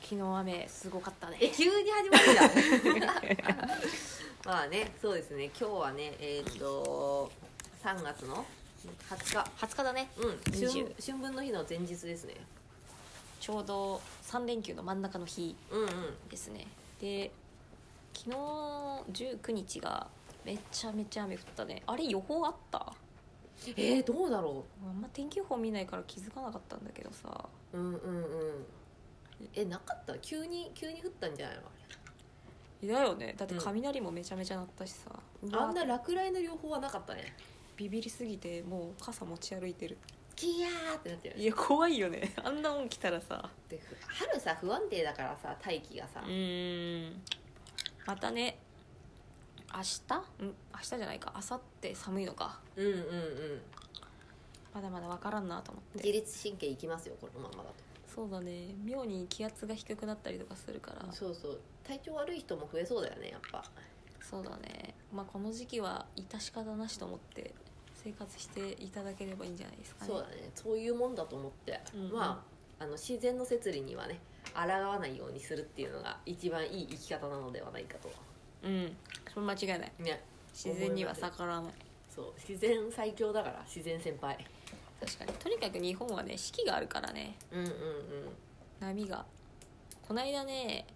昨日雨すごかったね。 急に始まるじゃんまあね、そうですね、今日はね3月の 20日だね。 春分の日の前日ですね。 ちょうど3連休の真ん中の日ですね。で昨日19日がめちゃめちゃ雨降ったね。あれ予報あった？ どうだろあんま天気予報見ないから気づかなかったんだけどさ。 なかった？急に降ったんじゃないの？ だよね。だって雷もめちゃめちゃ鳴ったしさ、 あんな落雷の予報はなかったね。 ビビりすぎてもう傘持ち歩いてる。 キヤーってなってる。 いや怖いよねあんなもん来たらさ。 で春さ不安定だからさ、大気がさ。 またね、明日じゃないか、明後日寒いのか。まだまだ分からんなと思って。 自律神経いきますよこのままだと。 そうだね、妙に気圧が低くなったりとかするから。 そうそう、体調悪い人も増えそうだよねやっぱ。 そうだね、まあこの時期は致し方なしと思って生活していただければいいんじゃないですかね。 そうだね、そういうもんだと思って、まあ自然の摂理にはね抗わないようにするっていうのが一番いい生き方なのではないかと。 それ間違いないね。自然には逆らわない。 そう、自然最強だから、自然先輩。 確かに、とにかく日本はね四季があるからね。波がこないだね、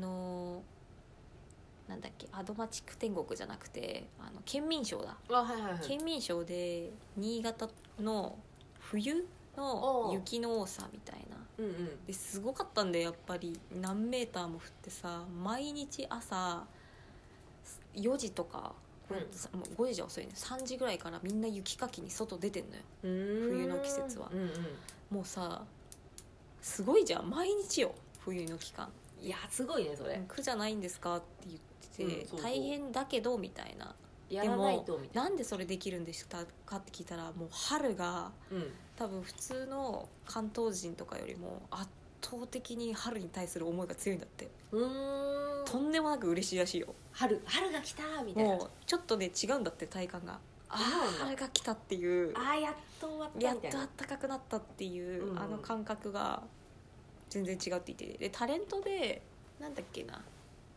なんだっけ、アドマチック天国じゃなくて県民賞だ。県民賞で新潟の冬の雪の多さみたいな、ですごかったんで、やっぱり何メーターも降ってさ、毎日朝4時とか5時じゃ遅いね、3時ぐらいからみんな雪かきに外出てんのよ。冬の季節は、もうさすごいじゃん、毎日よ冬の期間。 いやすごいねそれ。 苦じゃないんですかって言ってて、 そう大変だけどみたいな。 やらないとみたいな。 なんでそれできるんですかって聞いたら、もう春が、多分普通の関東人とかよりも圧倒的に春に対する思いが強いんだって。とんでもなく嬉しいらしいよ。 春が来たみたいな。 もうちょっとね違うんだって、体感が。春が来たっていう、 やっと終わったみたいな、 やっと暖かくなったっていう、あの感覚が全然違うって言ってて、でタレントでなんだっけな、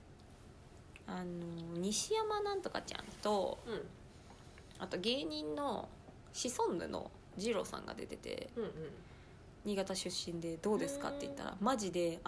西山なんとかちゃんと、あと芸人のシソンヌの二郎さんが出てて、新潟出身でどうですかって言ったら、マジで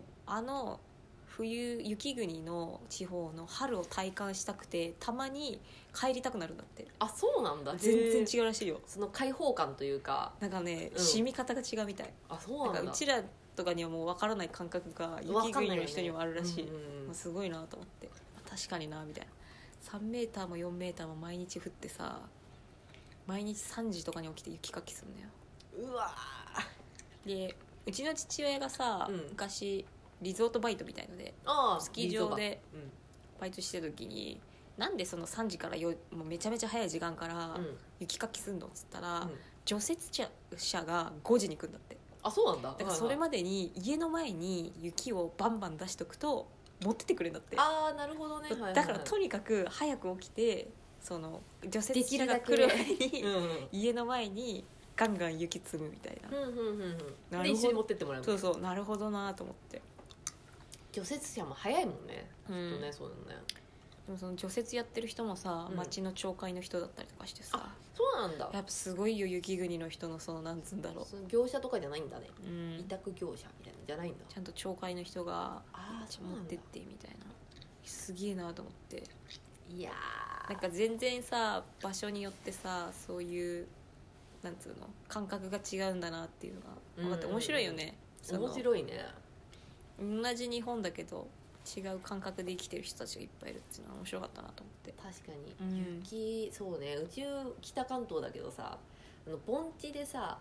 冬雪国の地方の春を体感したくて、たまに帰りたくなるんだって。 そうなんだ。 全然違うらしいよ、 その開放感というか。 なんかね、染み方が違うみたい。 そうなんだ。 なんかうちらとかにはもう分からない感覚が雪国の人にもあるらしい。すごいなと思って、確かになみたいな。3メーターも4メーターも毎日降ってさ、毎日3時とかに起きて雪かきすんだよ。 うわでうちの父親がさ、昔リゾートバイトみたいのでスキー場でバイトしてる時に、なんでその3時からもうめちゃめちゃ早い時間から雪かきすんのっつったら、除雪車が5時に来るんだって。 そうなんだ。 だからそれまでに家の前に雪をバンバン出しとくと持ってってくれるんだって。 なるほどね。 だからとにかく早く起きて、その除雪車が来る前に家の前にガンガン雪積むみたいな。 で一緒に持ってってもらう。 そう、なるほどなと思って。 除雪車も早いもんね、きっとね。そうだね。 でもその除雪やってる人もさ、町の町会の人だったりとかしてさ。 そうなんだ。 やっぱすごいよ、雪国の人のそのなんつうんだろう、 その業者とかじゃないんだね。委託業者みたいなじゃないんだ。 ちゃんと町会の人が持ってってみたいな。すげえなと思って。 いやなんか全然さ、場所によってさ、そういうなんつうの感覚が違うんだなっていうのが分かって面白いよね。 面白いね。 同じ日本だけど違う感覚で生きてる人たちがいっぱいいるっていうのは面白かったなと思って。 確かに、雪、そうね、うち北関東だけどさ、盆地でさ、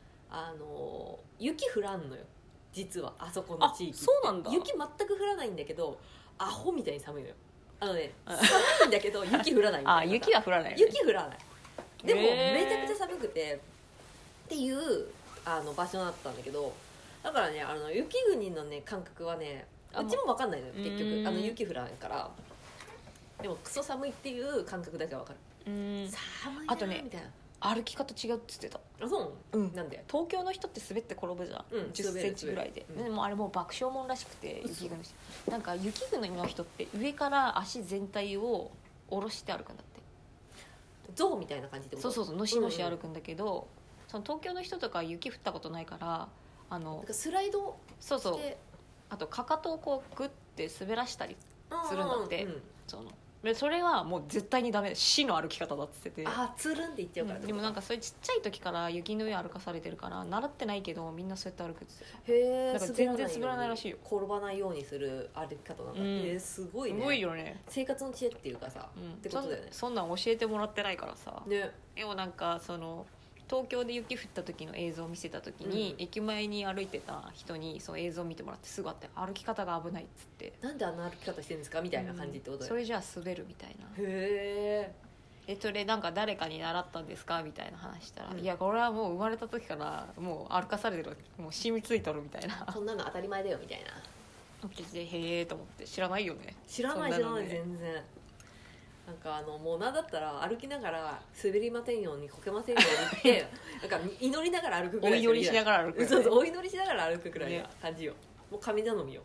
雪降らんのよ実は。あそこの地域ってそうなんだ。 雪全く降らないんだけど、アホみたいに寒いのよ。寒いんだけど雪降らないみたいな。 雪は降らない、 雪降らない。でもめちゃくちゃ寒くてっていう場所だったんだけど、だからね、雪国のね感覚はね、うちも分かんないのよ結局。雪降らないから。でもクソ寒いっていう感覚だけは分かる。寒いなみたいな。 歩き方違うっつってた。 あ、そう、 うん、 なんで東京の人って滑って転ぶじゃん、10センチぐらいで、でもあれもう爆笑もんらしくて、雪国の人なんか雪国の人って上から足全体を下ろして歩くんだって。 象みたいな感じってこと？ そうのしのし歩くんだけど、その東京の人とか雪降ったことないからなんかスライドして、 あとかかとをこうグッて滑らしたりするんだって、それはもう絶対にダメ、死の歩き方だっつってて、 つるんっていっちゃうから、 でもなんかそれちっちゃい時から雪の上歩かされてるから習ってないけどみんなそうやって歩くって言ってた。へえ。 だから全然滑らないらしいよ。 転ばないようにする歩き方なんだ。すごいね。 すごいよね。 生活の知恵っていうかさ、ってことだよね。 そんなん教えてもらってないからさ、 ね。 でもなんかその東京で雪降った時の映像を見せた時に、駅前に歩いてた人にその映像を見てもらってすぐあって、歩き方が危ないっつって、 なんであんな歩き方してるんですかみたいな感じってことだよね。 それじゃあ滑るみたいな。 へえ。 それなんか誰かに習ったんですかみたいな話したら、いやこれはもう生まれた時からもう歩かされてる、もう染みついとるみたいな、 こんなの当たり前だよみたいな。 へえと思って、知らないよね。 知らない全然。なんかもうなんだったら歩きながら滑りませんようにこけませんようにってなんか祈りながら歩くくらい、 お祈りしながら歩く、 そうお祈りしながら歩くくらいな感じよ、もう神頼みよ、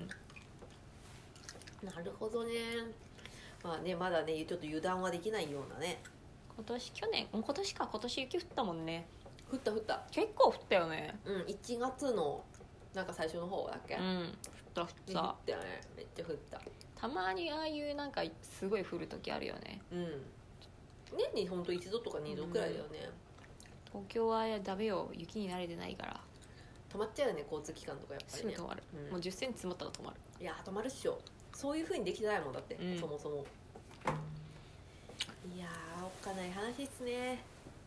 なるほどね。まあね、まだねちょっと油断はできないようなね。 今年雪降ったもんね。 降った結構降ったよね。 1月のなんか最初の方だっけ。降ったよね、めっちゃ降った。 たまにああいうなんかすごい降る時あるよね。 年にほんと1度とか2度くらいだよね。 東京はダメよ、雪に慣れてないから止まっちゃうよね、交通機関とかやっぱりね。 すぐ止まる、もう10センチ積もったら止まる。 いや止まるっしょ、そういう風にできてないもんだって、そもそも。いやおっかない話っすね。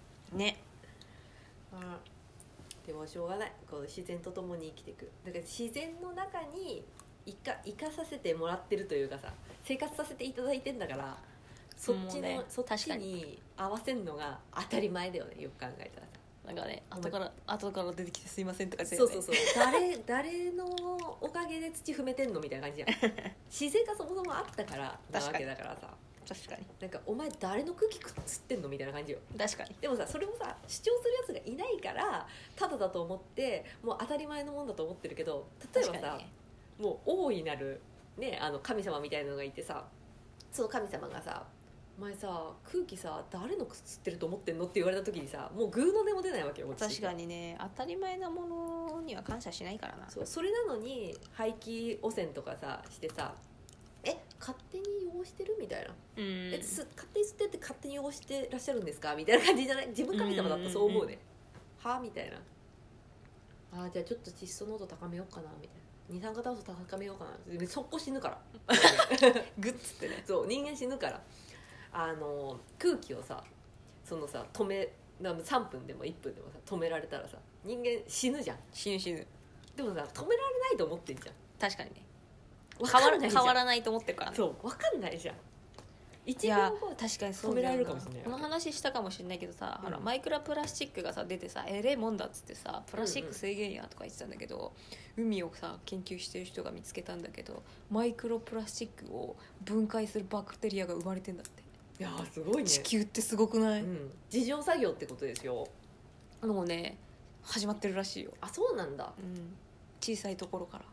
でもしょうがない、こう自然と共に生きていく。だから自然の中に生かさせてもらってるというかさ、生活させていただいてんだから、そっちに合わせるのが当たり前だよね、よく考えたらさ。 なんかね、後から出てきてすいませんとか言って、そう誰のおかげで土踏めてんのみたいな感じじゃん自然がそもそもあったからなわけだからさ。 確かに、 なんかお前誰の空気吸ってんのみたいな感じよ。 確かに。 でもさ、それもさ主張するやつがいないからただだと思ってもう当たり前のもんだと思ってるけど、例えばさ、もう大いなる、ね、神様みたいなのがいてさ、その神様がさ、お前さ空気さ誰の吸ってると思ってんのって言われた時にさ、もうグーの音も出ないわけよ。 確かにね、当たり前なものには感謝しないからな。 それなのに排気汚染とかさしてさ、勝手に汚してるみたいな、勝手に吸ってって勝手に汚してらっしゃるんですかみたいな感じじゃない？自分神様だったらそう思うね。はみたいな。じゃあちょっと窒素濃度高めようかなみたいな、二酸化炭素高めようかな、速攻死ぬからグッつってね。 そう、人間死ぬから。空気をさ、そのさ3分でも1分でもさ止められたらさ、人間死ぬじゃん。 死ぬ。 でもさ止められないと思ってんじゃん。 確かにね。 変わらないと思ってるからね。 そう分かんないじゃん。1秒後確かにそう止められるかもしれない。 この話したかもしれないけどさ、ほらマイクロプラスチックがさ出てさ、えれえもんだっつってさ、プラスチック制限やとか言ってたんだけど、海をさ研究してる人が見つけたんだけど、マイクロプラスチックを分解するバクテリアが生まれてんだって。 いやすごいね。 地球ってすごくない？ 自浄作業ってことですよ。 もうね始まってるらしいよ。 そうなんだ。 小さいところから。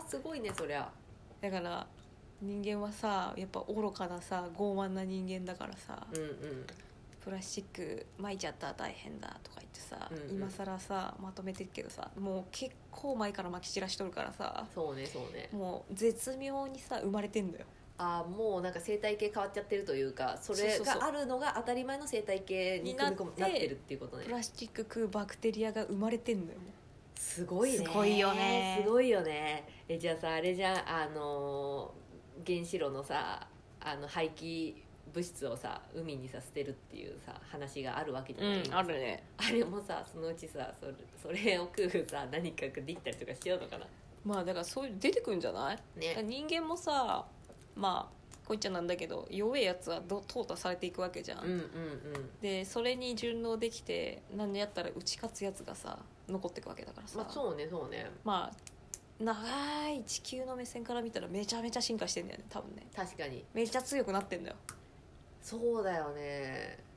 すごいねそりゃ。 だから人間はさやっぱ愚かなさ傲慢な人間だからさ、プラスチック撒いちゃったら大変だとか言ってさ、今更さまとめてるけどさ、もう結構前から撒き散らしとるからさ。 そうねもう絶妙にさ生まれてんだよ。 もうなんか生態系変わっちゃってるというか、それがあるのが当たり前の生態系になってるっていうことね。 プラスチック食うバクテリアが生まれてんだよ。 すごいね。 すごいよね。 すごいよね。じゃあさあれじゃん、原子炉のさ廃棄物質をさ海にさ捨てるっていうさ話があるわけじゃないですか。 あるね。 あれもさそのうちさそれを食うさ何かができたりとかしちゃうのかな。 まあだからそういう出てくるんじゃない？人間もさ、まあこいっちゃなんだけど弱いやつは淘汰されていくわけじゃん。でそれに順応できて何やったら打ち勝つやつがさ残っていくわけだからさ。 そうね。 まあ長い地球の目線から見たらめちゃめちゃ進化してんだよね多分ね。 確かにめちゃ強くなってんだよ。 そうだよね。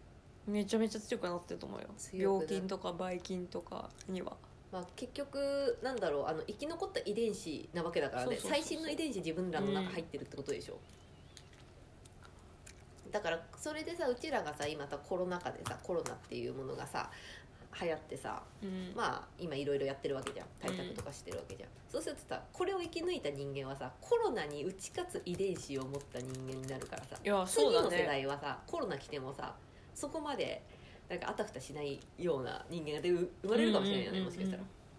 めちゃめちゃ強くなってると思うよ。病菌とかばい菌とかには、 まあ、結局なんだろう、生き残った遺伝子なわけだからね。最新の遺伝子自分らの中入ってるってことでしょ、だからそれでさ、うちらがさ今さコロナ禍でさ、コロナっていうものがさ流行ってさ、まあ今いろいろやってるわけじゃん、対策とかしてるわけじゃん、そうするとさ、これを生き抜いた人間はさ、コロナに打ち勝つ遺伝子を持った人間になるからさ、 いやそうだね、 次の世代はさコロナ来てもさそこまでなんかあたふたしないような人間が生まれるかもしれないよね、もしかしたら。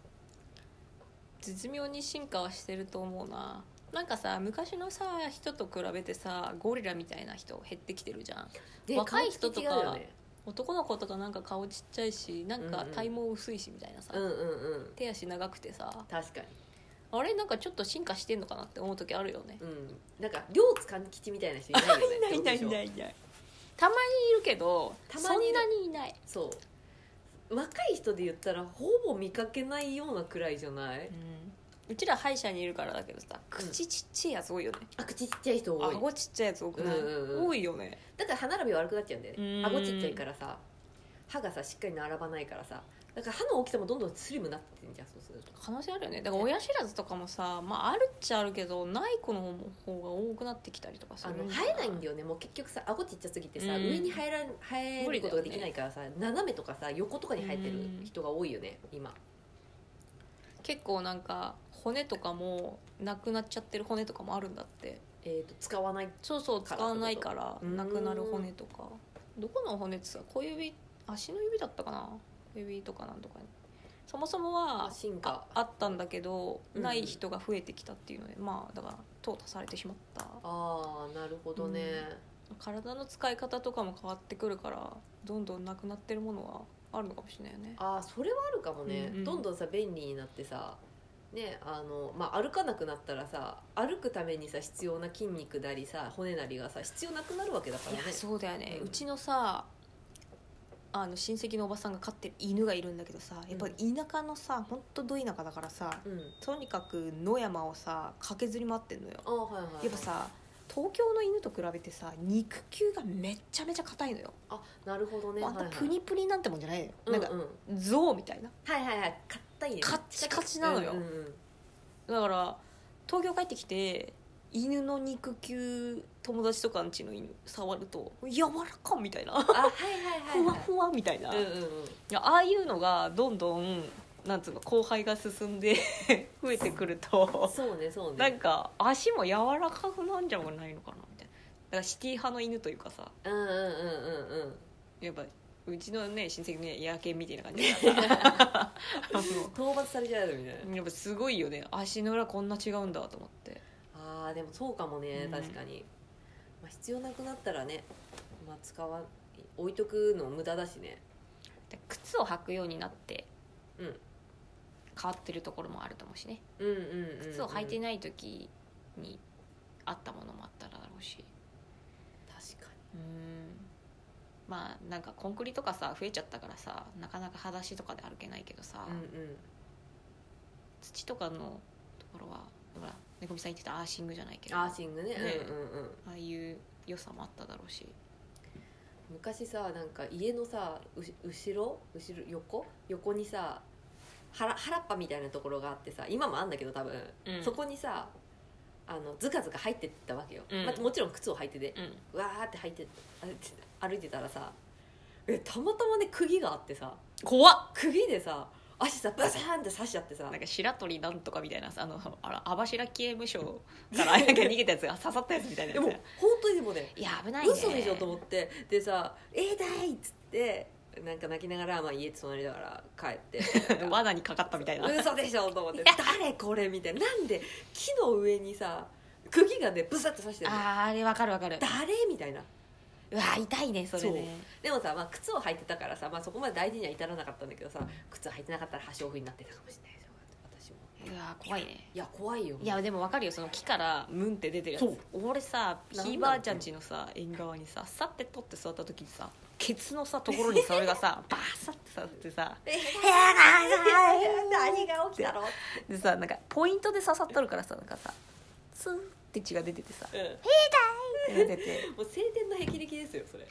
絶妙に進化はしてると思うな。なんかさ、昔のさ人と比べてさゴリラみたいな人減ってきてるじゃん、若い人とか、ね、男の子とかなんか顔ちっちゃいし、なんか体毛薄いしみたいなさ、手足長くてさ、 確かにあれなんかちょっと進化してんのかなって思う時あるよね。 なんか両津勘吉みたいな人いないよねいないたまにいるけど、そんなにいない。 そう若い人で言ったらほぼ見かけないようなくらいじゃない、 うちら歯医者にいるからだけどさ、口ちっちゃいやつ多いよね。 口ちっちゃい人多い。 顎ちっちゃいやつ多くない、多いよね。 だから歯並び悪くなっちゃうんだよね。顎ちっちゃいからさ、歯がさしっかり並ばないからさ、だから歯の大きさもどんどんスリムになってんじゃん。そうすると可能性あるよね。だから親知らずとかもさ、まああるっちゃあるけど、ない子の方が多くなってきたりとかする。 生えないんだよね。もう結局さ、顎ちっちゃすぎてさ、上に生えることができないからさ、斜めとかさ横とかに生えてる人が多いよね今。 結構なんか骨とかもなくなっちゃってる骨とかもあるんだって。 使わない使わないからなくなる骨とか。どこの骨ってさ、小指、足の指だったかな、小指とかなんとかにそもそもはあったんだけど、ない人が増えてきたっていうので、まあだから淘汰されてしまった。 ああ、なるほどね、 体の使い方とかも変わってくるから、どんどんなくなってるものはあるのかもしれないよね。 ああ、それはあるかもね、どんどんさ便利になってさね、まあ、歩かなくなったらさ、歩くためにさ必要な筋肉なりさ骨なりがさ必要なくなるわけだからね。 いやそうだよね、うちのさ親戚のおばさんが飼ってる犬がいるんだけどさ、やっぱり田舎のさ、ほんとど田舎だからさ、とにかく野山をさ駆けずり回ってんのよ。やっぱさ東京の犬と比べてさ肉球がめちゃめちゃ硬いのよ。 あ、なるほどね。 あんたプニプニなんてもんじゃないのよ、なんか象みたいな、 硬いね、 カッチカチなのよ、だから東京帰ってきて犬の肉球友達とかんちの犬触ると柔らかみたいな、ふわふわみたいな、ああいうのがどんどんなんつうの後輩が進んで増えてくると、 そうねなんか足も柔らかくなんじゃないのかなみたいな。だからシティ派の犬というかさ、やっぱうちのね親戚ね野犬みたいな感じだから討伐されちゃうみたいな。 やっぱすごいよね、足の裏こんな違うんだと思って。 ああ、でもそうかもね、確かに、まあ、必要なくなったらね、まあ、置いとくの無駄だしね。 で靴を履くようになって変わってるところもあると思うしね。靴を履いてない時にあったものもあったらだろうし。 確かに。まあなんかコンクリとかさ増えちゃったからさ、なかなか裸足とかで歩けないけどさ、土とかのところはほら猫みさん言ってたアーシングじゃないけど、 アーシングね、 ああいう良さもあっただろうし。 昔さ、なんか家のさ横にさ原っぱみたいなところがあってさ、今もあんだけど多分、そこにさずかずか入ってったわけよ、まあ、もちろん靴を履いてて、わーって歩いてたらさ、たまたまね釘があってさ、 怖っ、 釘でさ足さバサーンって刺しちゃってさ、 なんか白鳥なんとかみたいなさ、網走刑務所からなんか逃げたやつが刺さったやつみたいなやつ。 でも本当にでもね、 いや危ないね、 嘘でしょと思って、でさ「痛い!」っつってなんか泣きながら、まあ、家隣だから帰って罠にかかったみたいな、 嘘でしょと思って誰これみたいな、なんで木の上にさ釘がねブサッと刺してるの、 あれ分かる誰みたいな。 うわ痛いねそれね。 でもさ、まあ、靴を履いてたからさ、まあ、そこまで大事には至らなかったんだけどさ、靴履いてなかったら破傷風になってたかもしれないですよ私も。 うわ怖いね。 いや怖いよ。 いやでも分かるよ、その木からムンって出てるやつ。俺さひいばあちゃんちのさ縁側にささって取って座った時にさ、ケツのさところにそれがさバーサって刺ってさ何が起きたのでさ、なんかポイントで刺さっとるからさ、なんかさツーって血が出ててさ、痛いって出てて、 もう晴天の霹靂ですよそれ。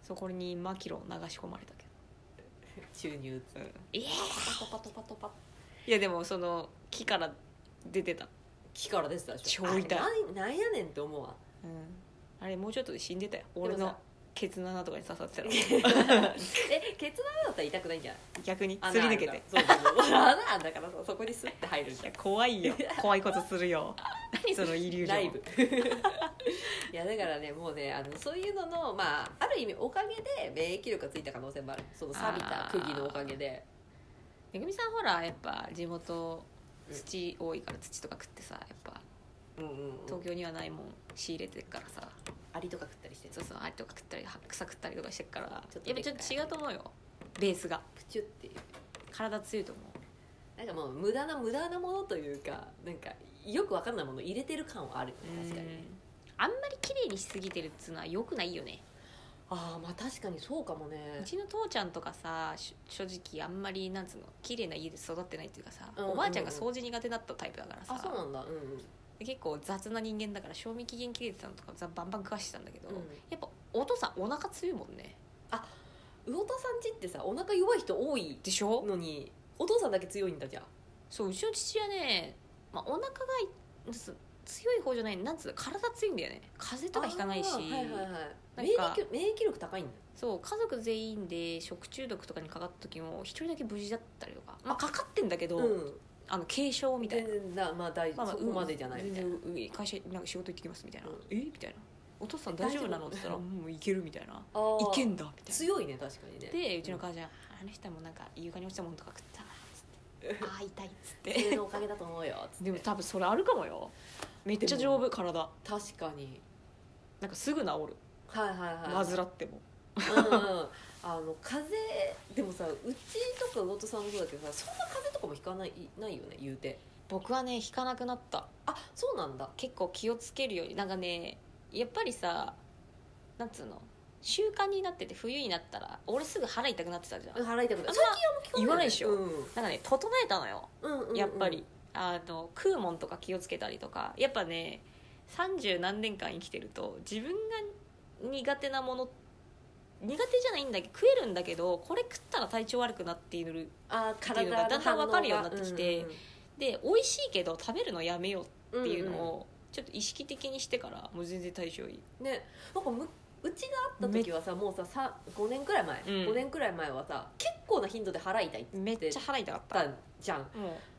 そこにマキロン流し込まれたけど注入、 トパトパトパ。いやでもその木から出てた。 木から出てたでしょ。 超痛い。 なんやねんって思うわ。 あれもうちょっとで死んでたよ。俺のケツの穴とかに刺さってたら。 ケツの穴だったら痛くないんじゃない？ 逆にすり抜けて。 そう穴だからそこにスッて入るんじゃん。 怖いよ。怖いことするよ。何そのイリュージョン。ライブ。 いやだからね、もうね、そういうのの、まあ、ある意味おかげで免疫力がついた可能性もある。その錆びた釘のおかげで。 めぐみさんほらやっぱ地元土多いから土とか食ってさ、やっぱ、東京にはないもん仕入れてるからさ、 アリとか食ったりして、 そうそう、アリとか食ったり草食ったりとかしてるから、やっぱちょっと違うと思うよ、ベースが。 プチュっていう体強いと思う。 なんかもう無駄なものというか、なんかよく分かんないもの入れてる感はあるよね。確かにね。 あんまり綺麗にしすぎてるっつうのは良くないよね。 ああ、まあ確かにそうかもね。 うちの父ちゃんとかさ、正直あんまりなんつうの綺麗な家で育ってないっていうかさ、おばあちゃんが掃除苦手だったタイプだからさ。 あ、そうなんだ。 結構雑な人間だから賞味期限切れてたのとかバンバン食わしてたんだけど、やっぱお父さんお腹強いもんね。 あ、魚田さん家ってさ、お腹弱い人多いでしょのに、お父さんだけ強いんだじゃん。 そう、うちの父はね、まあ、お腹が強い方じゃない、なんつうの、体強いんだよね。風邪とかひかないし、 免疫力高いんだ。 そう、家族全員で食中毒とかにかかった時も一人だけ無事だったりとか、まあかかってんだけど、軽症みたいな、 まあそこまでじゃないみたいな、 会社なんか仕事行ってきますみたいな、みたいな、お父さん大丈夫なのって言ったらもういけるみたいな、いけんだみたいな、 強いね。確かにね。 でうちの母ちゃん、あの人もなんか床に落ちたものとか食ったなっつって、ああ痛いっつって、 それのおかげだと思うよっつって。 でも多分それあるかもよ。めっちゃ丈夫、体。 確かになんかすぐ治る。患っても。 風邪でもさ、うちとか魚田さんもそうだけどさ、そんな風邪とかもひかないよね、言うて。 僕はね、引かなくなった。 あ、そうなんだ。 結構気をつけるように。なんかね、やっぱりさ、なんつうの、習慣になってて、冬になったら俺すぐ腹痛くなってたじゃん。 腹痛くなって、 最近はもう聞かない、言わないでしょ、なんかね、整えたのよ、やっぱり食うもんとか気をつけたりとか。やっぱね、30何年間生きてると、自分が苦手なもの、苦手じゃないんだけど、食えるんだけど、これ食ったら体調悪くなっているっていうのがだんだん分かるようになってきて、で美味しいけど食べるのやめようっていうのをちょっと意識的にしてから、もう全然体調いいね。 なんかうちがあった時はさ、もうさ5年くらい前、5年くらい前はさ、結構な頻度で腹痛いってめっちゃ腹痛かったじゃん。 もう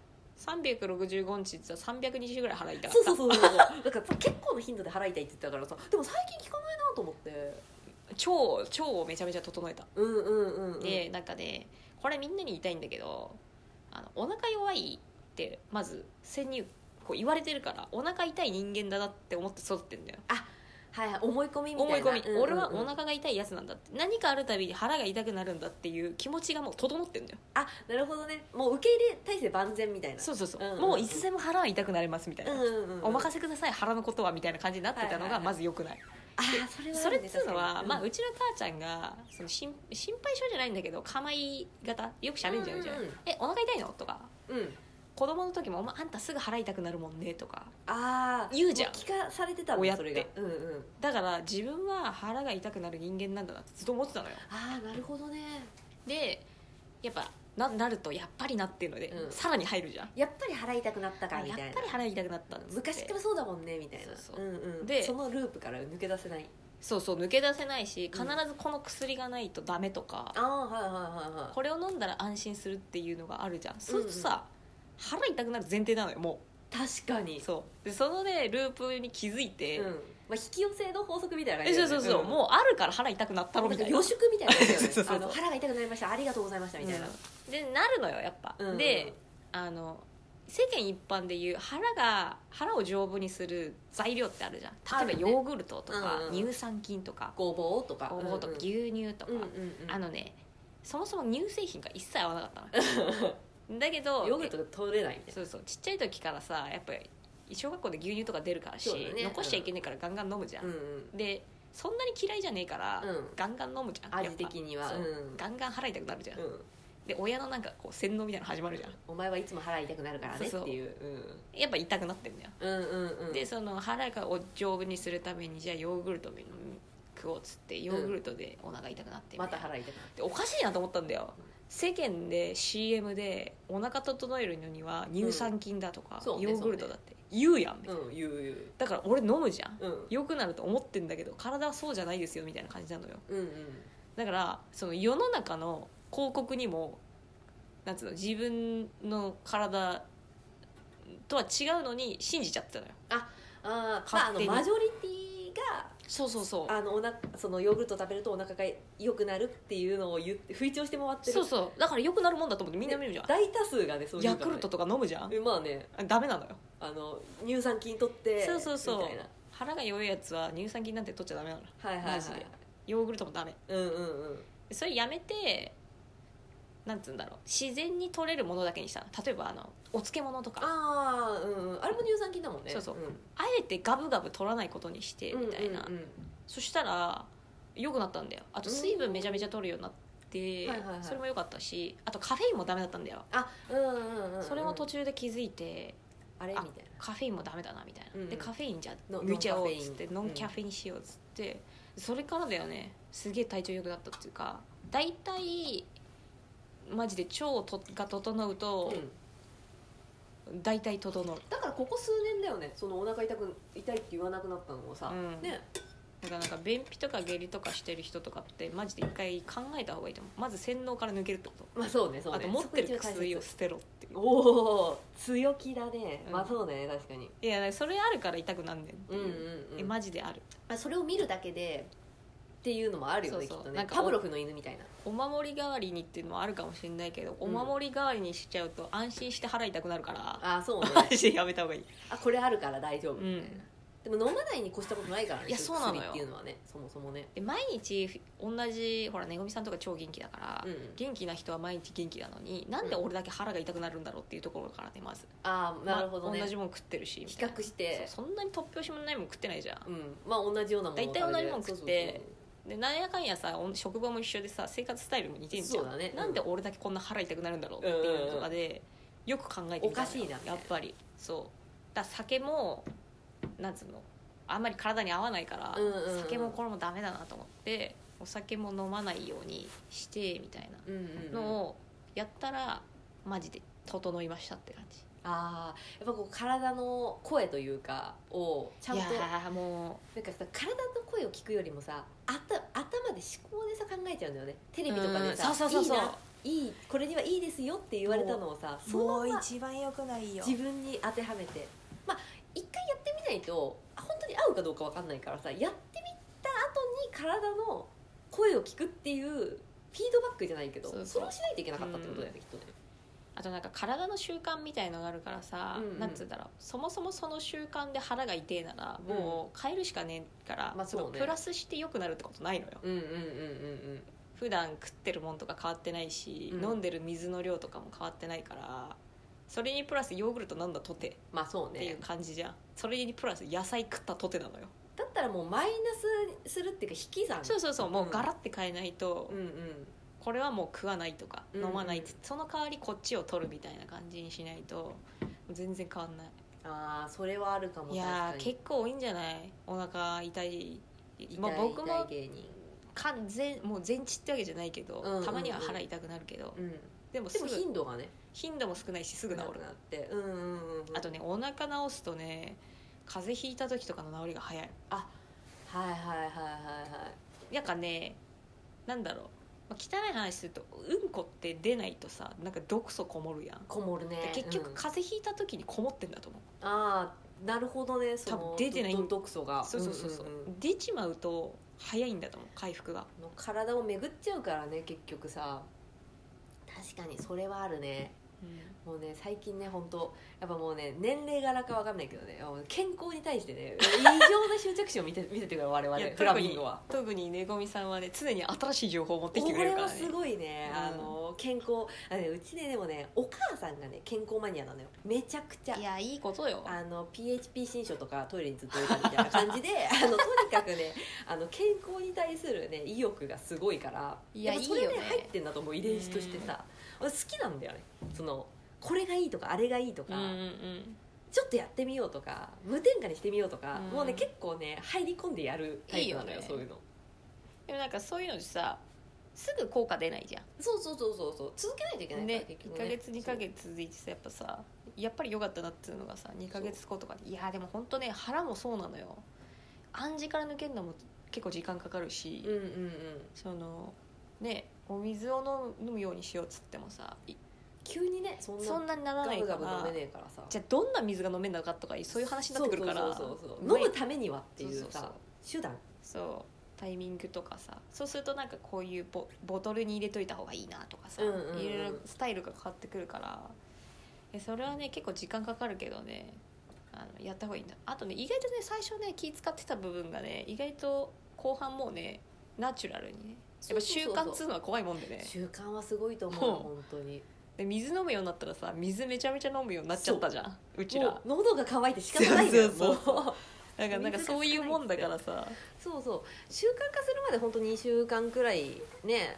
365日って言ったら320日ぐらい腹痛かった。 そうだから結構な頻度で腹痛いって言ったからさ、でも最近効かないなと思って。 腸をめちゃめちゃ整えた。でなんかね、これみんなに言いたいんだけど、お腹弱いってまず先入こう言われてるから、お腹痛い人間だなって思って育ってんだよ。 思い込みみたいな。 俺はお腹が痛いやつなんだって、何かあるたびに腹が痛くなるんだっていう気持ちがもう整ってんだよ。 あ、なるほどね。もう受け入れ体制万全みたいな。 そう、もういつでも腹は痛くなりますみたいな、お任せください腹のことはみたいな感じになってたのがまず良くない。それっつうのは、まあ、うちの母ちゃんがその心配性じゃないんだけど、構い型よくしゃべるじゃん、お腹痛いのとか、子供の時もあんたすぐ腹痛くなるもんねとか言うじゃん。 聞かされてたんだ、 親ってそれが。 だから自分は腹が痛くなる人間なんだなってずっと思ってたのよ。 なるほどね。 でやっぱなるとやっぱりなっていうので、さらに入るじゃん。 やっぱり腹痛くなったかみたいな。 やっぱり腹痛くなったん昔からそうだもんねみたいな。でそのループから抜け出せない。 そう抜け出せないし、必ずこの薬がないとダメとか、これを飲んだら安心するっていうのがあるじゃん。そうするとさ、腹痛くなる前提なのよ、もう。確かに。 でそのねループに気づいて、 引き寄せの法則みたいな感じで、そう、もうあるから腹痛くなったろみたいな、 予祝みたいな感じだよね。腹が痛くなりました、ありがとうございましたみたいな、 でなるのよやっぱ、で世間一般でいう腹を丈夫にする材料ってあるじゃん。例えばヨーグルトとか、乳酸菌とかごぼうとか牛乳とか、そもそも乳製品が一切合わなかったのだけどヨーグルトが取れないみたいな。 そうちっちゃい時からさ、やっぱり小学校で牛乳とか出るからし、残しちゃいけないからガンガン飲むじゃん、でそんなに嫌いじゃねえから、ガンガン飲むじゃん。 味的には、 ガンガン腹痛くなるじゃん、で親のなんかこう洗脳みたいなの始まるじゃん。 お前はいつも腹痛くなるからねっていう、 やっぱ痛くなってんだよ、でその腹を丈夫にするためにじゃあヨーグルト食おうっつってヨーグルトでお腹痛くなってみたいな、 また腹痛くなってでおかしいなと思ったんだよ。世間で CM でお腹整えるのには乳酸菌だとか、ヨーグルトだって言うやんみたいな、 言うだから俺飲むじゃん、良くなると思ってんだけど体はそうじゃないですよみたいな感じなのよ、だからその世の中の広告にもなんつうの、自分の体とは違うのに信じちゃってたのよ。 マジョリティがそうそのヨーグルト食べるとお腹が良くなるっていうのを吹聴して回ってる。 だから良くなるもんだと思ってみんな見るじゃん、 大多数がねそういうヤクルトとか飲むじゃん。 まあねダメなのよ、 乳酸菌取ってそうみたいな。 腹が弱いやつは乳酸菌なんて取っちゃダメなの、マジでヨーグルトもダメ、それやめてなんつうんだろう、自然に取れるものだけにした。例えばお漬物とか、 あれも乳酸菌だもんね。 あえてガブガブ取らないことにしてみたいな、そしたら良くなったんだよ。あと水分めちゃめちゃ取るようになって、それも良かったし、あとカフェインもダメだったんだよ。それも途中で気づいて、 あれみたいな、 カフェインもダメだなみたいな、でカフェインじゃ抜いちゃおうっつってノンキャフェインしようっつって、それからだよね、すげえ体調良くなったっていうか、だいたいマジで腸が整うと、大体整う。 だからここ数年だよね、そのお腹痛いって言わなくなったのもさ、ね。 だからなんか便秘とか下痢とかしてる人とかってマジで一回考えた方がいいと思う。まず洗脳から抜けるってこと。 まあそうね。 あと持ってる薬を捨てろっていう。 おお強気だね。まあそうね、確かに。 いやそれあるから痛くなんねんっていう、マジである。 それを見るだけでっていうのもあるよね、きっとね。なんかパブロフの犬みたいな。 お守り代わりにっていうのもあるかもしれないけど、お守り代わりにしちゃうと安心して腹痛くなるから、 そうね、 マジでやめた方がいい。 これあるから大丈夫みたいな。でも飲まないに越したことないからね。 いやそうなのよ。 薬っていうのはね、そもそもね。 で毎日同じほらねごみさんとか超元気だから、元気な人は毎日元気なのに、なんで俺だけ腹が痛くなるんだろうっていうところからね、まず。 なるほどね。 同じもん食ってるし比較して、 そんなに突拍子もないもん食ってないじゃん。 まあ同じようなもの大体同じもん食って。でなんやかんやさ職場も一緒でさ生活スタイルも似てんじゃん。そうだね、なんで俺だけこんな腹痛くなるんだろうっていうのとかでよく考えてみたら、おかしいなやっぱり。そうだ、酒もなんつうのあんまり体に合わないから、酒もこれもダメだなと思ってお酒も飲まないようにしてみたいなのをやったらマジで整いましたって感じ。 やっぱこう体の声というかをちゃんと、 いやもうなんかさ、体の声を聞くよりもさ頭で思考でさ考えちゃうんだよね。テレビとかでさ、いいこれにはいいですよって言われたのをさ、 もう一番良くないよ、 自分に当てはめて、まあ一回やってみないと本当に合うかどうか分かんないからさ、やってみた後に体の声を聞くっていうフィードバックじゃないけど、それをしないといけなかったってことだよね、きっとね。 あとなんか体の習慣みたいのがあるからさ、なんつうんだろう、そもそもその習慣で腹が痛えならもう変えるしかねえから、プラスして良くなるってことないのよ。普段食ってるもんとか変わってないし、飲んでる水の量とかも変わってないから、それにプラスヨーグルト飲んだとてっていう感じじゃん。それにプラス野菜食ったとてなのよ。 だったらもうマイナスするっていうか引き算。 そうもうガラって変えないと、これはもう食わないとか飲まないって、その代わりこっちを取るみたいな感じにしないと全然変わんない。 それはあるかも。 いや結構多いんじゃない、お腹痛い。僕ももう全治ってわけじゃないけど、たまには腹痛くなるけど、でも頻度がね、 頻度も少ないしすぐ治るなって。あとね、お腹治すとね、風邪ひいた時とかの治りが早い。なんかね、なんだろう、汚い話するとうんこって出ないとさ、なんか毒素こもるやん。 こもるね。 結局風邪ひいた時にこもってんだと思う。 なるほどね。 多分出てない毒素が出ちまうと早いんだと思う、回復が。 体を巡っちゃうからね、結局さ。確かにそれはあるね。もうね、最近ね、本当やっぱもうね、年齢柄か分かんないけどね、健康に対してね、異常な執着心を見せてくる我々フラミンゴは。 特にねごみさんはね、常に新しい情報を持ってきてくれるからね。 これはすごいね、健康うちね、でもね、お母さんがね健康マニアなのよ、めちゃくちゃ。 いや、いいことよ。 PHP 新書とかトイレにずっと置いたみたいな感じでとにかくね、健康に対するね意欲がすごいから、 いや、 それね入ってんだと思う、遺伝子としてさ。好きなんだよね、これがいいとかあれがいいとか、ちょっとやってみようとか無添加にしてみようとか、もうね結構ね入り込んでやるタイプなのよ。そういうのでもなんかそういうのでさすぐ効果出ないじゃん。 そう続けないといけないから、 ね、1ヶ月2ヶ月続いてさやっぱさやっぱり良かったなっていうのがさ2ヶ月後とかでいやでも本当ね腹もそうなのよ。暗示から抜けるのも結構時間かかるし、そのねお水を飲むようにしようっつってもさ急にねそんなにならないからガブガブ飲めねえからさ、 じゃあどんな水が飲めるのかとかそういう話になってくるから飲むためにはっていうさ手段タイミングとかさそうするとなんかこういうボトルに入れといた方がいいなとかさ、いろいろスタイルが変わってくるからそれはね結構時間かかるけどねやった方がいいんだ。あとね意外とね最初ね気使ってた部分がね意外と後半もうねナチュラルにねやっぱ習慣っつうのは怖いもんでね。 習慣はすごいと思う本当に。 で水飲むようになったらさ水めちゃめちゃ飲むようになっちゃったじゃん うちら。 喉が渇いて仕方ないんだよ。 なんかそういうもんだからさそう習慣化するまで本当2週間くらいね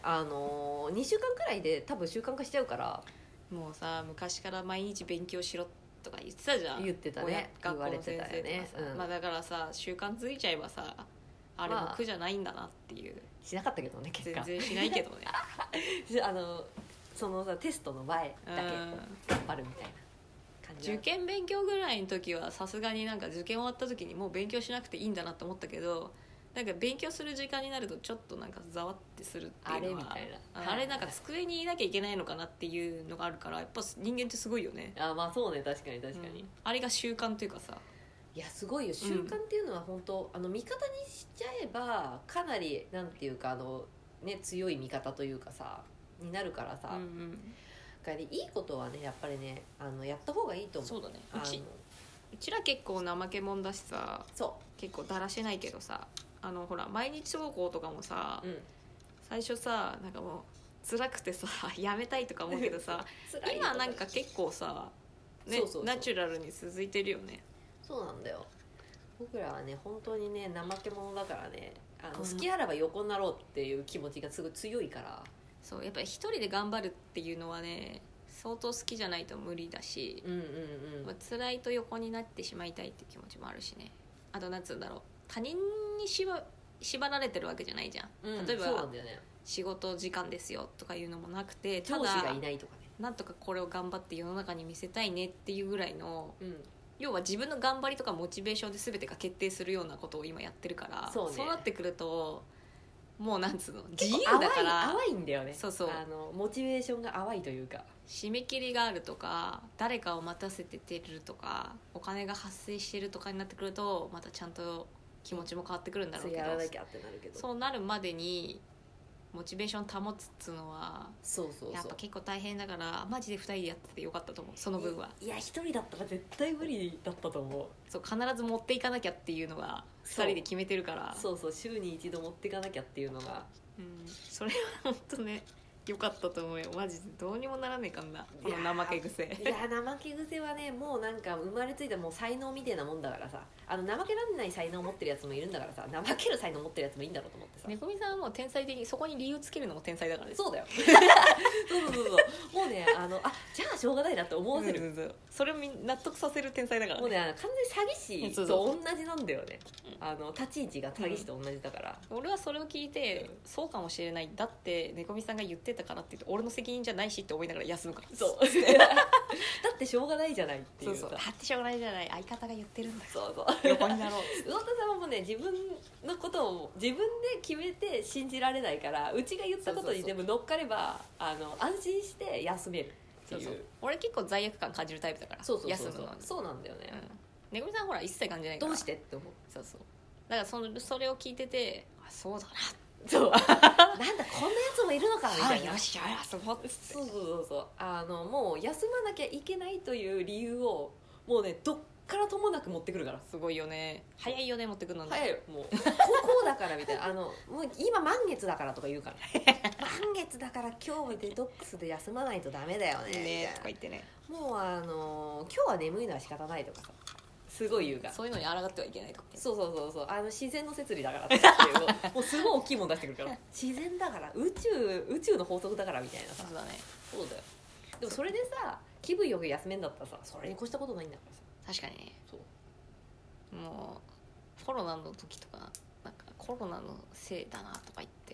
2週間くらいで多分習慣化しちゃうから。 もうさ昔から毎日勉強しろとか言ってたじゃん。 言ってたね。 学校の先生とかさ、まあ、だからさ習慣ついちゃえばさあれも苦じゃないんだなっていう、 しなかったけどね結果全然しないけどねそのさテストの前だけ頑張るみたいな感じ。 受験勉強ぐらいの時はさすがになんか受験終わった時にもう勉強しなくていいんだなと思ったけどなんか勉強する時間になるとちょっとなんかざわってするっていうのはあれみたいなあれなんか机にいなきゃいけないのかなっていうのがあるからやっぱ人間ってすごいよね。 まあそうね確かに、 あれが習慣というかさいやすごいよ習慣っていうのは本当、味方にしちゃえばかなりなんていうかね、強い味方というかさになるからさ、いいことはねやっぱりねやった方がいいと思う。 そうだねうちら結構怠け者だしさ結構だらしないけどさほら毎日投稿とかもさ、最初さなんかもう辛くてさやめたいとか思うけどさ今なんか結構さ、ね、ナチュラルに続いてるよね。 そうなんだよ。僕らはね本当にね怠け者だからね好きあらば横になろうっていう気持ちがすごい強いから。 そうやっぱり一人で頑張るっていうのはね相当好きじゃないと無理だし、辛いと横になってしまいたいっていう気持ちもあるしね。あとなんつうんだろう他人に縛られてるわけじゃないじゃん、例えばそうなんだよね、 仕事時間ですよとかいうのもなくて上司がいないとかねなんとかこれを頑張って世の中に見せたいねっていうぐらいの、要は自分の頑張りとかモチベーションで全てが決定するようなことを今やってるから、そうなってくるともうなんつうの自由だから淡いんだよね。 そうモチベーションが淡いというか締め切りがあるとか誰かを待たせてるとかお金が発生してるとかになってくるとまたちゃんと気持ちも変わってくるんだろうけど、 やらなきゃってなるけどそうなるまでにモチベーション保つっつうのはやっぱ結構大変だからマジで2人でやっててよかったと思う。その分はいや1人だったら絶対無理だったと思う。 そう必ず持っていかなきゃっていうのが2人で決めてるからそう週に一度持っていかなきゃっていうのが、 それは本当ねよかったと思うよ。マジでどうにもならねえかんなこの怠け癖。いや怠け癖はねもうなんか生まれついたもう才能みたいなもんだからさ怠けられない才能を持ってるやつもいるんだからさ怠ける才能を持ってるやつもいいんだろうと思ってさ。 猫みさんはもう天才的にそこに理由つけるのも天才だからね。 そうだよそうもうねじゃあしょうがないなって思わせる、 それを納得させる天才だからね。 もうね完全に詐欺師と同じなんだよね。立ち位置が詐欺師と同じだから、 俺はそれを聞いて、そうかもしれないだって猫みさんが言ってたからって言って俺の責任じゃないしって思いながら休むから。 そうだってしょうがないじゃないっていうさ。 だってしょうがないじゃない相方が言ってるんだそう横になろう魚田さんはもうね自分のことを自分で決めて信じられないからうちが言ったことに全部乗っかれば安心して休めるっていう。 俺結構罪悪感感じるタイプだから休むのに。 そうなんだよね。 猫みさんほら一切感じないからどうしてって思う。 だからそれを聞いててそうだななんだこんなやつもいるのかみたいな。 よし遊ぼうって。 そうもう休まなきゃいけないという理由をもうねどっからともなく持ってくるから。 すごいよね。早いよね持ってくるのね。 早いよもうこうだからみたいなもう今満月だからとか言うから満月だから今日デトックスで休まないとダメだよねとか言ってね。 もう今日は眠いのは仕方ないとかさすごい言うから。 そういうのに抗ってはいけないとか。 そう自然の摂理だからっていうもうすごい大きいもん出してくるから自然だから宇宙の法則だからみたいなさ。 そうだね。 そうだよ。でもそれでさ気分よく休めんだったらさそれに越したことないんだからさ。確かにね。 そうもうコロナの時とかなんかコロナのせいだなとか言っ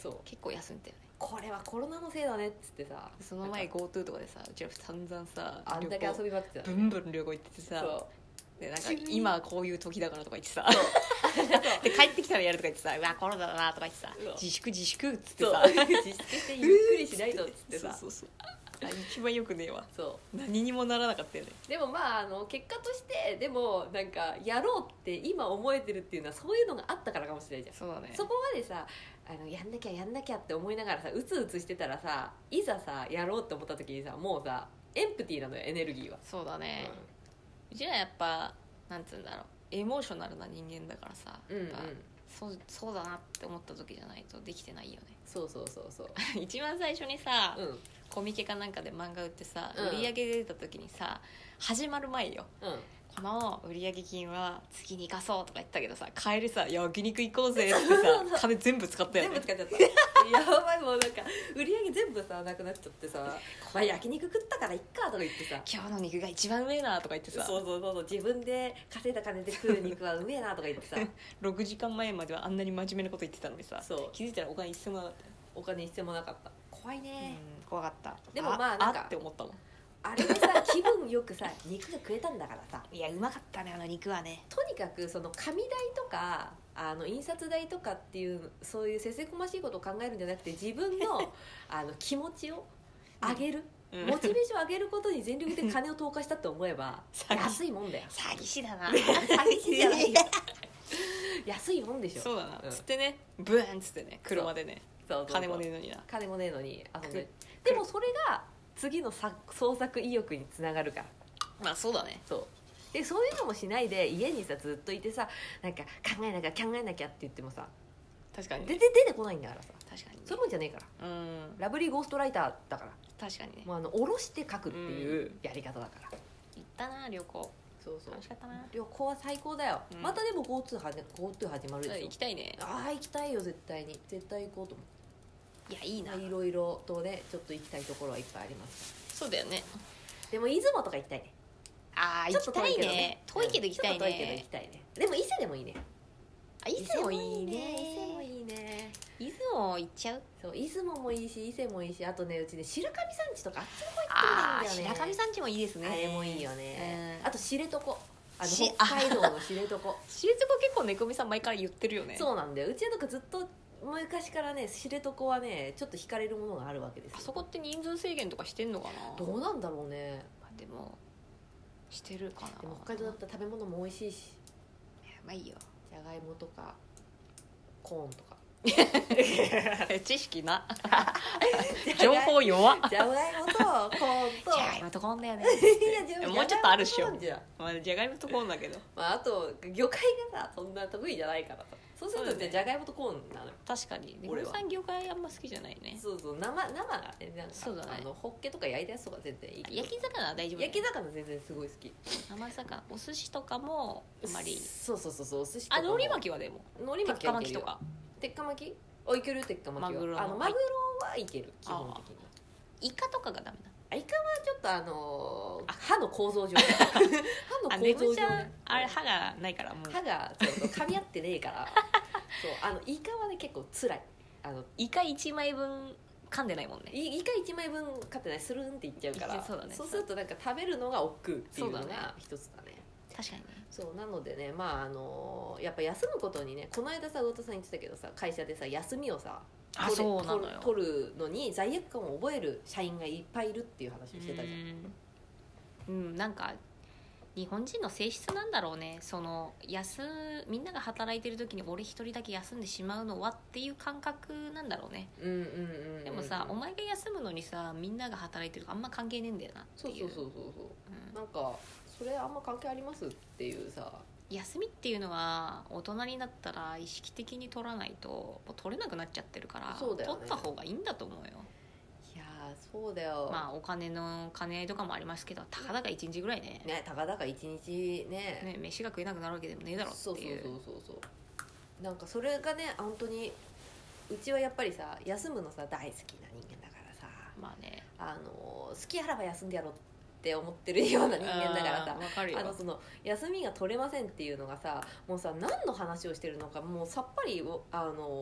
そう結構休んだよね。 これはコロナのせいだねっつってさ、 その前 GoTo とかでさうちら散々さあんだけ遊びまくってた、 ブンブン旅行行っててさ、でなんか今こういう時だからとか言ってさで帰ってきたらやるとか言ってさ、うわコロナだなとか言ってさ、自粛っつってさ自粛してゆっくりしないとっつってさそう一番よくねえわ。 そう何にもならなかったよね。 でもまあ結果としてでもなんかやろうって今思えてるっていうのはそういうのがあったからかもしれないじゃん。 そうだね。 そこまでさやんなきゃって思いながらさうつうつしてたらさ、いざさやろうって思った時にさもうさエンプティーなのよ、エネルギーは。 そうだね、うちらやっぱなんつうんだろう、エモーショナルな人間だからさ、そうだなって思った時じゃないとできてないよね。 そう一番最初にさ、 うん、 コミケかなんかで漫画売ってさ、売り上げ出た時にさ始まる前よ、この売上金は次に生かそうとか言ったけどさ、帰りさ焼肉行こうぜってさ金全部使ったよね。 全部使っちゃったやばい、もうなんか売り上げ全部さなくなっちゃってさまあ焼肉食ったからいっかとか言ってさ今日の肉が一番うめえなとか言ってさ、 そう自分で稼いだ金で食う肉はうめえなとか言ってさ 6時間前まではあんなに真面目なこと言ってたのにさ、 そう気づいたらお金一銭もなかったよ。 お金一銭もなかった。怖いね。 怖かった。 でもまあなんかって思ったもん。 あれでさ気分よくさ肉が食えたんだからさ、 いやうまかったねあの肉はね。 とにかくその紙代とか印刷代とかっていうそういうせせこましいことを考えるんじゃなくて、自分の気持ちを上げる、モチベーションを上げることに全力で金を投下したって思えば安いもんだよ。 詐欺師だな。 詐欺師じゃないよ安いもんでしょ。 そうだな、つってねブーンつってね車でね、金もねえのにな、 金もねえのに遊んで、でもそれが次の創作意欲につながるから。 まあそうだね。 そうでそういうのもしないで家にさずっといてさ、なんか考えなきゃって言ってもさ確かに、ね、 出てこないんだからさ。 確かに、ね、 そういうもんじゃねえから、ラブリーゴーストライターだから。 確かにね、 もう下ろして書くっていうやり方だから。 行ったな旅行。そう楽しかったな。 旅行は最高だよ、またでも GoTo 始まるでしょ。 行きたいね。 行きたいよ、絶対行こうと思う。いやいいな、 いろいろとねちょっと行きたいところはいっぱいあります。 そうだよね。 でも出雲とか行きたいね。 行きたいね。遠いけど行きたいね。 でも伊勢でもいいね。 伊勢もいいね。出雲行っちゃう。 そう出雲もいいし伊勢もいいし、あとねうちね白神山地とかあっちの方行ってみたいんだよね。 白神山地もいいですね。 あれもいいよね、あと知床、北海道の知床知床結構猫みさん前から言ってるよね。 そうなんだよ。うちはなんかずっと昔からね知床はねちょっと惹かれるものがあるわけですよ。 あそこって人数制限とかしてんのかな。 どうなんだろうね。 でもしてるかな。 でも北海道だったら食べ物も美味しいし、 まあいいよ。 じゃがいもとかコーンとか知識な情報弱っ。 じゃがいもとコーンとじゃがいもとコーンだよねもうちょっとあるっしょ。じゃがいもとコーンだけど、 あと魚介がさそんな得意じゃないからさ、そうするとじゃがいもとコーンなのよ。 確かに俺さん魚介あんま好きじゃないね。 そう生がねなんかそうだね、 ホッケとか焼いたやつとか全然いい。 焼き魚は大丈夫。 焼き魚全然すごい好き。 生魚お寿司とかもあんまり。 そうお寿司とかも。 海苔巻きはでも海苔巻きは鉄火巻きとか。 鉄火巻きいける。鉄火巻きはマグロはいける。基本的にイカとかがダメな。 イカはちょっと歯の構造上歯の構造上あれ歯がないからもう歯が噛み合ってねえからそうイカはね結構辛い。 イカ1枚分噛んでないもんね。 イカ1枚分噛ってないスルンっていっちゃうから。そうだね。そうするとなんか食べるのが億劫っていうのが一つだね。 確かにね。 そうなのでねやっぱ休むことにね、この間さ魚田さん言ってたけどさ、会社でさ休みをさ取るのに罪悪感を覚える社員がいっぱいいるっていう話をしてたじゃん。 なんか日本人の性質なんだろうね。みんなが働いてる時に俺一人だけ休んでしまうのはっていう感覚なんだろうね。でもさお前が休むのにさみんなが働いてるとあんま関係ねえんだよなっていう。 そう、なんかそれあんま関係ありますっていうさ。 休みっていうのは大人になったら意識的に取らないともう取れなくなっちゃってるから、 そうだよね、 取った方がいいんだと思うよ。 いやそうだよ。 まあお金の兼ね合いとかもありますけど、たかだか1日ぐらいね。 たかだか1日ね飯が食えなくなるわけでもねえだろっていう。 そうなんかそれがね本当にうちはやっぱりさ休むのさ大好きな人間だからさ、 まあね好きあらば休んでやろうって思ってるような人間だからさ、 わかるよ。 その休みが取れませんっていうのがさもうさ何の話をしてるのかもうさっぱり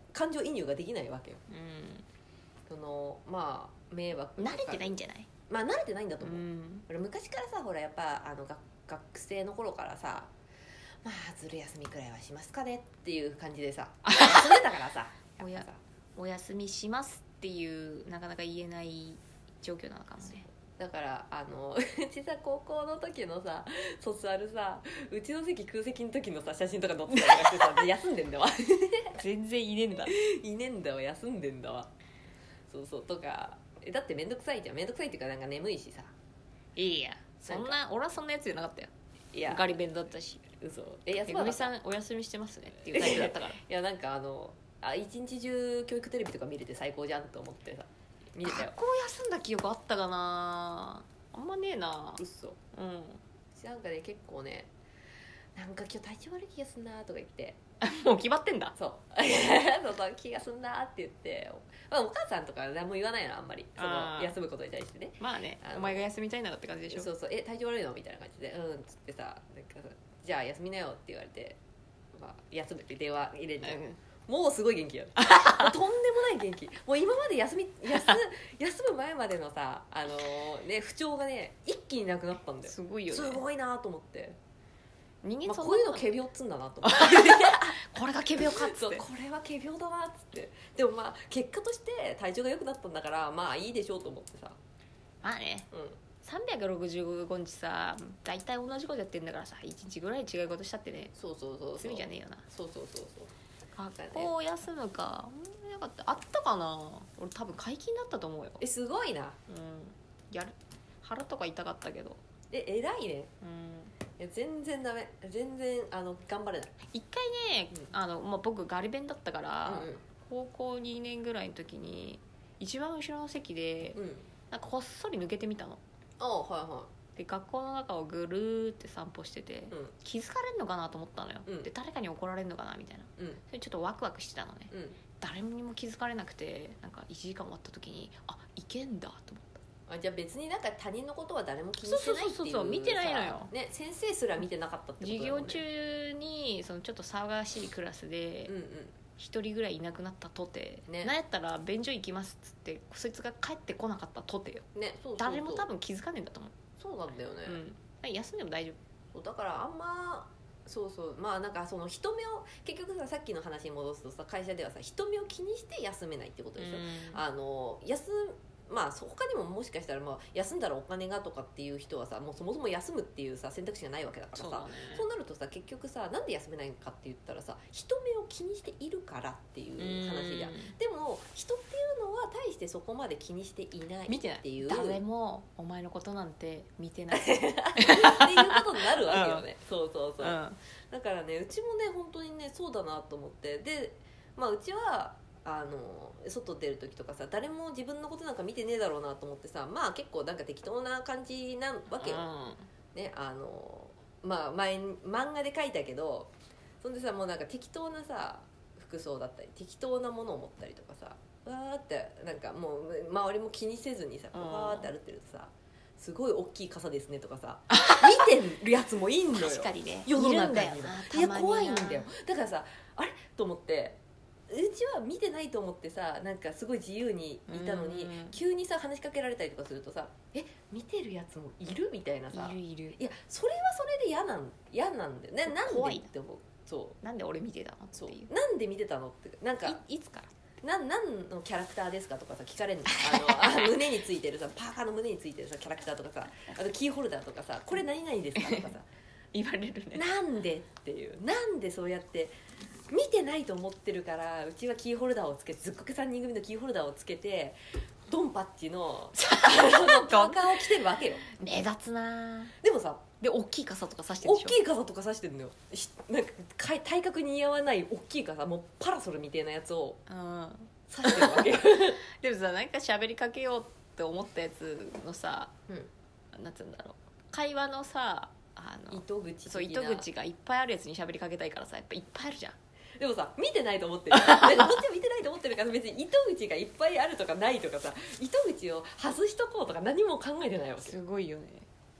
感情移入ができないわけよ、そのまあ迷惑慣れてないんじゃない？ まあ慣れてないんだと思う、俺昔からさほらやっぱ学生の頃からさまあずる休みくらいはしますかねっていう感じでさ休んでたからさお休みしますっていうなかなか言えない状況なのかもね。 だからうちさ高校の時のさ卒アルさうちの席空席の時のさ写真とか載ってたりしてさ休んでんだわ全然いねえんだいねえんだわ休んでんだわそうそうとかだってめんどくさいじゃんめんどくさいっていうかなんか眠いしさいやそんな俺はそんなやつじゃなかったよ。いやガリ弁だったし嘘休まさんお休みしてますねっていうタイプだったからいやなんか一日中教育テレビとか見れて最高じゃんと思ってさ見れたよ。 学校休んだ記憶あったかなあんまねえな。 嘘なんかね結構ねなんか今日体調悪い気がすんなとか言ってもう決まってんだそうそう気がすんなって言って、まあ、お母さんとか何も言わないのあんまりその休むことに対してね。 まあねお前が休みたいなって感じでしょ。 そうそう体調悪いのみたいな感じでっつってさなんかじゃあ休みなよって言われて、まあ、休むって電話入れるじゃん、もうすごい元気やるとんでもない元気もう今まで休む前までのさ不調がね一気になくなったんだよ。 すごいよね。 すごいなと思って人間こういうの仮病っつんだなと思ってこれが仮病かっつってそうこれは仮病だなっつってでもまあ結果として体調が良くなったんだからまあいいでしょうと思ってさまあね、365日さ大体同じことやってんだからさ1日ぐらい違うことしたってねそう罪じゃねえよな。 そう学校休むかなかったあったかな。俺多分解禁だったと思うよ。 すごいな。 やる腹とか痛かったけど偉いね。いや全然ダメ全然頑張れない。 一回ね、まあ、僕ガリ弁だったから、高校2年ぐらいの時に一番後ろの席で、なんかこっそり抜けてみたの。で学校の中をぐるーって散歩してて、気づかれるのかなと思ったのよ、で誰かに怒られるのかなみたいな、それちょっとワクワクしてたのね、誰にも気づかれなくてなんか1時間終わった時にいけんだと思った。 じゃあ別になんか他人のことは誰も気にしてないっていうそう見てないのよ、 ね、先生すら見てなかったってことだよね。 授業中にそのちょっと騒がしいクラスで一人ぐらいいなくなったとて、なんやったら便所行きますっつってそいつが帰ってこなかったとてよ、誰も多分気づかねえんだと思う。 そうなんだよね、 休んでも大丈夫。 だからあんままあなんかその人目を結局さっきの話に戻すとさ会社ではさ人目を気にして休めないってことでしょ、まあ他にももしかしたらまあ休んだらお金がとかっていう人はさもうそもそも休むっていうさ選択肢がないわけだからさ、そうなるとさ結局さなんで休めないかって言ったらさ人目を気にしているからっていう話じゃん。でも人っていうのは大してそこまで気にしていないっていう、 誰もお前のことなんて見てないっていうことになるわけよね、だからねうちもね本当にねそうだなと思って、でまあうちは外出る時とかさ誰も自分のことなんか見てねえだろうなと思ってさまあ結構なんか適当な感じなわけよ、ねまあ前漫画で書いたけどそんでさもうなんか適当なさ服装だったり適当なものを持ったりとかさわーってなんかもう周りも気にせずにさわーって歩ってるとさすごい大きい傘ですねとかさ見てるやつもいいんだよ確かにね世の中には。 いるんだよな、 いや怖いんだよ。だからさあれと思ってうちは見てないと思ってさなんかすごい自由にいたのに急にさ話しかけられたりとかするとさ見てるやつもいるみたいなさいるいやそれはそれで嫌なんだよね。なんでって思う。そうなんで俺見てたのっていう、 なんで見てたのってなんかいつから何のキャラクターですかとかさ聞かれるの胸についてるさパーカーの胸についてるさキャラクターとかさあとキーホルダーとかさこれ何々ですかとかさ言われるね。 なんでっていうなんでそうやって見てないと思ってるからうちはキーホルダーをつけてずっこけ3人組のキーホルダーをつけてドンパッチのパーカーを着てるわけよ。 目立つな。 でもさで大きい傘とか差してるでしょ。 大きい傘とか差してるのよ。なんか体格に似合わない大きい傘もうパラソルみたいなやつを差してるわけよでもさなんか喋りかけようって思ったやつのさ、なんつうんだろう会話のさ糸口的なそう糸口がいっぱいあるやつに喋りかけたいからさやっぱいっぱいあるじゃん。 でもさ見てないと思ってるなんかどっちも見てないと思ってるから別に糸口がいっぱいあるとかないとかさ糸口を外しとこうとか何も考えてないわけ。 すごいよね。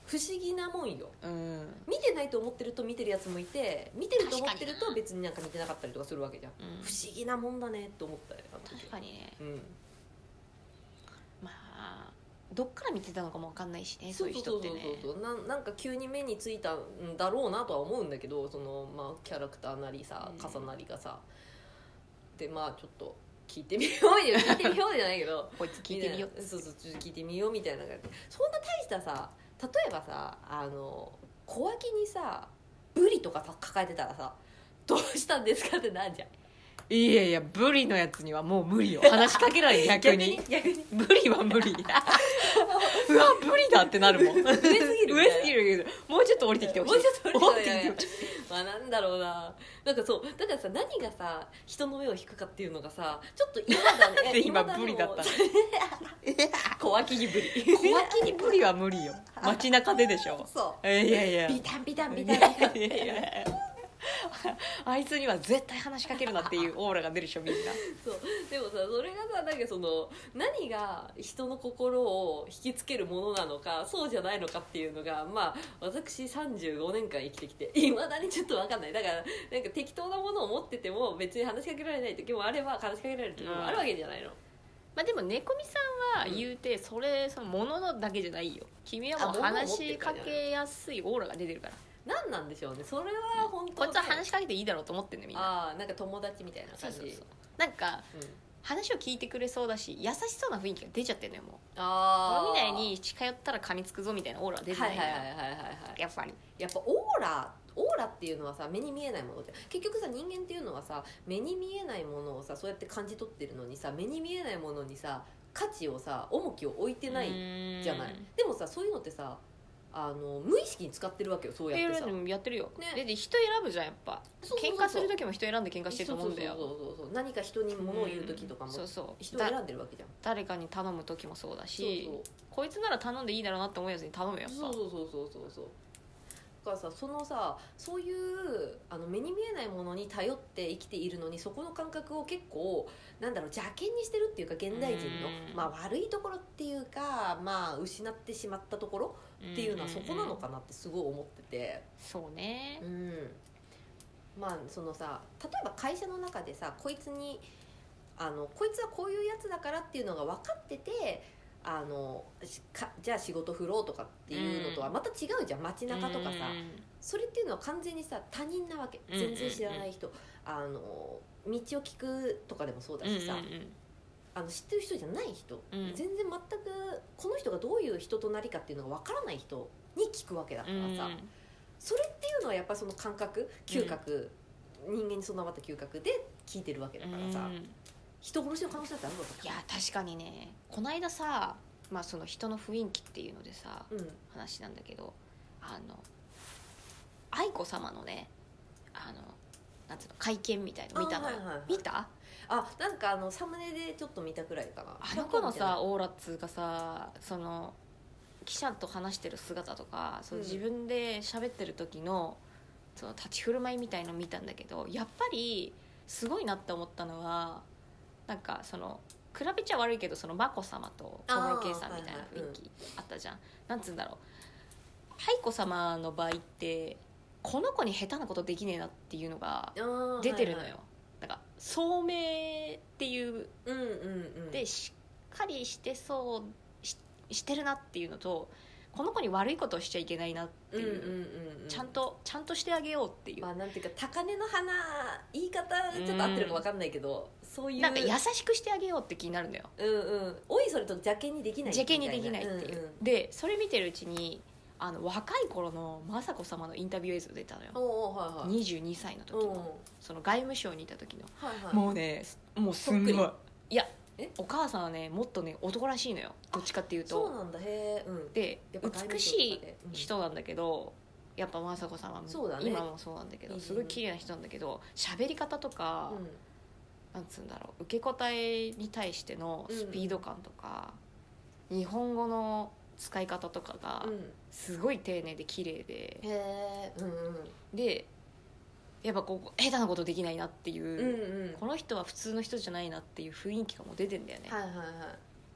不思議なもんよ、 うん、 見てないと思ってると見てるやつもいて、見てると思ってると別になんか見てなかったりとかするわけじゃん、うん、不思議なもんだねって思ったよ。 確かにね、 うん、 まあどっから見てたのかも分かんないしね、そういう人ってね。 なんか急に目についたんだろうなとは思うんだけど、そのまあキャラクターなりさ、傘なりがさ、でまあちょっと聞いてみようよ聞いてみようじゃないけどこいつ聞いてみよう、 そうちょっと聞いてみようみたいな感じで、そんな大したさ、例えばさ小脇にさブリとか抱えてたらさ、どうしたんですかってなんじゃん。 いやいや、ブリのやつにはもう無理よ、話しかけられ逆にブリは無理うわブリだってなるもん上すぎるもうちょっと降りてきてほしい、 もうちょっと降りてきてほしいまあなんだろうな、なんかそうだからさ、何がさ人の目を引くかっていうのがさ、ちょっと今だねで今ブリだった小脇にブリ小脇にブリは無理よ、街中ででしょ。 そういやいやビタンビタンビタンビタンあいつには絶対話しかけるなっていうオーラが出るでしょみんな。 そうでもさ、それがさ、なんかその何が人の心を引きつけるものなのかそうじゃないのかっていうのが、まあ私35年間生きてきていまだにちょっと分かんない。だからなんか適当なものを持ってても別に話しかけられない時もあれば話しかけられる時もあるわけじゃないの、 まあ、でも猫みさんは言うてそのものだけじゃないよ。君はもう話しかけやすいオーラが出てるから。 何なんでしょうね、それは本当、ね、 こいつは話しかけていいだろうと思ってんねみんな。 ああ、なんか友達みたいな感じ。 そうなんか、話を聞いてくれそうだし優しそうな雰囲気が出ちゃってるのよ。もうあみたいに近寄ったら噛みつくぞみたいなオーラが出てないのよ。やっぱりやっぱオーラっていうのはさ、目に見えないものじゃん。結局さ、人間っていうのはさ、目に見えないものをさそうやって感じ取ってるのにさ、目に見えないものにさ価値をさ、重きを置いてないじゃない。でもさ、そういうのってさ無意識に使ってるわけよ、そうやってさ。 やってるよ、 ね、 で人選ぶじゃんやっぱ。喧嘩する時も人選んで喧嘩してると思うんだよ。 そう何か人に物を言う時とかも人選んでるわけじゃん。 誰かに頼む時もそうだし、こいつなら頼んでいいだろうなって思うやつに頼むよやっぱ。 そうだからさ、そういう目に見えないものに頼って生きているのに、そこの感覚を結構なんだろう、邪険にしてるっていうか、現代人の、まあ、悪いところっていうか、まあ、失ってしまったところっていうのはそこなのかなってすごい思ってて。 そうね、 まあそのさ、例えば会社の中でさ、こいつはこういうやつだからっていうのが分かっててじゃあ仕事振ろうとかっていうのとはまた違うじゃん。街中とかさ、それっていうのは完全にさ他人なわけ。全然知らない人、道を聞くとかでもそうだしさ、知ってる人じゃない人、全然全くこの人がどういう人となりかっていうのが分からない人に聞くわけだからさ、それっていうのはやっぱその感覚、嗅覚、人間に備わった嗅覚で聞いてるわけだからさ、人殺しの可能性ってあるのか。 いや確かにね、この間さ、まあ、その人の雰囲気っていうのでさ、話なんだけど、愛子様のねなんつうの会見みたいの見たのよ、見た？ なんかサムネでちょっと見たくらいかな。 あの子のさオーラっつうかさ、その記者と話してる姿とか、その自分で喋ってる時のその立ち振る舞いみたいの見たんだけど、やっぱりすごいなって思ったのは、なんかその比べちゃ悪いけど、その眞子さまと小室圭さんみたいな雰囲気あったじゃん。なんつうんだろう、愛子さまの場合ってこの子に下手なことできねえなっていうのが出てるのよ。なんか聡明っていう、でしっかりしてしてるなっていうのと、この子に悪いことをしちゃいけないなっていう、ちゃんとしてあげようっていう、 まあなんていうか、高嶺の花、言い方ちょっと合ってるか分かんないけど、そういうなんか優しくしてあげようって気になるんだよ。 おいそれと邪険にできないみたいな。 邪険にできないっていう、でそれ見てるうちに若い頃の雅子さまのインタビュー映像出たのよ。22歳の時のその外務省にいた時の、もうね、もうすんごい、いやお母さんはねもっとね男らしいのよ、どっちかっていうと。 そうなんだ。へえ。 で美しい人なんだけど、やっぱ雅子さまも今もそうなんだけど、すごい綺麗な人なんだけど、喋り方とか、なんつうんだろう、受け答えに対してのスピード感とか、日本語の使い方とかがすごい丁寧で綺麗で、でやっぱこう下手なことできないなっていう、この人は普通の人じゃないなっていう雰囲気がもう出てんだよね。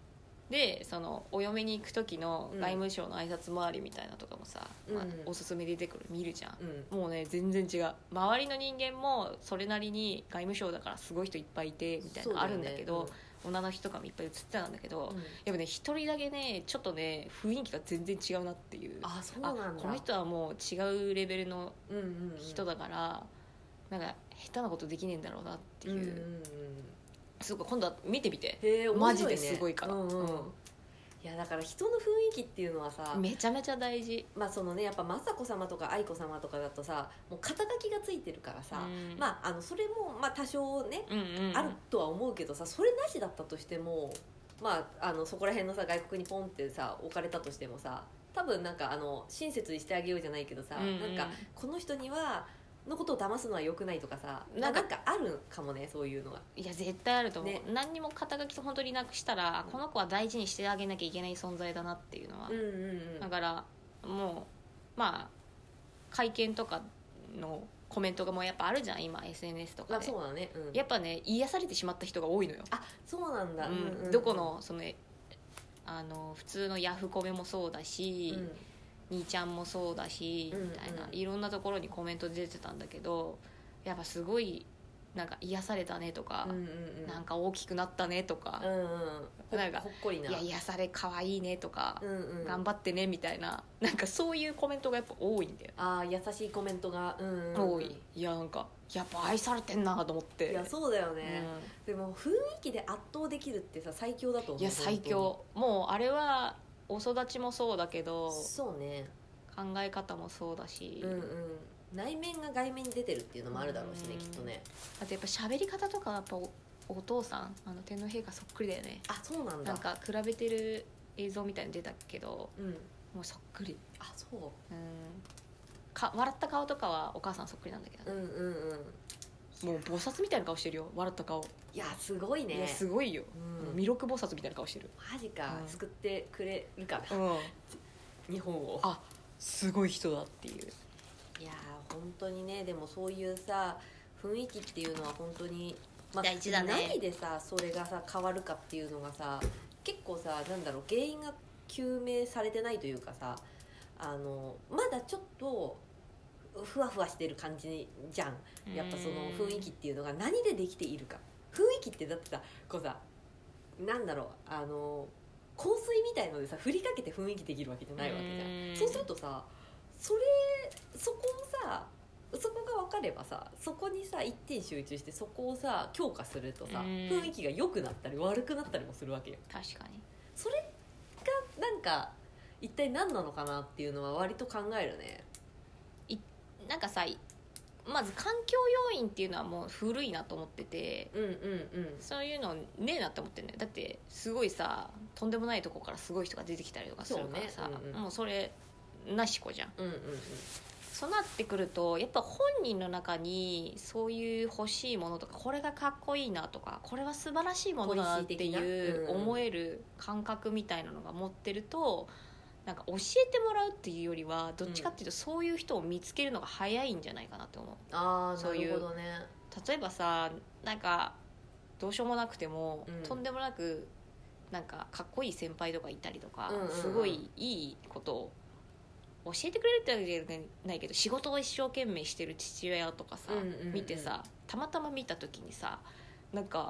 でそのお嫁に行く時の外務省の挨拶回りみたいなとかもさ、まあ、おすすめで出てくる見るじゃん、もうね全然違う。周りの人間もそれなりに外務省だからすごい人いっぱいいてみたいなのあるんだけど、女の人とかもいっぱい映ってたんだけど、やっぱね一人だけねちょっとね雰囲気が全然違うなっていう。 あ、そうなんだ。 この人はもう違うレベルの人だから、なんか下手なことできねえんだろうなっていう、すごい今度は見てみて、マジですごいから、 いやだから人の雰囲気っていうのはさめちゃめちゃ大事。 まあそのねやっぱ雅子さまとか愛子さまとかだとさもう肩書きがついてるからさ、まあそれもまあ多少ね、あるとは思うけどさ、それなしだったとしてもまあそこら辺のさ外国にポンってさ置かれたとしてもさ、多分なんか親切にしてあげようじゃないけどさ、なんかこの人にはのことを騙すのは良くないとかさ、なんかあるかもね、そういうのが。 いや絶対あると思う、ね、何にも肩書きと本当になくしたら、この子は大事にしてあげなきゃいけない存在だなっていうのは、だからもうまあ会見とかのコメントがもうやっぱあるじゃん今 SNS とかで。 そうだね、 やっぱね癒されてしまった人が多いのよ。 あ、そうなんだ、 どこのその普通のヤフコメもそうだし、兄ちゃんもそうだし、みたいな、いろんなところにコメント出てたんだけど、やっぱすごいなんか癒されたねとか、なんか大きくなったねとか、なんかほっこりな、 いや癒され可愛いねとか、頑張ってねみたいな、なんかそういうコメントがやっぱ多いんだよ。 優しいコメントが、 多い。いやなんかやっぱ愛されてんなと思って。 いやそうだよね、でも雰囲気で圧倒できるってさ最強だと思う。 いや最強。もうあれはお育ちもそうだけど、 そうね、 考え方もそうだし、 内面が外面に出てるっていうのもあるだろうしね、きっとね。 あとやっぱ喋り方とかやっぱ お父さん天皇陛下そっくりだよね。 あ、そうなんだ。 なんか比べてる映像みたいに出たけど、もうそっくり。 あ、そう、 笑った顔とかはお母さんそっくりなんだけど、もう菩薩みたいな顔してるよ、笑った顔。 いやすごいね。 いやすごいよ、弥勒菩薩みたいな顔してる。 マジか、救ってくれるかな、日本を。 あ、すごい人だっていう。 いや本当にね、でもそういうさ雰囲気っていうのは本当に、 大事だね。 何でさそれがさ変わるかっていうのがさ結構さ、なんだろう、原因が究明されてないというかさ、まだちょっとふわふわしてる感じじゃん。やっぱその雰囲気っていうのが何でできているか。雰囲気ってだってさこうさ、なんだろう、香水みたいのでさ振りかけて雰囲気できるわけじゃないわけじゃん。そうするとさそこをさ、そこが分かればさ、そこにさ一点集中してそこをさ強化するとさ、雰囲気が良くなったり悪くなったりもするわけよ。 確かに。 それがなんか一体何なのかなっていうのは割と考えるね。 なんかさ、まず環境要因っていうのはもう古いなと思ってて、そういうのねえなって思ってるんだよ。だってすごいさとんでもないとこからすごい人が出てきたりとかするからさ、もうそれなしこじゃん。そうなってくるとやっぱ本人の中にそういう欲しいものとか、これがかっこいいなとか、これは素晴らしいものだなっていう思える感覚みたいなのが持ってると、なんか教えてもらうっていうよりはどっちかっていうとそういう人を見つけるのが早いんじゃないかなって思う。 ああ、なるほどね。 例えばさ、なんかどうしようもなくても、とんでもなくなんかかっこいい先輩とかいたりとか、すごいいいことを教えてくれるってわけじゃないけど、仕事を一生懸命してる父親とかさ、見てさ、たまたま見た時にさ、なんか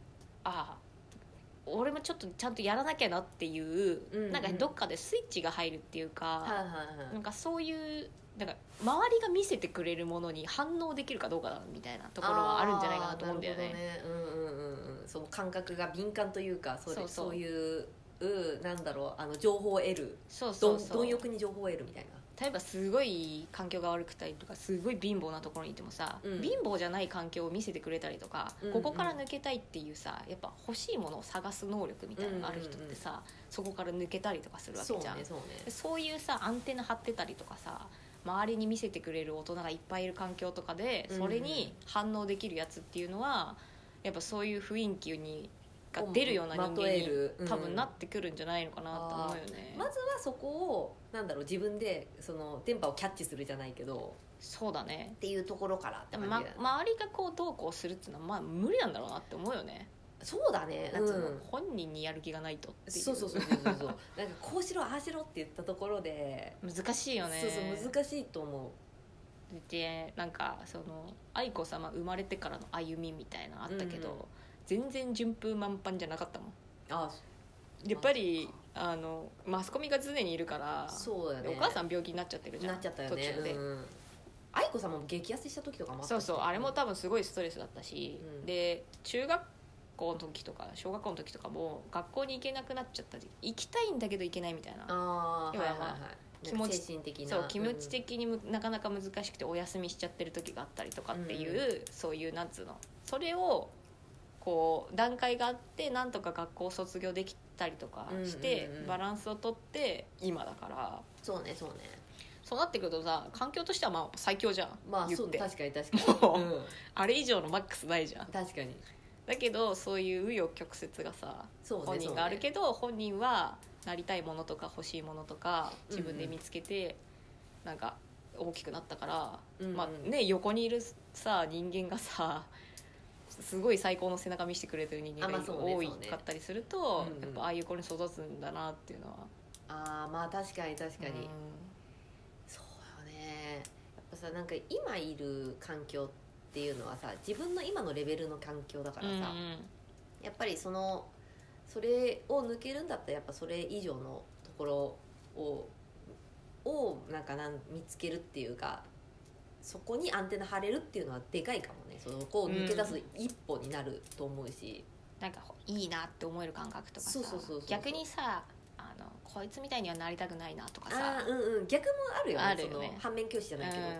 俺もちょっとちゃんとやらなきゃなっていう、なんかどっかでスイッチが入るっていうか、なんかそういうなんか周りが見せてくれるものに反応できるかどうかみたいなところはあるんじゃないかなと思うんだよね。 その感覚が敏感というか、そういうなんだろう、情報を得る、貪欲に情報を得るみたいな。 例えばすごい環境が悪くたりとか、すごい貧乏なところにいてもさ、貧乏じゃない環境を見せてくれたりとか、ここから抜けたいっていうさ、やっぱ欲しいものを探す能力みたいなのがある人ってさ、そこから抜けたりとかするわけじゃん。そういうさアンテナ張ってたりとかさ、周りに見せてくれる大人がいっぱいいる環境とかでそれに反応できるやつっていうのは、やっぱそういう雰囲気にが出るような人間に多分なってくるんじゃないのかなと思うよね。 まずはそこをなんだろう、自分でその電波をキャッチするじゃないけど、 そうだねっていうところからって感じだね。 周りがこうどうこうするっていうのはまあ無理なんだろうなって思うよね。 そうだね、 なんつうの、本人にやる気がないとっていう。 そうなんかこうしろああしろって言ったところで難しいよね。 そう難しいと思う。 でなんかその愛子さま生まれてからの歩みみたいなのあったけど、全然順風満帆じゃなかったもん。やっぱりマスコミが常にいるから。 そうだね、 お母さん病気になっちゃってるじゃん。 なっちゃったよね、 途中で。 愛子さまも激痩せした時とかもあったし、そうあれも多分すごいストレスだったし、で中学校の時とか小学校の時とかも学校に行けなくなっちゃった時、行きたいんだけど行けないみたいな。気持ち精神的な、 そう気持ち的になかなか難しくてお休みしちゃってる時があったりとかっていう、そういうなんつうの、それをこう段階があってなんとか学校を卒業できたりとかして、バランスをとって今だから。 そうねそうなってくるとさ、環境としてはまあ最強じゃん。 そう確かにあれ以上のマックスないじゃん。 確かに。 だけどそういう紆余曲折がさ、本人があるけど、本人はなりたいものとか欲しいものとか自分で見つけて、なんか大きくなったから、まあね、横にいるさ人間がさすごい最高の背中見せてくれてる人間が多かったりすると、やっぱああいう子に育つんだなっていうのは。 まあ確かにそうよね。やっぱさ、なんか今いる環境っていうのはさ、自分の今のレベルの環境だからさ、やっぱりそれを抜けるんだったらやっぱそれ以上のところをなんか見つけるっていうか、そこにアンテナ張れるっていうのはでかいかもね。そこを抜け出す一歩になると思うし、 なんかいいなって思える感覚とかさ、逆にさこいつみたいにはなりたくないなとかさ、 逆もあるよね。 あるよね、 その反面教師じゃないけど、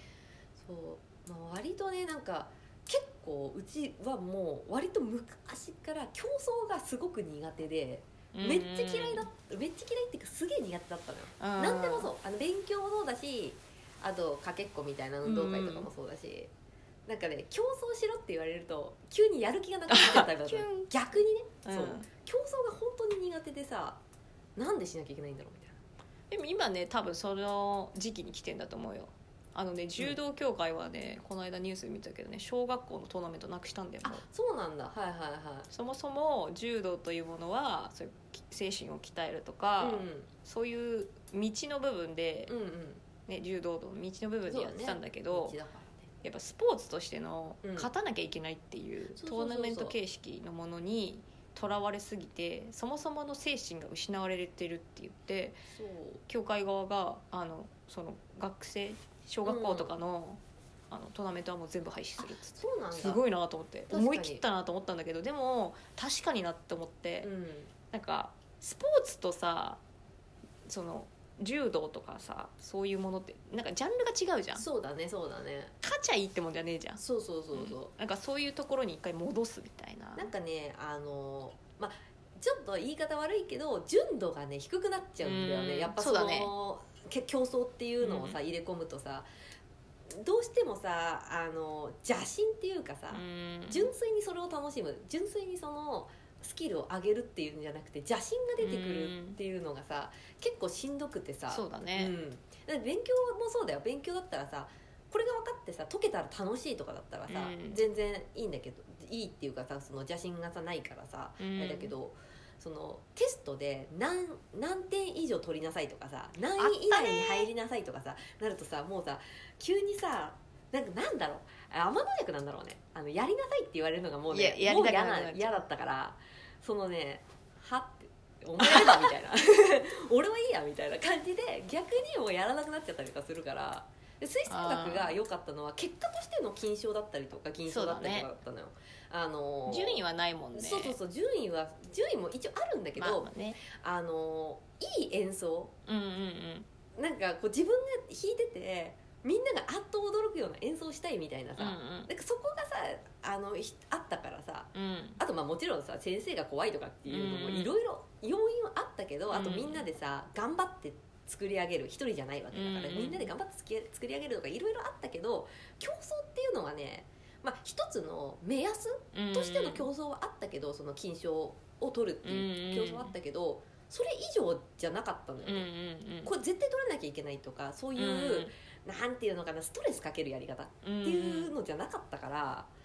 割とね、なんか結構うちはもう割と昔から競争がすごく苦手で、めっちゃ嫌いっていうかすげえ苦手だったのよ。何でもそう、勉強もそうだし、あとかけっこみたいな運動会とかもそうだし、なんかね、競争しろって言われると急にやる気がなくなっちゃったりとか逆にね、そう競争が本当に苦手でさ、なんでしなきゃいけないんだろうみたいな。 でも今ね、多分その時期に来てんだと思うよ。柔道協会はね、この間ニュース見たけどね、小学校のトーナメントなくしたんだよ。 そうなんだ。 そもそも柔道というものはそういう精神を鍛えるとか、そういう道の部分で、柔道の道の部分でやってたんだけど、やっぱスポーツとしての勝たなきゃいけないっていうトーナメント形式のものにとらわれすぎて、そもそもの精神が失われてるって言って、協会側がその学生小学校とかの、トーナメントはもう全部廃止するっつって。 そうなんだ。 すごいなと思って、思い切ったなと思ったんだけど、でも確かになって思って、なんかスポーツとさ、その柔道とかさ、そういうものってなんかジャンルが違うじゃん。 そうだね勝ちゃいいってもんじゃねえじゃん。 そう、 なんかそういうところに一回戻すみたいな。 なんかね、ちょっと言い方悪いけど純度がね低くなっちゃうんだよね。やっぱそうだね、競争っていうのをさ、入れ込むとさ、どうしてもさ邪心っていうかさ、純粋にそれを楽しむ、純粋にそのスキルを上げるっていうんじゃなくて邪心が出てくるっていうのがさ、結構しんどくてさ。 そうだね、 勉強もそうだよ。勉強だったらさ、これが分かってさ解けたら楽しいとかだったらさ、全然いいんだけど、いいっていうかさ、その邪心がさないからさ、あれだけど、そのテストで何点以上取りなさいとかさ、何位以内に入りなさいとかさなるとさ、もうさ急にさ、なんだろう、天の役なんだろうね、やりなさいって言われるのがもうね、もう嫌だったから、そのね、はってお前だみたいな俺はいいやみたいな感じで、逆にもうやらなくなっちゃったりとかするから。で吹奏楽が良かったのは結果としての金賞だったりとか銀賞だったりとかだったのよ。 順位はないもんね。 そう順位も一応あるんだけど、いい演奏、なんかこう自分が弾いててみんながあっと驚くような演奏したいみたいなさ、なんかそこがさあったからさ、あともちろんさ先生が怖いとかっていうのもいろいろ要因はあったけど、あとみんなでさ頑張って作り上げる、一人じゃないわけだから、みんなで頑張って作り上げるとかいろいろあったけど、競争っていうのはね、一つの目安としての競争はあったけど、その金賞を取るっていう競争はあったけど、それ以上じゃなかったのよね。これ絶対取らなきゃいけないとか、そういう、なんていうのかな、ストレスかけるやり方っていうのじゃなかったから、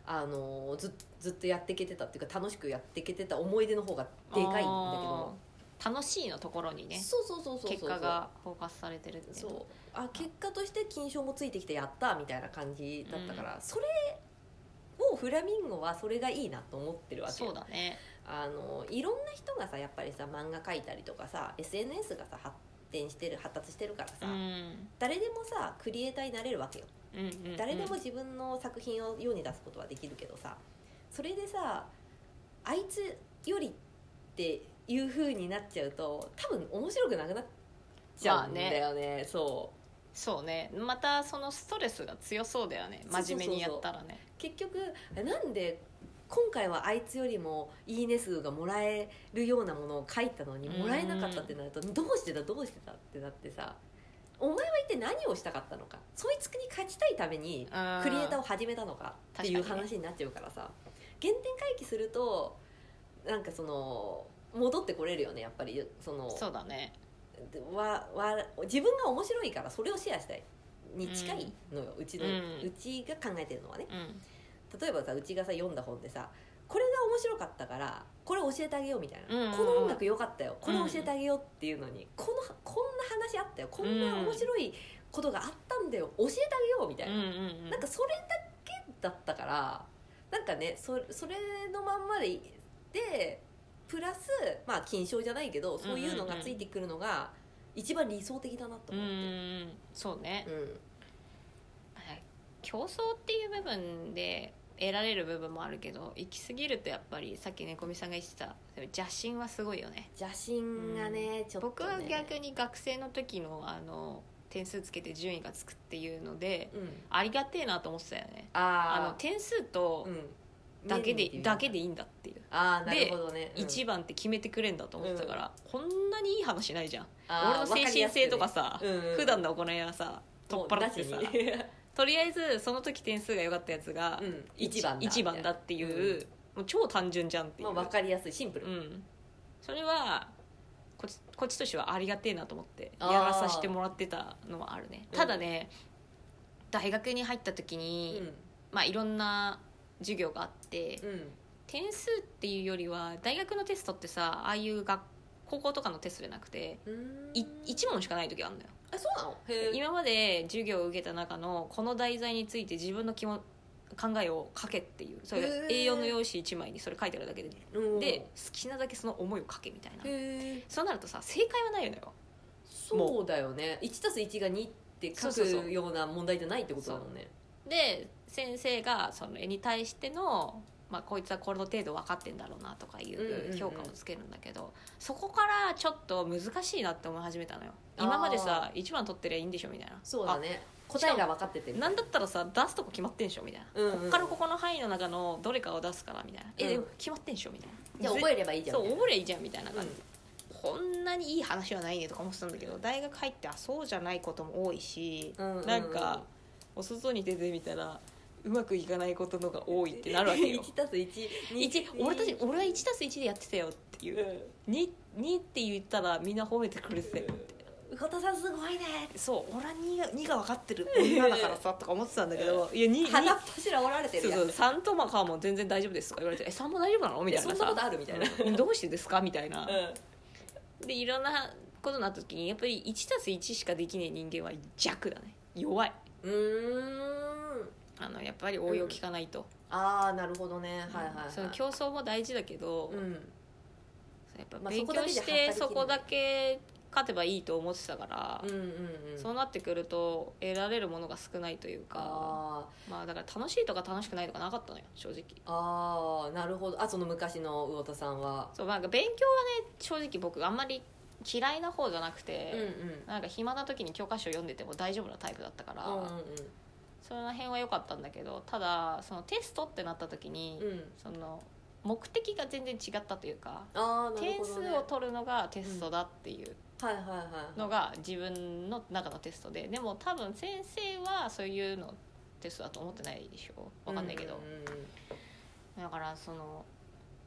ずっとやっていけてたっていうか楽しくやっていけてた思い出の方がでかいんだけど、 楽しいのところにねそう結果がフォーカスされてるっていうそう結果として金賞もついてきてやったみたいな感じだったから、それをフラミンゴはそれがいいなと思ってるわけ。 そうだね。 いろんな人がさやっぱりさ漫画描いたりとかさ SNS がさ発達してるからさ、誰でもさクリエイターになれるわけよ、誰でも自分の作品を世に出すことはできるけどさ、それでさあいつよりっていう風になっちゃうと多分面白くなくなっちゃうんだよね。 そうね、またそのストレスが強そうだよね、真面目にやったらね。 結局なんで今回はあいつよりもいいね数がもらえるようなものを書いたのにもらえなかったってなると、どうしてたってなってさ、お前は一体何をしたかったのか、そいつに勝ちたいためにクリエイターを始めたのかっていう話になっちゃうからさ、原点回帰するとなんかその戻ってこれるよね、やっぱりそうだね。 自分が面白いからそれをシェアしたいに近いのよ、うちが考えてるのはね、例えばさうちがさ読んだ本でさこれが面白かったからこれ教えてあげようみたいな、この音楽良かったよこれ教えてあげようっていうのに、こんな話あったよ、こんな面白いことがあったんだよ教えてあげようみたいな、なんかそれだけだったからなんかねそれのまんまでプラスまあ金賞じゃないけどそういうのがついてくるのが一番理想的だなと思って、 そうね、競争っていう部分で得られる部分もあるけど、行き過ぎるとやっぱりさっきねこみさんが言ってた邪心はすごいよね。 邪心がね、ちょっとね。 僕は逆に学生の時の点数つけて順位がつくっていうので、ありがてえなと思ってたよね。点数とだけでいいんだっていう。 なるほどね。 で1番って決めてくれんだと思ってたから、こんなにいい話ないじゃん。俺の精神性とかさ、普段の行いはさ取っ払ってさとりあえずその時点数が良かったやつが1番だっていう、もう超単純じゃんっていう、 分かりやすいシンプル、 それはこっちとしてはありがてえなと思ってやらさせてもらってたのはあるね。ただね、大学に入った時に、まあいろんな授業があって、点数っていうよりは大学のテストってさ、ああいう高校とかのテストじゃなくて1問しかない時あるんだよ。 そうなの？へー。 今まで授業を受けた中のこの題材について自分の考えを書けっていう、それ A4 の用紙1枚にそれ書いてあるだけで、で好きなだけその思いを書けみたいな。そうなるとさ正解はないよね。 そうだよね。 1+1 が2って書くような問題じゃないってことだもんね。 で先生がその絵に対してのこいつはこの程度分かってんだろうなとかいう評価をつけるんだけど、そこからちょっと難しいなって思い始めたのよ。今までさ1番取ってりゃいいんでしょみたいな。 そうだね、答えが分かっててなんだったらさ出すとこ決まってんしょみたいな、こっからここの範囲の中のどれかを出すからみたいな、でも決まってんしょみたいな、 じゃあ覚えればいいじゃん、 そう覚えればいいじゃんみたいな感じ、こんなにいい話はないねとか思ってたんだけど、大学入ってそうじゃないことも多いし、なんかお外に出てみたらうまくいかないことのが多いってなるわけよ。 1+1 俺は 1+1 でやってたよっていう、2って言ったらみんな褒めてくれてたよって、 うことさんすごいね、 そう俺は2が分かってる女だからさとか思ってたんだけど、いや鼻っ柱折られてるやん。 そう3とかも全然大丈夫ですとか言われて、3も大丈夫なのみたいなさ、 そんなことあるみたいな、 どうしてですかみたいな、でいろんなことになった時にやっぱり 1+1 しかできない人間は弱だね、弱い。やっぱり応用聞かないと、 なるほどね、はいはい、はい、 その競争も大事だけど、やっぱ勉強してそこだけ勝てばいいと思ってたから、そうなってくると得られるものが少ないというか、だから楽しいとか楽しくないとかなかったのよ正直。 なるほど。その昔の魚田さんはそう、勉強はね正直僕あんまり嫌いな方じゃなくて、なんか暇な時に教科書読んでても大丈夫なタイプだったから、その辺は良かったんだけど、ただそのテストってなった時に、その目的が全然違ったというか、点数を取るのがテストだっていうのが自分の中のテストで、でも多分先生はそういうのテストだと思ってないでしょ、分かんないけど、だからその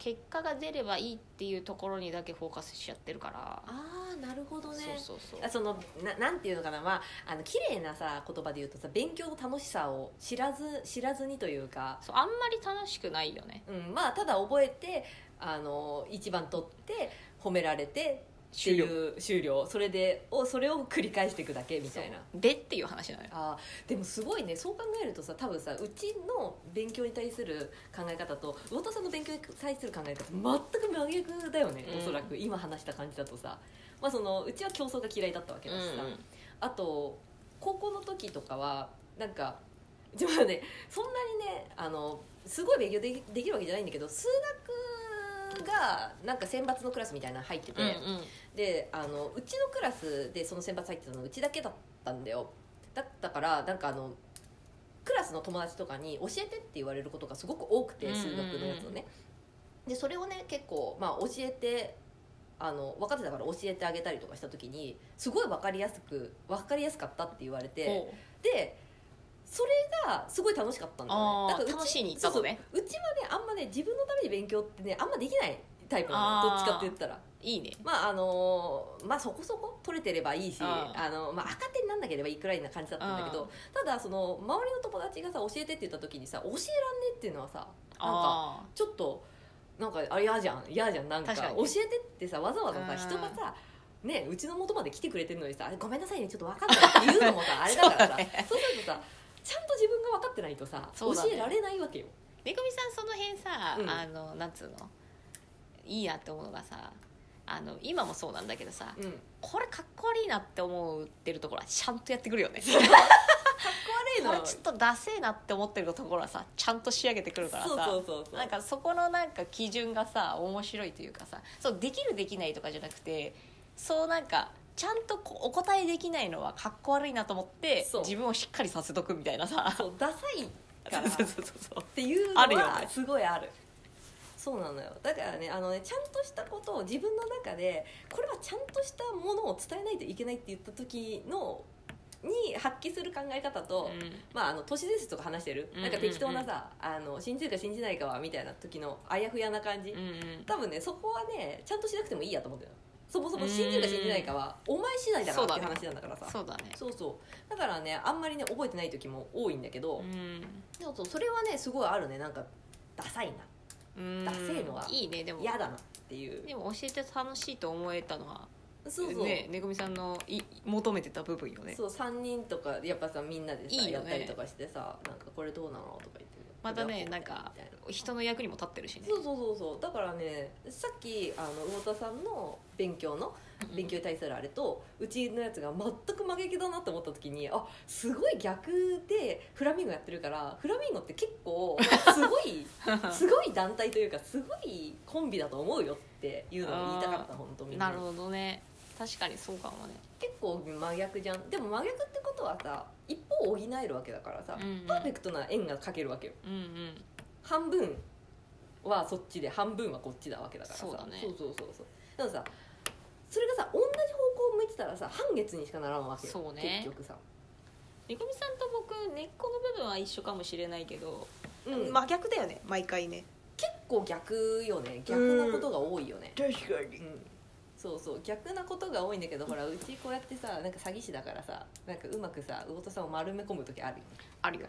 結果が出ればいいっていうところにだけフォーカスしちゃってるから。 ああなるほどね。 そうなんていうのかな、まあ綺麗なさ言葉で言うとさ、勉強の楽しさを知らずにというか、 そうあんまり楽しくないよね。 まあただ覚えて一番取って褒められて終了それを繰り返していくだけみたいなでっていう話なのよ。 でもすごいね、そう考えるとさ、多分さ、うちの勉強に対する考え方と魚田さんの勉強に対する考え方全く真逆だよね、おそらく今話した感じだとさ、まあ、うちは競争が嫌いだったわけだしさ、あと高校の時とかはなんか自分はねそんなにねすごい勉強できるわけじゃないんだけど、数学がなんか選抜のクラスみたいなの入ってて、でうちのクラスでその選抜入ってたのうちだけだったんだよ。だったからなんかクラスの友達とかに教えてって言われることがすごく多くて、数学のやつをね。でそれをね結構、まあ、教えて分かってたから教えてあげたりとかした時にすごい分かりやすかったって言われて、でそれがすごい楽しかったんだよね。だから楽しいに行ったのね。 うちはねあんまね自分のために勉強ってねあんまできないタイプなの、どっちかって言ったら。 いいね。 まあまあそこそこ取れてればいいし、まあ、赤点になんなければいいくらいな感じだったんだけど、ただ周りの友達がさ教えてって言った時にさ教えらんねっていうのはさ、なんかちょっとなんか嫌じゃんなんか教えてってさわざわざさ人がさね、うちの元まで来てくれてるのにさごめんなさいねちょっと分かんないっていうのもさあれだからさそうするとさちゃんと自分が分かってないとさ、教えられないわけよ。 めぐみさんその辺さ、なんつうのいいなって思うのがさ、今もそうなんだけどさ、これかっこ悪いなって思ってるところはちゃんとやってくるよね。かっこ悪いのこれちょっとダセえなって思ってるところはさちゃんと仕上げてくるからさ、なんかそこのなんか基準がさ面白いというかさ、そうできるできないとかじゃなくて、そうなんかちゃんとお答えできないのはかっこ悪いなと思って自分をしっかりさせとくみたいなさ、 そうダサいからっていうのはすごいある。そうなのよ。だからねちゃんとしたことを自分の中でこれはちゃんとしたものを伝えないといけないって言った時に発揮する考え方と、まあ都市伝説とか話してる、なんか適当なさ信じるか信じないかはみたいな時のあやふやな感じ、多分ねそこはねちゃんとしなくてもいいやと思ってる。そもそも信じるか信じないかはお前次第だからって話なんだからさ。 そうだね。 そうだからねあんまりね覚えてない時も多いんだけど、でもそれはねすごいあるね。なんかダサいな、ダセーのはいいね。でも嫌だなっていう。 でも教えて楽しいと思えたのはそうね、ねぐみさんの求めてた部分よね。 そう3人とかやっぱさみんなでさやったりとかしてさ、なんかこれどうなのとか言ってまたねなんか人の役にも立ってるしね。 そうだからねさっき魚田さんの勉強に対するあれとうちのやつが全く真逆だなって思った時にすごい逆でフラミンゴやってるから、フラミンゴって結構すごい団体というかすごいコンビだと思うよっていうのを言いたかった。本当みんな。 なるほどね。確かにそうかもね。 結構真逆じゃん。でも真逆ってことはさ一方を補えるわけだからさ、パーフェクトな円が描けるわけよ、半分はそっちで半分はこっちだわけだからさ。そうだね。そうでもさそれがさ同じ方向を向いてたらさ半月にしかならんわけよ。そうね。結局さめぐみさんと僕根っこの部分は一緒かもしれないけど、真逆だよね毎回ね。 結構逆よね。逆なことが多いよね。 確かに。 そう逆なことが多いんだけど、ほらうちこうやってさなんか詐欺師だからさ、なんかうまくさ魚田さんを丸め込む時あるよね。 あるよ。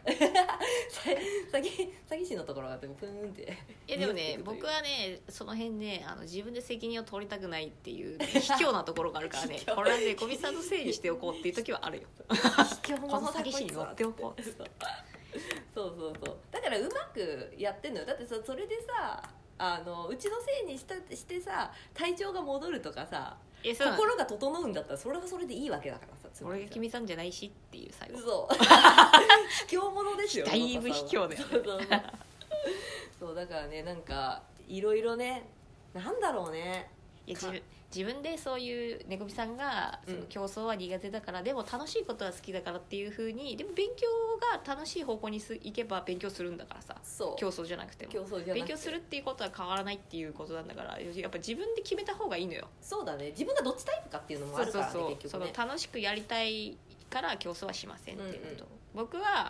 詐欺師のところがプーンって。 いやでもね僕はねその辺ね自分で責任を取りたくないっていう卑怯なところがあるからね。これはね小見さんのせいにしておこうっていう時はあるよ。 卑怯者この詐欺師に乗っておこう。 そうだからうまくやってんのよ。だってさそれでさうちのせいにしてさ体調が戻るとかさ心が整うんだったらそれはそれでいいわけだからさ。 俺が君さんじゃないしっていう最後。 そう卑怯者ですよ。 だいぶ卑怯だよね。 そうだからねなんかいろいろねなんだろうね。 いや自分でそういうねぐみさんがその競争は苦手だから、でも楽しいことは好きだからっていう風に、でも勉強が楽しい方向に行けば勉強するんだからさ。競争じゃなくても勉強するっていうことは変わらないっていうことなんだから、やっぱ自分で決めた方がいいのよ。 そうだね。自分がどっちタイプかっていうのもあるからね。結局ねその楽しくやりたいから競争はしませんっていうこと、僕は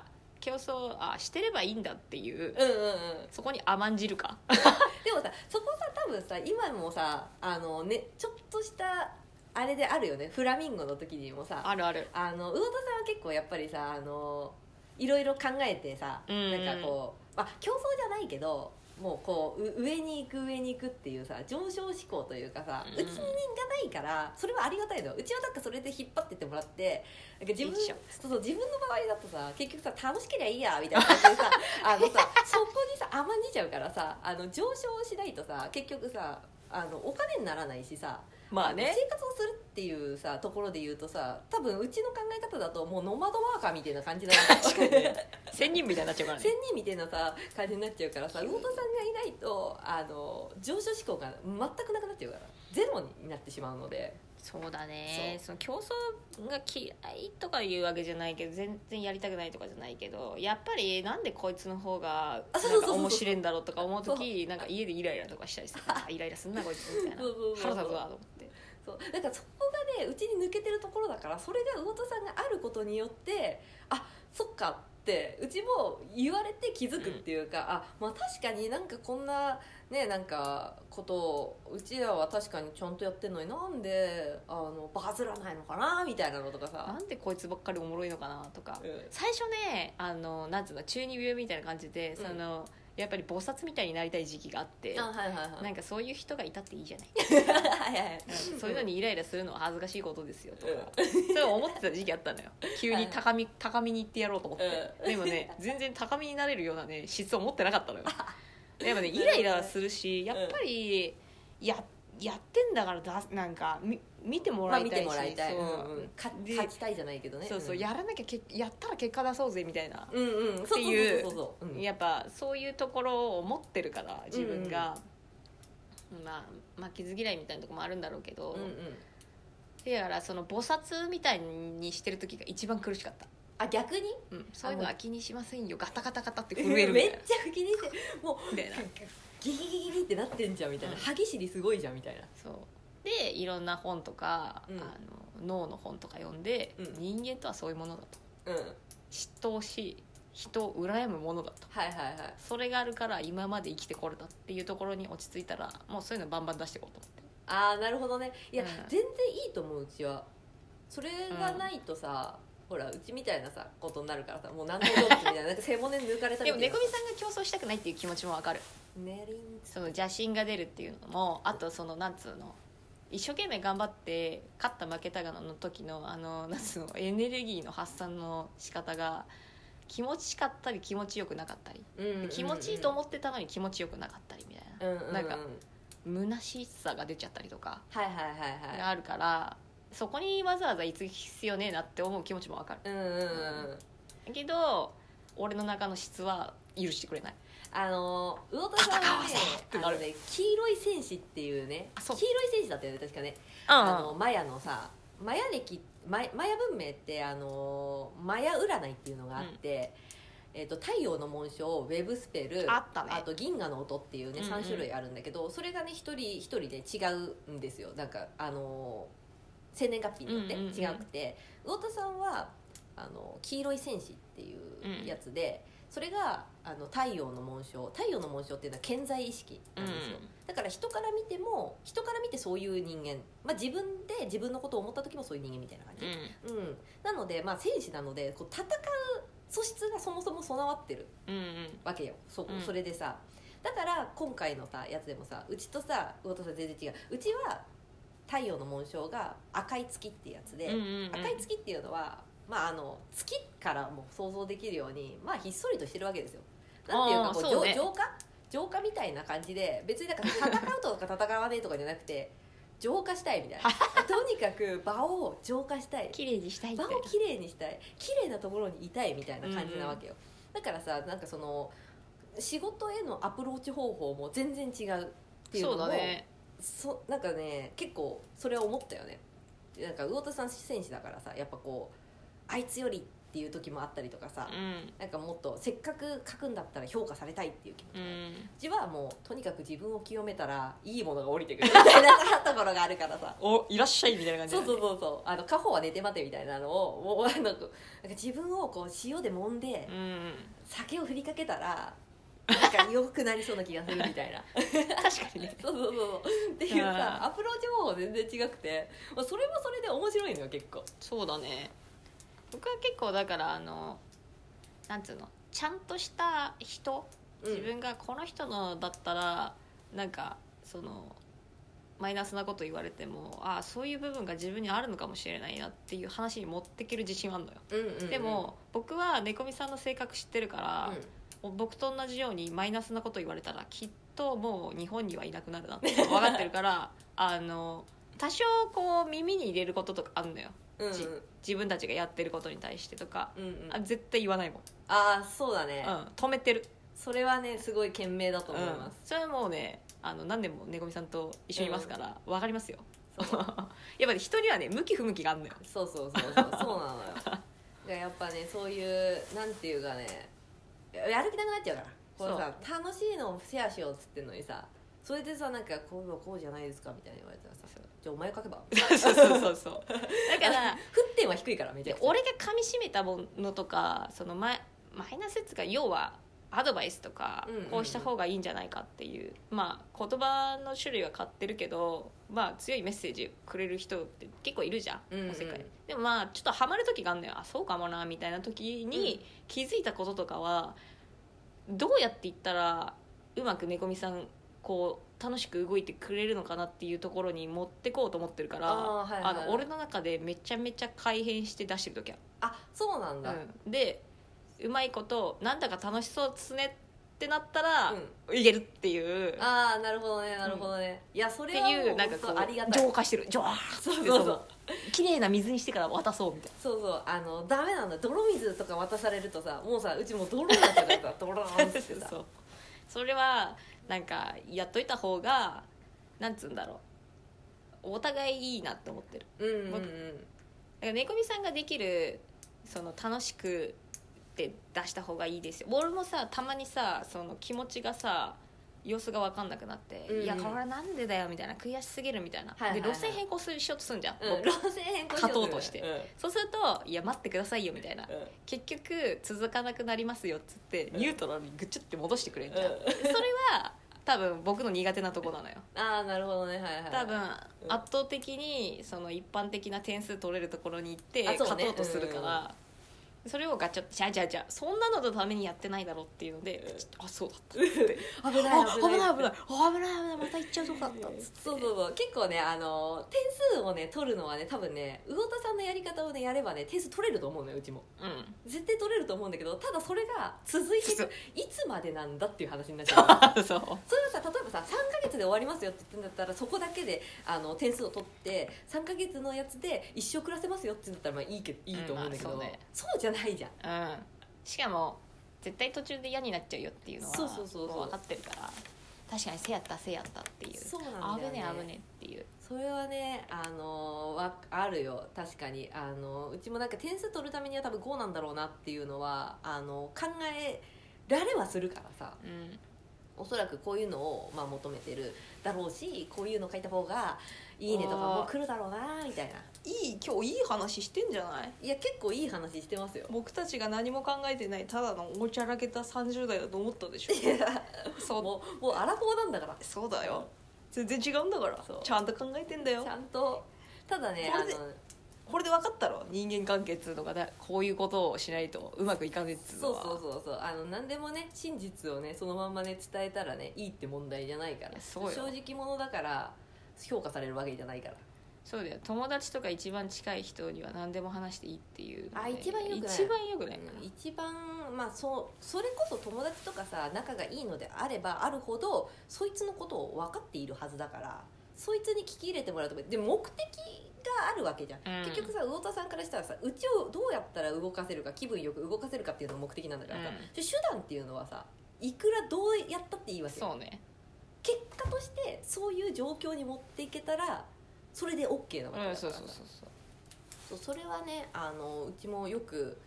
競争してればいいんだっていう、そこに甘んじるかでもさそこさ多分さ今もさちょっとしたあれであるよね。フラミンゴの時にもさあるある。 魚田さんは結構やっぱりさいろいろ考えてさ、なんかこう、競争じゃないけどもうこう上に行くっていうさ上昇志向というかさ、うちにがないからそれはありがたいの。うちはなんかそれで引っ張ってってもらって、なんか自分の場合だとさ結局さ楽しければいいやみたいな感じでさそこにさ甘んじちゃうからさ上昇しないとさ結局さお金にならないしさ、 まあね、 生活をするっていうさところで言うとさ多分うちの考え方だともうノマドワーカーみたいな感じだな確かにね仙人みたいになっちゃうからね。 仙人みたいなさ感じになっちゃうからさ魚田さんがいないと上昇志向が全くなくなっちゃうからゼロになってしまうので。 そうだね。その競争が嫌いとかいうわけじゃないけど全然やりたくないとかじゃないけど、やっぱりなんでこいつの方がなんか面白いんだろうとか思う時なんか家でイライラとかしたりするイライラすんなこいつみたいな腹立つわと思って。 そうだからそこがねうちに抜けてるところだから、それが魚田さんがあることによってそっかってうちも言われて気づくっていうか、確かになんかこんなねなんかことをうちらは確かにちゃんとやってんのになんでバズらないのかなみたいなのとかさ、 なんでこいつばっかりおもろいのかなとか、最初ねなんつうの中二病みたいな感じでやっぱり菩薩みたいになりたい時期があって、なんかそういう人がいたっていいじゃないそういうのにイライラするのは恥ずかしいことですよとか、そう思ってた時期あったのよ。急に高みに行ってやろうと思って、でもね全然高みになれるようなね質を持ってなかったのよでもねイライラするし、やっぱりやってんだからなんか見てもらいたいし、 見てもらいたい、勝ちたいじゃないけどね、 そうやらなきゃやったら結果出そうぜみたいなっていうやっぱそういうところを持ってるから自分が、負けず嫌いみたいなところもあるんだろうけど、だからその菩薩みたいにしてる時が一番苦しかった。 逆に、 そういうのは気にしませんよガタガタガタって震えるみたいなめっちゃ気にしてもうギギギギってなってんじゃんみたいな、歯ぎしりすごいじゃんみたいな。 そうでいろんな本とか、脳の本とか読んで、人間とはそういうものだと、嫉妬し人を羨むものだと、それがあるから今まで生きてこれたっていうところに落ち着いたらもうそういうのバンバン出していこうと思って。 なるほどね。いや、全然いいと思う。うちはそれがないとさ、ほらうちみたいなさことになるからさ、もう何の動物みたいななんか背骨抜かれたみたいな。 でも猫みさんが競争したくないっていう気持ちもわかる。その邪心が出るっていうのも、あとそのなんつうの一生懸命頑張って勝った負けたがの時のなんつうのエネルギーの発散の仕方が気持ちかったり気持ちよくなかったり、気持ちいいと思ってたのに気持ちよくなかったりみたいな、なんか虚しさが出ちゃったりとかがあるから、そこにわざわざ行く必要ねえなって思う気持ちもわかる。だけど俺の中の質は許してくれない。 魚田さんはね、黄色い戦士っていうね、黄色い戦士だったよね確かね。マヤのさ、マヤ文明ってマヤ占いっていうのがあって、太陽の紋章、ウェブスペル、あと銀河の音っていうね3種類あるんだけど、それがね一人一人で違うんですよ。なんか生年月日によって違くて、魚田さんは黄色い戦士っていうやつで、それが太陽の紋章っていうのは顕在意識なんですよ、だから人から見てそういう人間、自分で自分のことを思った時もそういう人間みたいな感じ、なので戦士なのでこう戦う素質がそもそも備わってるわけよ、それでさ、だから今回のさやつでもさ、うちとさ魚田さん全然違う。うちは太陽の紋章が赤い月っていうやつで、赤い月っていうのは月からも想像できるようにひっそりとしてるわけですよ。なんていうかこう浄化みたいな感じで、別になんか戦うとか戦わねえとかじゃなくて浄化したいみたいなとにかく場を浄化したい、 綺麗にしたい、 場を綺麗にしたい、綺麗なところにいたいみたいな感じなわけよ、だからさ、なんかその仕事へのアプローチ方法も全然違うっていうのも、そうだね、なんかね結構それは思ったよね。なんか魚田さん戦士だからさ、やっぱこうあいつよりっていう時もあったりとかさ、 うん、 なんかもっとせっかく書くんだったら評価されたいっていう気持ち、うちはもうとにかく自分を清めたらいいものが降りてくるみたいなところがあるからさおいらっしゃいみたいな感じ、 ね、そう家宝は寝て待てみたいなのをもうなんか自分をこう塩で揉んで、酒を振りかけたらなんか良くなりそうな気がするみたいな確かにねそうっていうさアプローチ方法全然違くて、それもそれで面白いのよ結構。 そうだね、僕は結構だからなんつうの、ちゃんとした人、自分がこの人のだったらなんかそのマイナスなこと言われてもそういう部分が自分にあるのかもしれないなっていう話に持ってける自信はあるのよ、でも僕は猫みさんの性格知ってるから、僕と同じようにマイナスなこと言われたらきっともう日本にはいなくなるなって分かってるから多少こう耳に入れることとかあるのよ、自分たちがやってることに対してとか、絶対言わないもん。 そうだね、 止めてる。 それはねすごい賢明だと思います、 それはもうね何年も猫みさんと一緒にいますから、分かりますよやっぱり人にはね向き不向きがあるのよ。 そうなのよやっぱねそういうなんていうかねやる気なくなっちゃうからこれさ楽しいのをシェアしようっつってんのにさ、それでさなんかこういうのこうじゃないですかみたいに言われたらさ、じゃあお前書けばそうだから沸点は低いからめちゃくちゃ俺が噛み締めたものとかそのマイナスっていうか要はアドバイスとかこうした方がいいんじゃないかっていう、言葉の種類は変わってるけど、強いメッセージくれる人って結構いるじゃん、世界でもちょっとハマる時があるのよ。そうかもなみたいな時に気づいたこととかはどうやっていったらうまく猫みさんこう楽しく動いてくれるのかなっていうところに持ってこうと思ってるから、俺の中でめちゃめちゃ改変して出してる時はそうなんだ、 でうまいことなんだか楽しそうっすねってなったら、いけるっていうなるほどね、いやそれはもうっていうなんかこうありがたい浄化してるそう綺麗な水にしてから渡そうみたいなダメなんだ。泥水とか渡されるとさもうさうちもう泥になっちゃうからドローンってさそれはなんかやっといた方がなんつうんだろうお互いいいなって思ってる。だから猫みさんができるその楽しくって出した方がいいですよ。俺もさたまにさその気持ちがさ様子が分かんなくなって、いやこれはなんでだよみたいな悔しすぎるみたいな、で路線変更しようとするんじゃん、 路線変更しよう勝とうとして、そうするといや待ってくださいよみたいな、結局続かなくなりますよっつってニュートラルにグチュって戻してくれるじゃん、それは多分僕の苦手なとこなのよ。 なるほどね、 多分圧倒的にその一般的な点数取れるところに行って勝とうとするから、それをガチャじゃあそんなののためにやってないだろうっていうので、そうだったっつって危ないまた行っちゃうとこだったっつって、 そう結構ね点数をね取るのはね多分ね魚田さんのやり方をねやればね点数取れると思うのようちも、絶対取れると思うんだけど、ただそれが続いていつまでなんだっていう話になっちゃうそれはさ例えばさ3ヶ月で終わりますよって言ってんだったらそこだけで点数を取って3ヶ月のやつで一生暮らせますよって言うんだったらいいと思うんだけど、そうじゃないじゃん、 しかも絶対途中で嫌になっちゃうよっていうのは分かってるから、確かにせやったっていう、 そうなんだよね、 危ねっていう、 それはねあるよ確かにうちもなんか点数取るためには多分こうなんだろうなっていうのは考えられはするからさ、おそらくこういうのを、求めてるだろうし、こういうの書いた方がいいねとかも来るだろうなみたいな。 今日いい話してんじゃない？ いや結構いい話してますよ。 僕たちが何も考えてないただのおちゃらけた30代だと思ったでしょ。いやそうもうアラフォーなんだから。 そうだよ、全然違うんだから。ちゃんと考えてんだよ。 ちゃんと。ただねこれで分かったろ、人間関係っつうのがこういうことをしないとうまくいかねえっつうのは。 そう何でもね真実をねそのまんまね伝えたらねいいって問題じゃないから。正直者だから評価されるわけじゃないから。 そうだよ、友達とか一番近い人には何でも話していいっていう、 一番よくない、一番それこそ友達とかさ仲がいいのであればあるほどそいつのことを分かっているはずだから、そいつに聞き入れてもらうとかで目的があるわけじゃん、結局さ魚田さんからしたらさうちをどうやったら動かせるか気分よく動かせるかっていうのが目的なんだからさ、手段っていうのはさいくらどうやったっていいわけよ。 そうね、 結果としてそういう状況に持っていけたらそれで OK なわけだから、それはねうちもよく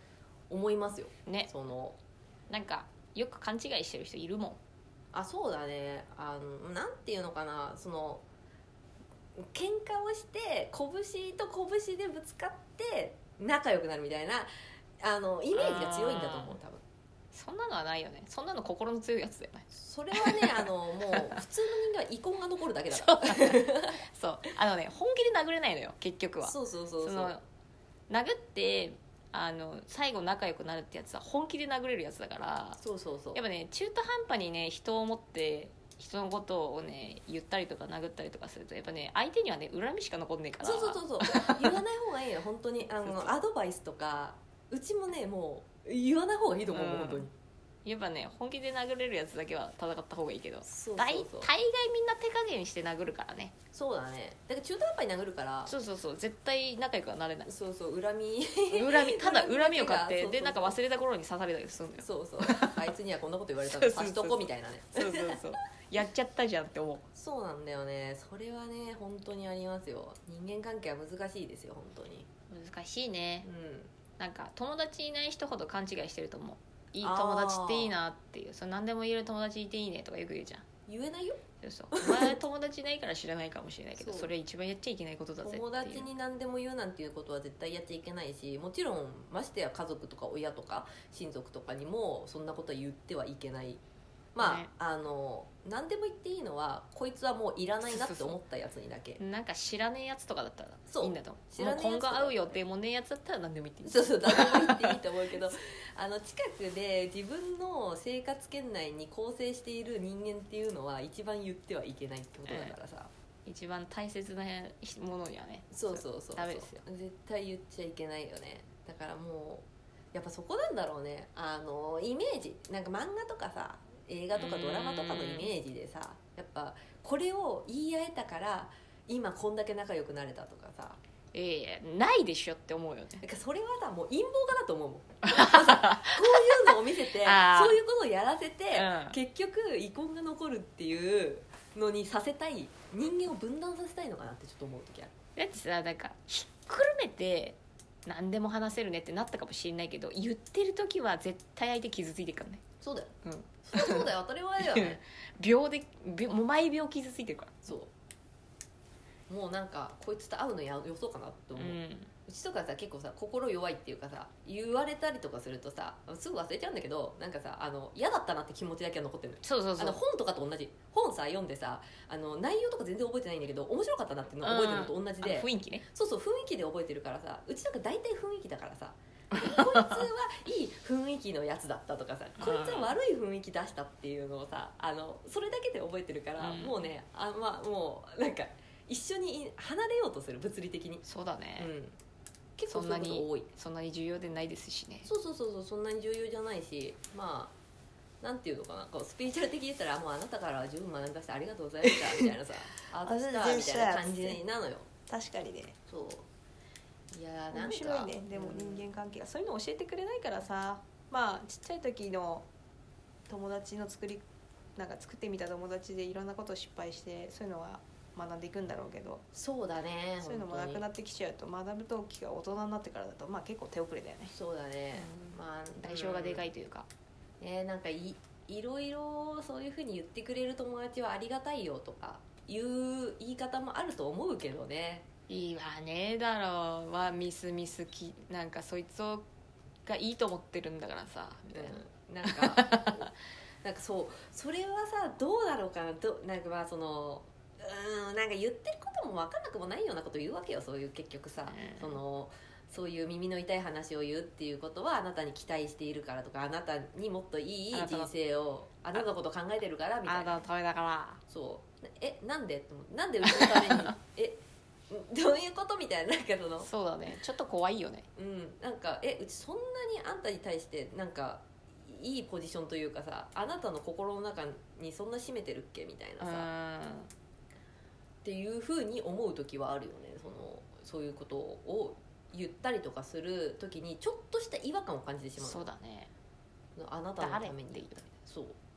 思いますよね。 そのなんかよく勘違いしてる人いるもん。 あ、そうだね。なんていうのかな、その喧嘩をして拳と拳でぶつかって仲良くなるみたいなイメージが強いんだと思う多分。 そんなのはないよね。そんなの心の強いやつだよね。 それはねもう普通の人間は遺恨が残るだけだからそう本気で殴れないのよ結局は。 そうそうそうそう。 その殴って最後仲良くなるってやつは本気で殴れるやつだから。 そうそうそう。 やっぱね中途半端にね人を思って人のことをね言ったりとか殴ったりとかするとやっぱね相手にはね恨みしか残んねえから。 そうそうそうそう言わない方がいいよ本当に。そうそうアドバイスとかうちもねもう言わない方がいいと思う、本当に。 やっぱね本気で殴れるやつだけは戦った方がいいけど、 そうそうそう大概みんな手加減して殴るからね。 そうだね。だから中途半端に殴るから。 そうそうそう絶対仲良くはなれない。 そうそう恨みただ恨みを買ってそうそうそうでなんか忘れた頃に刺されたりするんだよ。 そうそうあいつにはこんなこと言われたの刺しとこみたいなね。 そうそうそうやっちゃったじゃんって思う。 そうなんだよね。それはね本当にありますよ。人間関係は難しいですよ本当に。 難しいね。 うんなんか友達いない人ほど勘違いしてると思う。いい友達っていいなっていう。何でも言える友達いていいねとかよく言うじゃん。 言えないよ。 そうお前友達いないから知らないかもしれないけどそれ一番やっちゃいけないことだぜっていう。 友達に何でも言うなんていうことは絶対やっちゃいけないし、もちろんましてや家族とか親とか親族とかにもそんなことは言ってはいけない。まあ、ね、何でも言っていいのはこいつはもういらないなって思ったやつにだけ。 なんか知らねえやつとかだったらいいんだと思う。 知らねえもう今後会う予定もねえやつだったら何でも言っていい。 そうそう何でも言っていいと思うけど近くで自分の生活圏内に構成している人間っていうのは一番言ってはいけないってことだからさ、 一番大切なものにはね。 そうそうそう、 ダメですよ。 絶対言っちゃいけないよね。だからもうやっぱそこなんだろうね。イメージなんか漫画とかさ映画とかドラマとかのイメージでさ、やっぱこれを言い合えたから今こんだけ仲良くなれたとかさ、 ないでしょって思うよね。 だからそれはさもう陰謀家だと思うもんこういうのを見せてそういうことをやらせて、結局遺恨が残るっていうのにさせたい、人間を分断させたいのかなってちょっと思う時ある。 だってさなんかひっくるめて何でも話せるねってなったかもしれないけど言ってる時は絶対相手傷ついてるからね。 そうだよ、そうだよ当たり前だよねもう毎秒傷ついてるから。 そうもうなんかこいつと会うのよそうかなって思う、うちとかさ結構さ心弱いっていうかさ言われたりとかするとさすぐ忘れちゃうんだけど、なんかさ嫌だったなって気持ちだけは残ってるのよ。 そうそうそう。 本とかと同じ。本さ読んでさ内容とか全然覚えてないんだけど面白かったなっていうのを覚えてるのと同じで、 雰囲気ね。 そうそう雰囲気で覚えてるからさ、うちなんか大体雰囲気だからさこいつはいい雰囲気のやつだったとかさこいつは悪い雰囲気出したっていうのをさそれだけで覚えてるから、もうねもうなんか一緒に離れようとする物理的に。 そうだね、 結構そういうこと多い。 そんなに重要でないですしね。 そうそんなに重要じゃないし、まあなんていうのかな、こうスピリチュアル的に言ったらもうあなたからは十分学びましたありがとうございましたみたいなさあざしたみたいな感じなのよ。 確かにね。 そういやなんか面白いね。でも人間関係がそういうの教えてくれないからさ、まあちっちゃい時の友達のなんか作ってみた友達でいろんなことを失敗してそういうのは学んでいくんだろうけど、 そうだね、 そういうのもなくなってきちゃうと学ぶ時が大人になってからだとまあ結構手遅れだよね。 そうだね、まあ代償がでかいというか、 なんかいろいろそういうふうに言ってくれる友達はありがたいよとかいう言い方もあると思うけどね。 いいわねえだろうはミスなんかそいつがいいと思ってるんだからさみたいな、 なんかなんかそれはさどうだろうかな。なんかまあなんか言ってることも分かんなくもないようなこと言うわけよ。そういう結局さ、そういう耳の痛い話を言うっていうことはあなたに期待しているからとか、あなたにもっといい人生をあなたのこと考えてるからみたいな。 あなたのためだから。 そうなんでうちのためにどういうことみたいな。なんかそうだね、ちょっと怖いよね。 なんかうちそんなにあんたに対してなんかいいポジションというかさ、あなたの心の中にそんな占めてるっけみたいなさっていう風に思う時はあるよね。そういうことを言ったりとかする時にちょっとした違和感を感じてしまう。 そうだね。 あなたのために言ったみたいな。そう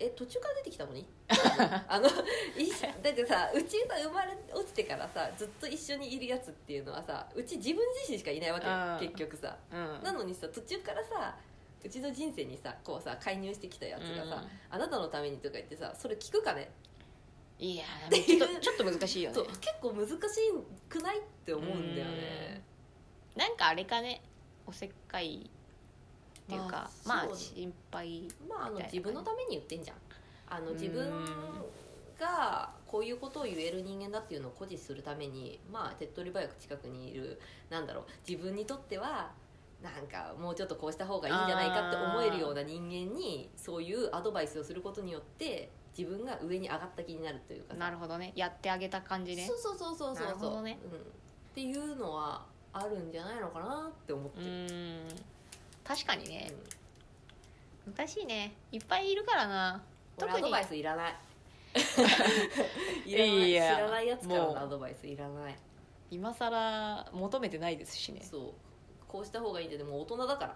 途中から出てきたのにだってさ、うちが生まれ落ちてからさずっと一緒にいるやつっていうのはさ、うち自分自身しかいないわけよ結局さ、なのにさ途中からさうちの人生にさこうさ介入してきたやつがさ、あなたのためにとか言ってさ、それ聞くかね。 いやちょっと難しいよね。 そう結構難しくないって思うんだよね。 なんかあれかね、おせっかいっていうか、まあ心配、 自分のために言ってんじゃん。自分がこういうことを言える人間だっていうのを誇示するために、手っ取り早く近くにいる、自分にとってはなんかもうちょっとこうした方がいいんじゃないかって思えるような人間にそういうアドバイスをすることによって自分が上に上がった気になるというかさ。 なるほどね、やってあげた感じね。 そうなるほどね、 っていうのはあるんじゃないのかなって思ってる。 確かにね、難しいね、いっぱいいるからな。 俺アドバイスいらない知らないやつからのアドバイスいらない。 今更求めてないですしね。 そうこうした方がいいんで、もう大人だから、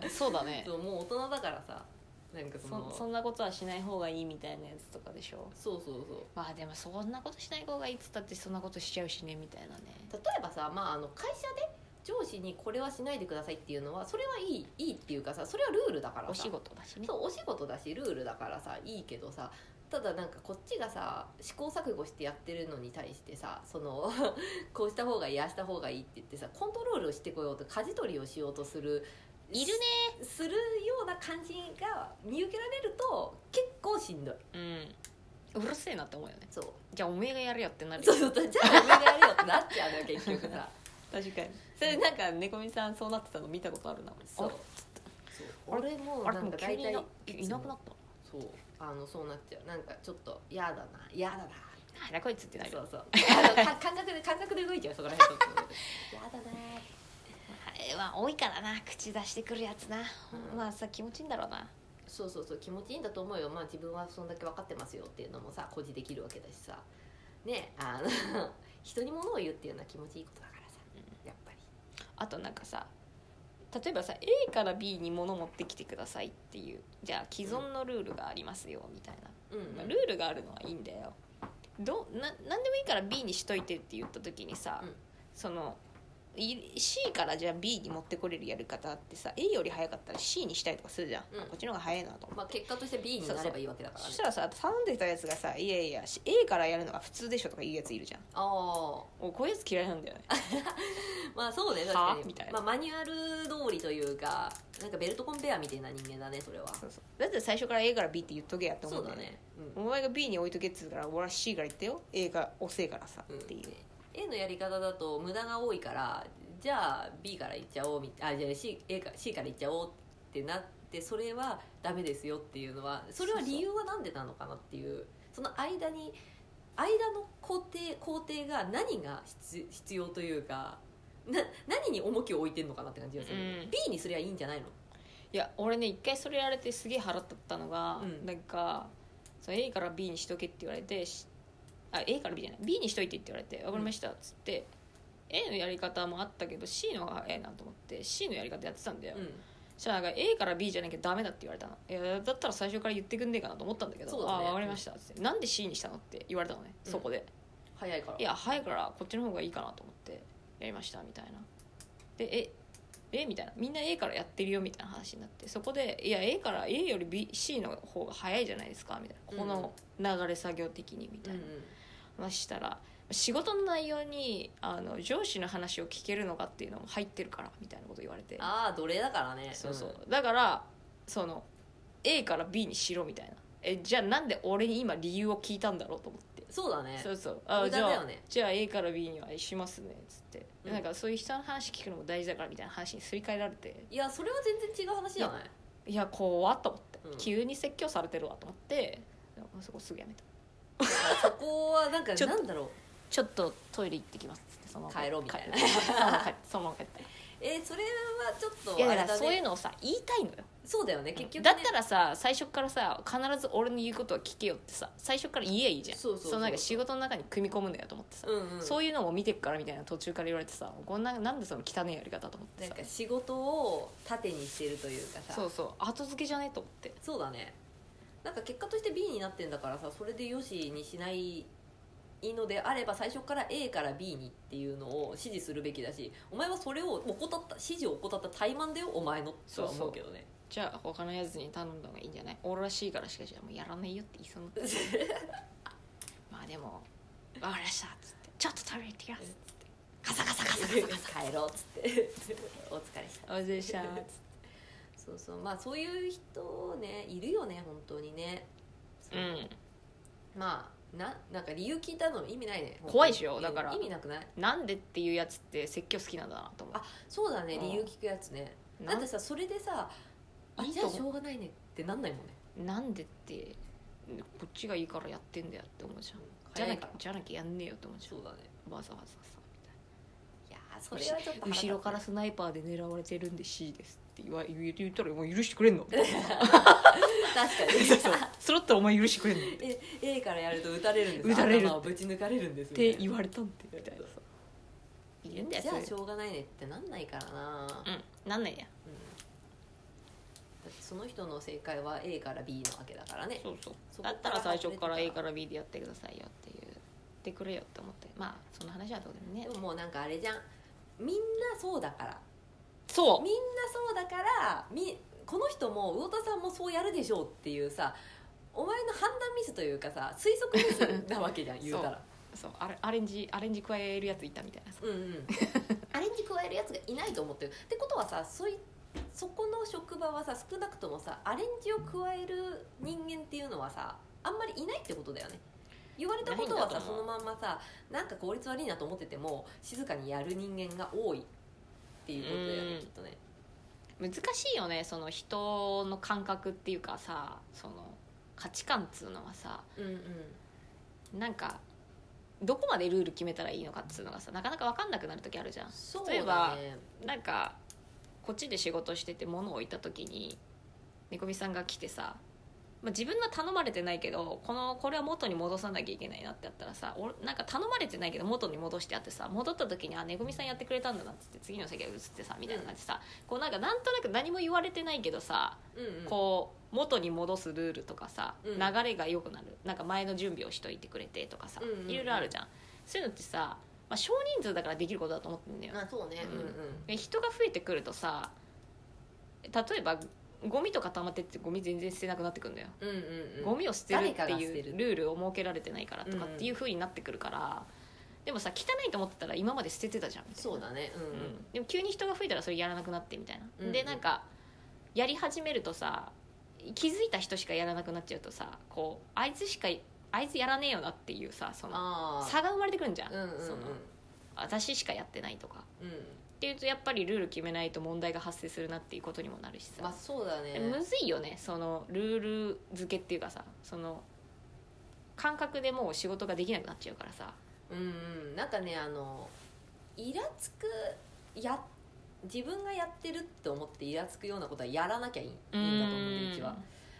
そうだね。 そうもう大人だからさ、なんかそんなことはしない方がいいみたいなやつとかでしょ。 そうでもそんなことしない方がいいっつったってそんなことしちゃうしねみたいなね。 例えばさ、会社で上司にこれはしないでくださいっていうのはそれはいいっていうかさ、それはルールだからさ、 お仕事だしね。 そうお仕事だしルールだからさいいけどさ、ただなんかこっちがさ試行錯誤してやってるのに対してさ、こうした方がいいああした方がいいって言ってさコントロールをしてこようと舵取りをしようとするいるねするような感じが見受けられると結構しんどい。 うるせえなって思うよね。 そうじゃあおめえがやるよってなる。 そうじゃあおめえがやるよってなっちゃうのよ結局さ確かに。それなんか猫みさんそうなってたの見たことあるな。 そう俺もなんか大体いなくなった。 そうなっちゃう。なんかちょっと嫌だなあらこいつってなる。 そう感覚で動いちゃうそこら辺と嫌だな。 あれは多いからな、口出してくるやつな、さ気持ちいいんだろうな。 そう気持ちいいんだと思うよ。自分はそんだけ分かってますよっていうのもさ誇示できるわけだしさね、人に物を言うっていうのは気持ちいいことだからさ、やっぱり。 あとなんかさ、例えばさ A から B に物持ってきてくださいっていう、じゃあ既存のルールがありますよみたいな、ルールがあるのはいいんだよ。なんでもいいから B にしといてって言った時にさ、C からじゃあ B に持ってこれるやり方ってさ A より早かったら C にしたりとかするじゃん、こっちの方が早いなと思って、 結果として B になればいいわけだからね。 そしたらさ頼んでたやつがさいや A からやるのが普通でしょとか言うやついるじゃん。こういうやつ嫌いなんだよねそうね、確かにみたいな、 マニュアル通りというかなんかベルトコンベアみたいな人間だねそれは。そうだって最初から A から B って言っとけやって思うんだよね。 お前が B に置いとけっつうから俺は C から言ってよ A が遅いからさ、っていう A のやり方だと無駄が多いからじゃあ B からいっちゃおうじゃあ C からいっちゃおうってなって、それはダメですよっていうのは、それは理由は何でなのかなっていう、その間の工程が何が必要というか何に重きを置いてんのかなって感じがする、B にすりゃいいんじゃないの。 いや俺ね一回それやられてすげえ腹立ったのが、なんかA から B にしとけって言われてA から B じゃない B にしといてって言われて分かりましたっつって、A のやり方もあったけど C の方が早いなと思って C のやり方やってたんだよ、そしたらなんか A から B じゃなきゃダメだって言われたの。いやだったら最初から言ってくんねえかなと思ったんだけど、 そうだね、 分かりましたっつって、なんで C にしたのって言われたのね、そこで。 早いから。 いや早いからこっちの方がいいかなと思ってやりましたみたいな。でみたいな、みんな A からやってるよみたいな話になって、そこでいや A から A より C の方が早いじゃないですかみたいな、この流れ作業的にみたいな話したら、仕事の内容に上司の話を聞けるのかっていうのも入ってるからみたいなこと言われて、 奴隷だからね。 だからA から B にしろみたいな。じゃあなんで俺に今理由を聞いたんだろうと思って。 そうだね。 じゃあ A から B にはしますねっつって、なんかそういう人の話聞くのも大事だからみたいな話にすり替えられて、 いやそれは全然違う話じゃない。 いや怖っと思って、急に説教されてるわと思ってそこすぐやめた。 そこはなんかなんだろう、 ちょっとトイレ行ってきますって帰ろうみたいなそのまま帰った。 それはちょっといやだからそういうのをさ言いたいのよ。 そうだよね結局ね。 だったらさ最初からさ必ず俺の言うことは聞けよってさ最初から言えばいいじゃん。そうなんか仕事の中に組み込むんだよと思ってさ、そういうのも見てくからみたいな途中から言われてさ、なんでその汚いやり方と思ってさ、 なんか仕事を盾にしてるというかさ、 後付けじゃねえと思って。 そうだね。 なんか結果として B になってんだからさ、それでよしにしないのであれば最初から A から B にっていうのを指示するべきだし、お前はそれを怠った、指示を怠った怠慢だよお前のとは思うけどね。 じゃあ他のやつに頼んだ方がいいんじゃない？俺らしいからしかじゃあもうやらないよって言いそうになってまあでも分かりましたっつって、ちょっと食べに行ってきますっつってカサカサカサカサ帰ろうっつってお疲れしたお疲れしたっつってそうそう、まあそういう人ねいるよね本当にね。 うん、 まあなんか理由聞いたの意味ないね。 怖いでしょ。だから意味なくない？ なんでっていうやつって説教好きなんだなと思う。 あ、そうだね、理由聞くやつね。だってさ、それでさ、じゃあしょうがないねってなんないもんね。 なんでってこっちがいいからやってんだよって思うじゃん、じゃなきゃやんねえよって思うじゃん。 そうだね、 わざわざさみたいな。いやそれはちょっと後ろからスナイパーで狙われてるんで C ですって言ったらもう許してくれんの確かにそろったらお前許してくれんの A からやると撃たれるんです、 撃たれる頭をぶち抜かれるんですって言われたんでみたいなさ、 いるんだよ。じゃあしょうがないねってなんないからな。 うん、なんないや、 だってその人の正解は A から B なわけだからね。 そうだったら最初から A から B でやってくださいよって言ってくれよって思って、まあその話はどうでもね。 でももうなんかあれじゃん、みんなそうだから、 そうみんなそうだからこの人も魚田さんもそうやるでしょうっていうさ、お前の判断ミスというかさ推測ミスなわけじゃん言うたらそうアレンジ加えるやついたみたいなさ、 アレンジ加えるやつがいないと思ってるってことはさ、そこの職場はさ少なくともさアレンジを加える人間っていうのはさあんまりいないってことだよね。言われたことはさそのまんまさ、なんか効率悪いなと思ってても静かにやる人間が多いっていうことだよね、きっとね。 難しいよね、その人の感覚っていうかさ、その価値観っつうのはさ、なんかどこまでルール決めたらいいのかっつうのがさなかなか分かんなくなる時あるじゃん。 そうだね、 例えばなんかこっちで仕事してて物を置いた時に猫みさんが来てさ、まあ、自分は頼まれてないけどこれは元に戻さなきゃいけないなってやったらさ、俺なんか頼まれてないけど元に戻してあってさ、戻った時にあ猫みさんやってくれたんだなっつって次の席が移ってさみたいな感じでさ、こうなんとなく何も言われてないけどさ、こう元に戻すルールとかさ、流れが良くなる、なんか前の準備をしといてくれてとかさ、いろいろあるじゃん。そういうのってさ、まあ、少人数だからできることだと思ってるんだよ。 そうね、 人が増えてくるとさ、例えばゴミとか溜まってってゴミ全然捨てなくなってくるんだよ、ゴミを捨てるっていうルールを設けられてないからとかっていう風になってくるから、でもさ汚いと思ってたら今まで捨ててたじゃんみたいな。 そうだね、 でも急に人が増えたらそれやらなくなってみたいな、でなんかやり始めるとさ、気づいた人しかやらなくなっちゃうとさ、こうあいつやらねえよなっていうさ、その差が生まれてくるんじゃん、その私しかやってないとか、っていうとやっぱりルール決めないと問題が発生するなっていうことにもなるしさ、 まあそうだね、 むずいよね、そのルール付けっていうかさ、その感覚でもう仕事ができなくなっちゃうからさ、 なんかねイラつく自分がやってるって思ってイラつくようなことはやらなきゃいいんだと思うんで、うちは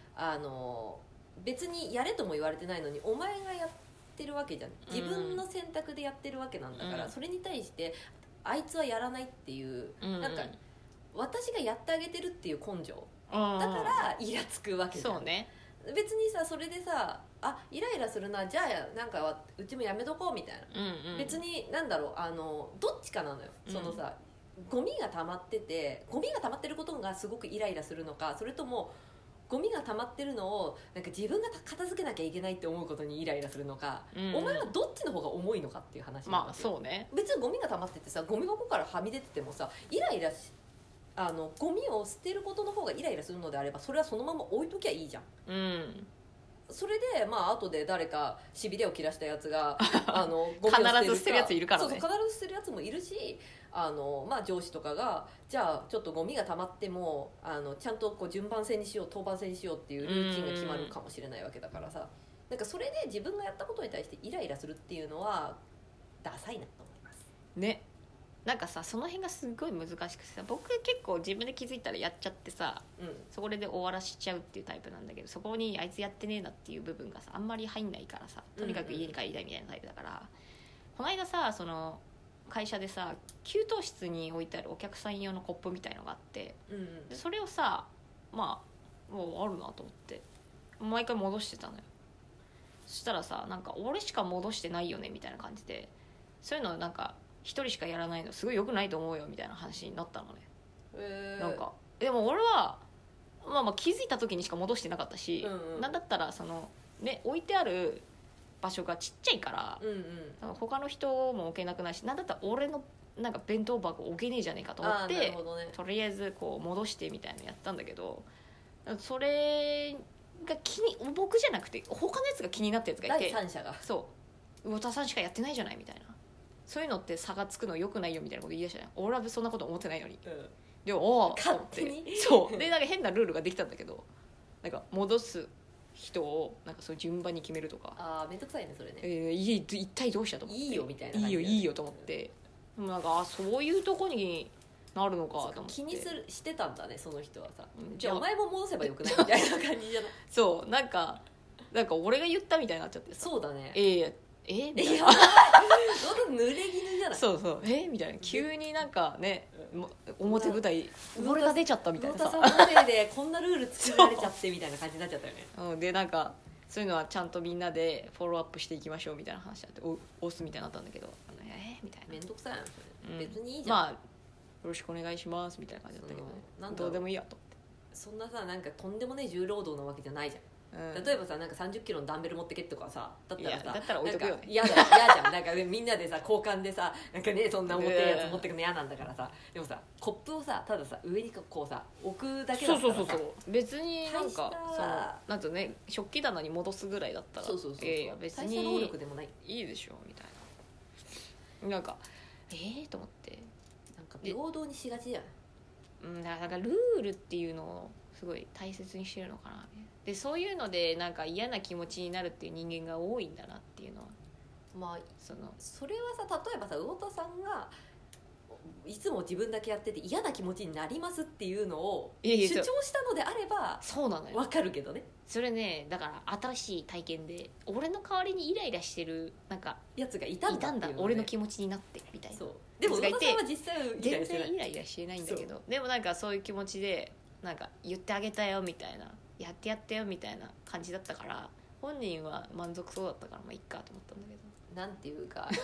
別にやれとも言われてないのにお前がやってるわけじゃん、自分の選択でやってるわけなんだから、それに対してあいつはやらないっていう、なんか私がやってあげてるっていう根性だからイラつくわけじゃん。 そうね、 別にさそれでさイライラするな、じゃあなんかうちもやめとこうみたいな、別になんだろうどっちかなのよ、そのさゴミが溜まっててゴミが溜まってることがすごくイライラするのか、それともゴミが溜まってるのをなんか自分が片付けなきゃいけないって思うことにイライラするのか、お前はどっちの方が重いのかっていう話なんですよ。 まあそうね、 別にゴミが溜まっててさゴミ箱からはみ出ててもさイライラゴミを捨てることの方がイライラするのであればそれはそのまま置いときゃいいじゃん、それでまあ後で誰かしびれを切らしたやつがゴミを必ず捨てるやついるからね。 そう必ず捨てるやつもいるし、まあ、上司とかがじゃあちょっとゴミが溜まってもちゃんとこう順番性にしよう当番性にしようっていうルーチンが決まるかもしれないわけだからさ、なんかそれで自分がやったことに対してイライラするっていうのはダサいなと思いますね。なんかさその辺がすごい難しくてさ、僕結構自分で気づいたらやっちゃってさ、そこで終わらしちゃうっていうタイプなんだけど、そこにあいつやってねえなっていう部分がさあんまり入んないからさ、とにかく家に帰りたいみたいなタイプだから、この間さその会社でさ給湯室に置いてあるお客さん用のコップみたいのがあって、でそれをさまあもうあるなと思って毎回戻してたのよ。そしたらさ、なんか俺しか戻してないよねみたいな感じで、そういうのなんか一人しかやらないのすごい良くないと思うよみたいな話になったのね。なんかでも俺はまあ気づいた時にしか戻してなかったし、なんだったらそのね置いてある場所がちっちゃいから、他の人も置けなくないし、なんだったら俺のなんか弁当箱置けねえじゃねえかと思って、ね、とりあえずこう戻してみたいなのやったんだけど、それが僕じゃなくて他のやつが気になったやつがいて、 第三者がそう魚田さんしかやってないじゃないみたいな、そういうのって差がつくのよくないよみたいなこと言い出したね。俺はそんなこと思ってないのに、でもお勝手にそうでなんか変なルールができたんだけど、なんか戻す人をなんかそう順番に決めるとか、 めんどくさいねそれね。 一体どうしたと思って、 いいよみたいな感じ、いいよと思って、でもなんかそういうとこになるのかと思って、 気にしてたんだねその人はさ、じゃあお前も戻せばよくないみたいな感じじゃないそうなんか俺が言ったみたいになっちゃってさ、 そうだね、 みたいな濡れ衣じゃない、 そうみたいな、急になんかね表舞台俺が出ちゃったみたいなさ、 魚田さんのせいでこんなルール作られちゃってみたいな感じになっちゃったよね。 でなんかそういうのはちゃんとみんなでフォローアップしていきましょうみたいな話になって押すみたいになったんだけど、みたいな、 めんどくさいなそれ、別にいいじゃん、 まあよろしくお願いしますみたいな感じだったけど、ね、どうでもいいやと思って、 そんなさなんかとんでもね重労働なわけじゃないじゃん。例えばさなんか30キロのダンベル持ってけとかさだったらさ、 だったら置いとくよね、 嫌じゃんなんか、ね、みんなでさ交換でさなんかねそんな重てえやつ持ってくの嫌なんだからさ、でもさコップをさたださ上にこうさ置くだけだったらさ、そう別になんかそのなんとね食器棚に戻すぐらいだったら別に大した能力でもないいいでしょみたいな、なんかと思って、 なんか平等にしがちじゃん。 だからルールっていうのをすごい大切にしてるのかな。でそういうのでなんか嫌な気持ちになるっていう人間が多いんだなっていうのは、 まあそれはさ例えばさ魚田さんがいつも自分だけやってて嫌な気持ちになりますっていうのを主張したのであればそうなのよ、 分かるけどね。 それねだから新しい体験で俺の代わりにイライラしてるなんかやつがいたんだっていう、ね、 俺の気持ちになってみたいな。 そうでも魚田さんは実際は全然イライラしてないんだけど、でもなんかそういう気持ちでなんか言ってあげたよみたいな、やってやったよみたいな感じだったから、本人は満足そうだったからまあいっかと思ったんだけど、 なんていうか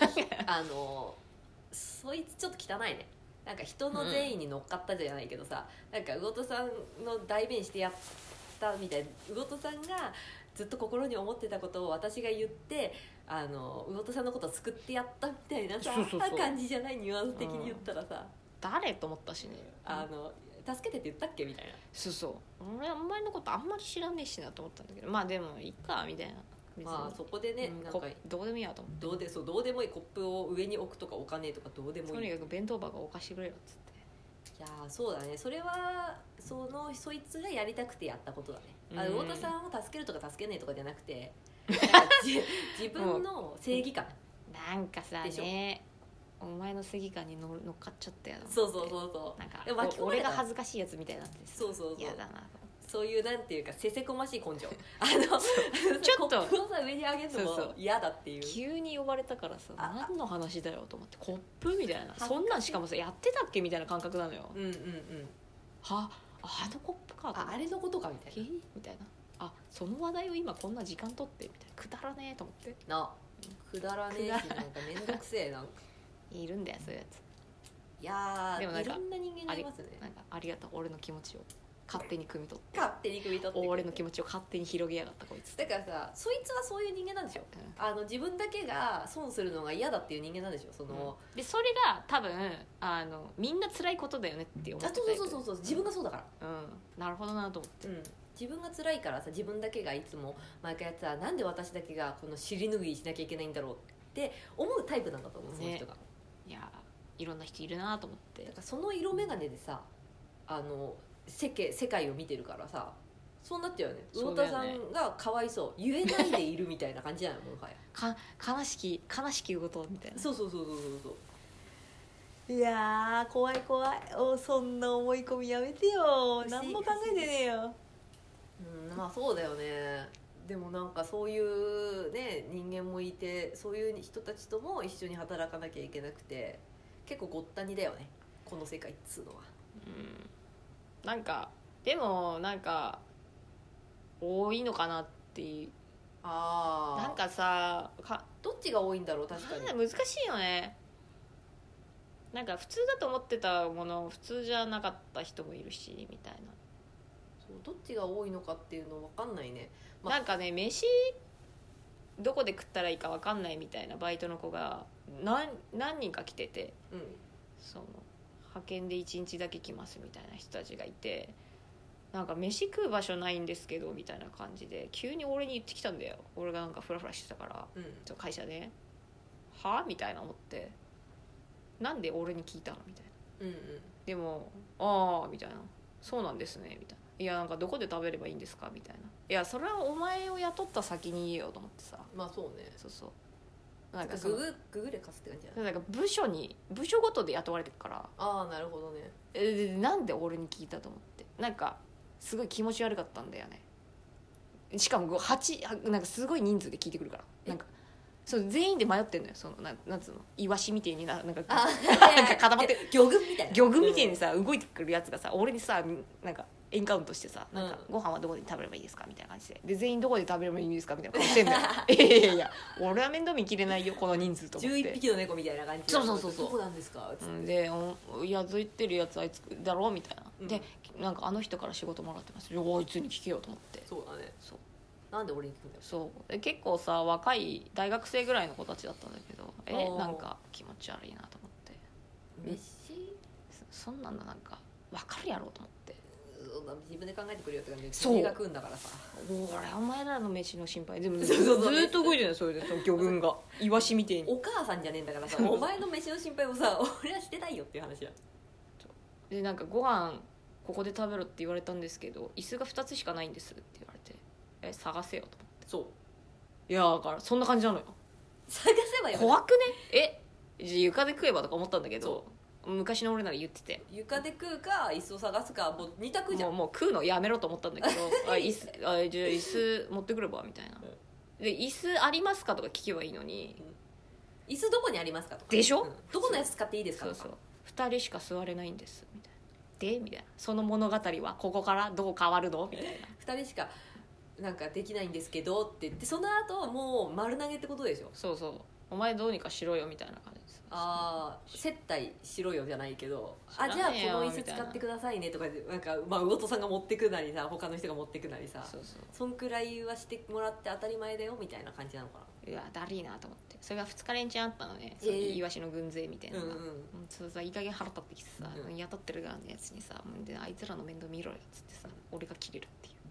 そいつちょっと汚いね。なんか人の善意に乗っかったじゃないけどさ、なんか魚田さんの代弁してやったみたいな、魚田さんがずっと心に思ってたことを私が言って魚田さんのことを救ってやったみたいなさ感じじゃない、ニュアンス的に言ったらさ、 誰と思ったしね、 助けてって言ったっけみたいな。 そう俺あんまりのことあんまり知らねえしなと思ったんだけど、まあでもいいかみたいな、 まあそこでね、なんかどうでもいいやと思って、 どうでもいい、コップを上に置くとか置かねえとかどうでもいい、 とにかく弁当箱を置かしてくれよっつって。 いやそうだね、それはそいつがやりたくてやったことだね。魚田さんを助けるとか助けねえとかじゃなくてなんか自分の正義感なんかさね、お前の正義感に乗っかっちゃったよ。 そうなんか俺が恥ずかしいやつみたいになってそう嫌だな、 そういうなんていうかせせこましい根性ちょっとコップをさ上に上げるのも嫌だっていう。 急に呼ばれたからさ何の話だよと思って、コップみたいな、そんなんしかもさやってたっけみたいな感覚なのよ。はあのコップか、 あれのことかみたいなみたいな、その話題を今こんな時間取ってみたいな、くだらねえと思ってくだらねえし、なんかめんどくせえなんかいるんだよそういうやつ。 いやでもなんかいろんな人間がいますね。 なんかありがとう、俺の気持ちを勝手に汲み取って俺の気持ちを勝手に広げやがったこいつ。 だからさそいつはそういう人間なんでしょ、自分だけが損するのが嫌だっていう人間なんでしょ、 でそれが多分みんな辛いことだよねって思ってた。 そう自分がそうだから、 なるほどなと思って、 自分が辛いからさ自分だけがいつも毎回やってたら、なんで私だけがこの尻拭いしなきゃいけないんだろうって思うタイプなんだと思う、その人が。 いやいろんな人いるなと思って、 だからその色眼鏡でさ世界を見てるからさ、そうなっちゃうよね。魚田さんがかわいそう、言えないでいるみたいな感じじゃないもはや悲しき魚田みたいな。 そういやー怖いそんな思い込みやめてよ、何も考えてねえよ。まあそうだよね。でもなんかそういうね人間もいて、そういう人たちとも一緒に働かなきゃいけなくて、結構ごったにだよねこの世界っつうのは。 なんかでもなんか多いのかなっていう。なんかさどっちが多いんだろう。確かに難しいよね。なんか普通だと思ってたもの普通じゃなかった人もいるしみたいな。 そうどっちが多いのかっていうの分かんないね、 なんかね飯どこで食ったらいいか分かんないみたいなバイトの子が何人か来てて、その派遣で1日だけ来ますみたいな人たちがいて、なんか飯食う場所ないんですけどみたいな感じで急に俺に言ってきたんだよ。俺がなんかフラフラしてたから、会社ではみたいな思って、なんで俺に聞いたのみたいな、でもああみたいな、そうなんですねみたいな、いやなんかどこで食べればいいんですかみたいな、いやそれはお前を雇った先に言えよと思ってさ。 まあそうね。 そうなんかググれかすって感じじゃない。なんか部署ごとで雇われてるから。 ああなるほどね。 なんで俺に聞いたと思って、なんかすごい気持ち悪かったんだよね。しかもなんかすごい人数で聞いてくるから、なんかそう全員で迷ってんのよ。そのなんつうの、イワシみたいになんか固まって魚群みたいな、 魚群みたいにさ、動いてくるやつがさ、俺にさなんかエンカウントしてさ、なんかご飯はどこで食べればいいですかみたいな感じで、全員どこで食べればいいんですかみたいな顔してんだよいや俺は面倒見きれないよこの人数と思って。 11匹の猫みたいな感じで、そうどこなんですかつって、 でいやずいってるやつあいつだろうみたいな、でなんかあの人から仕事もらってます、あいつに聞けようと思って。 そうだね。そうなんで俺に聞くんだよ。 そう結構さ若い大学生ぐらいの子たちだったんだけど、なんか気持ち悪いなと思って、 飯そんなんだ、なんか分かるやろうと思って。 自分で考えてくるよって感じで、君が食うんだからさ、 俺お前らの飯の心配でもずっと動いてるのそれで、その魚群がイワシみてえに。 お母さんじゃねえんだからさお前の飯の心配をさ俺はしてないよっていう話だ。 でなんかご飯ここで食べろって言われたんですけど椅子が2つしかないんですって言われて、探せよと思って。 そういやだからそんな感じなのよ。 探せばよ怖くね。床で食えばとか思ったんだけど、昔の俺なら言ってて、 床で食うか椅子を探すかもう2択じゃん。 もう食うのやめろと思ったんだけどじゃあ椅子持ってくればみたいな、で椅子ありますかとか聞けばいいのに、 椅子どこにありますかとかでしょ、 どこのやつ使っていいですかとか、 そう2人しか座れないんですみたいな、でみたいな、その物語はここからどう変わるのみたいな 2人しかなんかできないんですけどって言って、その後もう丸投げってことでしょ。 そうお前どうにかしろよみたいな感じです。 接待しろよじゃないけど、じゃあこの椅子使ってくださいねとかで、なんか魚戸さんが持ってくなりさ、他の人が持ってくなりさ、そんくらいはしてもらって当たり前だよみたいな感じなのかな。 いやだりーなと思って、それが2日連チャンあったのね、そういうイワシの軍勢みたいなのが、さいい加減腹立ってきてさ、雇ってる側のやつにさ、であいつらの面倒見ろよっつってさ、俺が切れるっていう、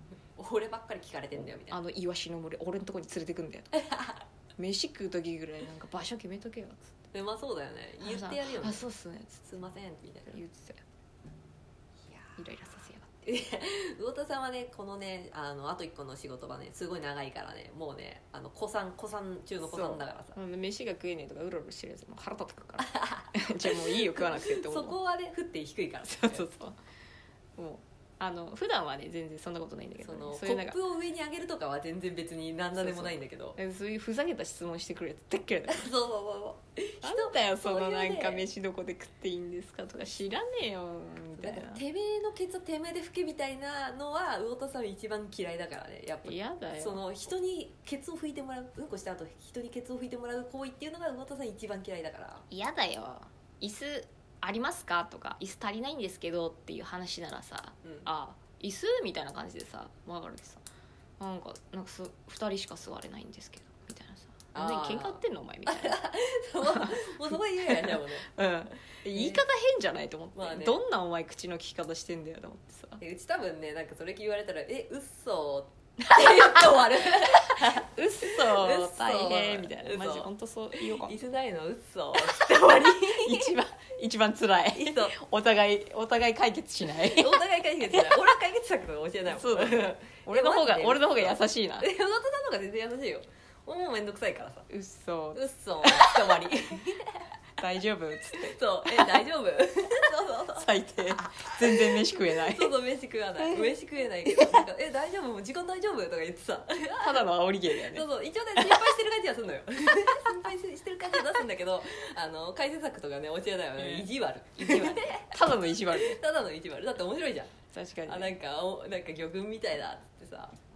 俺ばっかり聞かれてんだよみたいな、 イワシの群れ俺のとこに連れてくんだよ飯食う時ぐらいなんか場所決めとけよっつって。 まあそうだよね、言ってやるよね。 そうっすねすいませんみたいな言ってたよ。いやイライラさせやがって魚田さんはね、このねあと1個の仕事場ねすごい長いからね、もうね子さん中の子さんだからさ、 飯が食えねえとかうろうろしてるやつもう腹立ってくるからじゃあもういいよ食わなくてって思う。 そこはね降って低いから、 そうもう普段はね全然そんなことないんだけど、ね、 コップを上に上げるとかは全然別に何でもないんだけど、 そういうふざけた質問してくるやつだっけだよそうなんだよそのなんか飯どこで食っていいんですかとか知らねえよみたいな、 てめえのケツてめえで拭けみたいなのは魚田さん一番嫌いだからね、やっぱ嫌だよ。 その人にケツを拭いてもらう、うんこした後人にケツを拭いてもらう行為っていうのが魚田さん一番嫌いだから。 嫌だよ。椅子ありますかとか椅子足りないんですけどっていう話ならさ、椅子みたいな感じでさ分かるけどさ、なんか2人しか座れないんですけどみたいなさ、喧嘩売ってんのお前みたいなもうそこ言えやねもね言い方変じゃないと思って、どんなお前口の利き方してんだよと思ってさ、 うち多分ねなんかそれ言われたらうっそって言って終わるうっそ大変みたいな、マジ本当そう言おうか、 椅子ないのうっそって終わり一番辛いお互い解決しないお互い解決しない俺は解決策とか教えないもん。 そうだ俺の方が優しいな。 山本さんの方が全然優しいよ。もうめんどくさいからさ、 うっそって終わり大丈夫っつってそう大丈夫そう最低全然飯食えないそう飯食わない飯食えないけどなんか大丈夫もう時間大丈夫とか言ってさただの煽り芸だよね。 そう一応ね心配してる感じはすんのよ心配してる感じは出すんだけど解説策とかね教えないわね、意地悪ただの意地悪ただの意地悪だって面白いじゃん。 確かに、 なんか魚群みたいだっつってさ、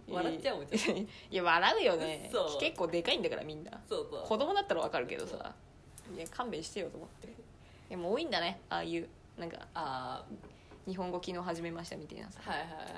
笑っちゃうもん。 いや笑うよね。結構でかいんだからみんな。 そうそう、 子供だったらわかるけどさ、いや勘弁してよと思って。でも多いんだね、ああいうなんか日本語昨日始めましたみたいなさ、 はいはいはい、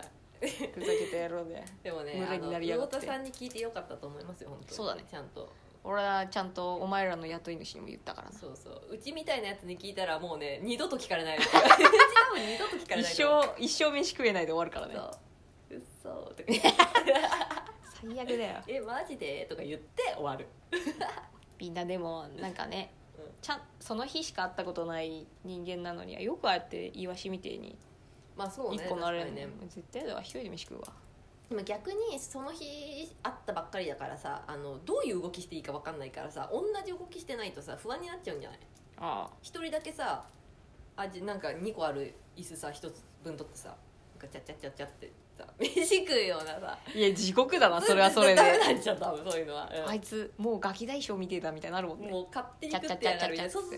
ふざけた野郎で。 でもね、 群れになりやがって。 魚田さんに聞いてよかったと思いますよ本当に。 そうだね、 ちゃんと俺はちゃんとお前らの雇い主にも言ったからな。 そうそう、うちみたいなやつに聞いたらもうね二度と聞かれないうち多分二度と聞かれない一生飯食えないで終わるからね。 そう、うっそーとか最悪だよ。 マジでとか言って終わるみんなでもなんかね、 うん、 その日しか会ったことない人間なのにはよくああやってイワシみてえにまあそうね、 一個なれるね、 絶対だわ、一人で飯食うわ。 でも逆にその日会ったばっかりだからさ、どういう動きしていいか分かんないからさ、同じ動きしてないとさ不安になっちゃうんじゃない？一人だけさ、なんか2個ある椅子さ1つ分取ってさ、なんかチャッチャッチャッチャってさ飯食うようなさ、 いや地獄だなそれはそれで。 ダメなんちゃう多分そういうのは、 あいつもうガキ大将みてえだみたいになるもんね。 もう勝手に食ってやがるみたいな。そう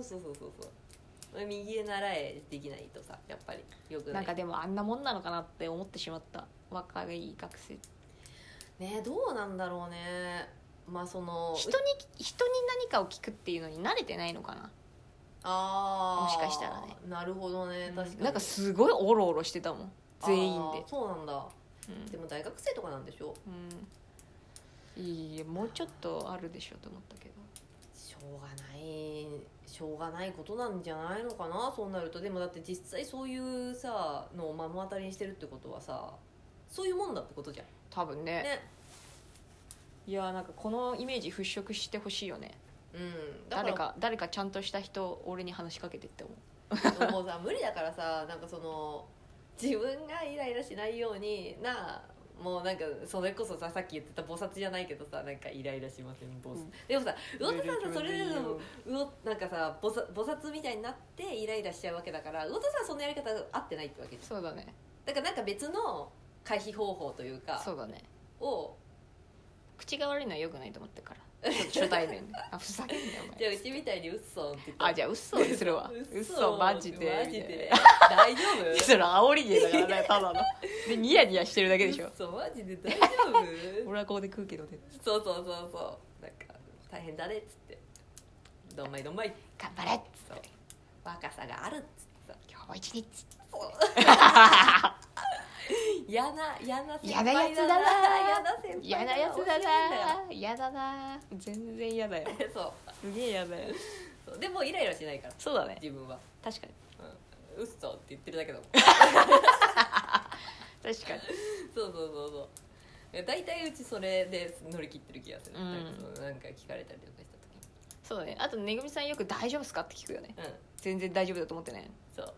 右へ習えできないとさやっぱりよくない。 なんかでもあんなもんなのかなって思ってしまった、若い学生ね。どうなんだろうね。まあその人に何かを聞くっていうのに慣れてないのかな。もしかしたらね。 なるほどね、確かに。 なんかすごいオロオロしてたもん全員で。 そうなんだ、でも大学生とかなんでしょ。 いい、もうちょっとあるでしょと思ったけど、 しょうがないことなんじゃないのかな、そうなると。でもだって実際そういうさのを目の当たりにしてるってことはさ、そういうもんだってことじゃん多分 ね。いやなんかこのイメージ払拭してほしいよね。誰かちゃんとした人俺に話しかけてって思うもうさ無理だからさ、なんかその自分がイライラしないようにもうなんかそれこそさっき言ってた菩薩じゃないけどさ、なんかイライラしませんボス、でもさ魚田さんさそれでなんかさ菩薩みたいになってイライラしちゃうわけだから、魚田さんはそんなやり方合ってないってわけじゃん。 そうだね。 だからなんか別の回避方法というか、 そうだね、 を口が悪いのは良くないと思ってから初対面でふざけんなよお前。 じゃあうちみたいにうっそんって言って、 じゃあうっそにするわうっそマジで大丈夫それ煽り芸だからねただのでニヤニヤしてるだけでしょ。 そうマジで大丈夫俺はここで食うけどね。 そうなんか大変だねっつってどんまい頑張れっつって若さがあるっつってさ今日も一日っつって嫌なやつだな嫌だな全然嫌だよそうすげえ嫌だよでもイライラしないから。 そうだね、 自分は確かに、 うっそって言ってるだけだもん確かにそう大体うちそれで乗り切ってる気がする、なんか聞かれたりとかした時に。 そうだね。あとめぐみさんよく大丈夫っすかって聞くよね、全然大丈夫だと思ってね。 そう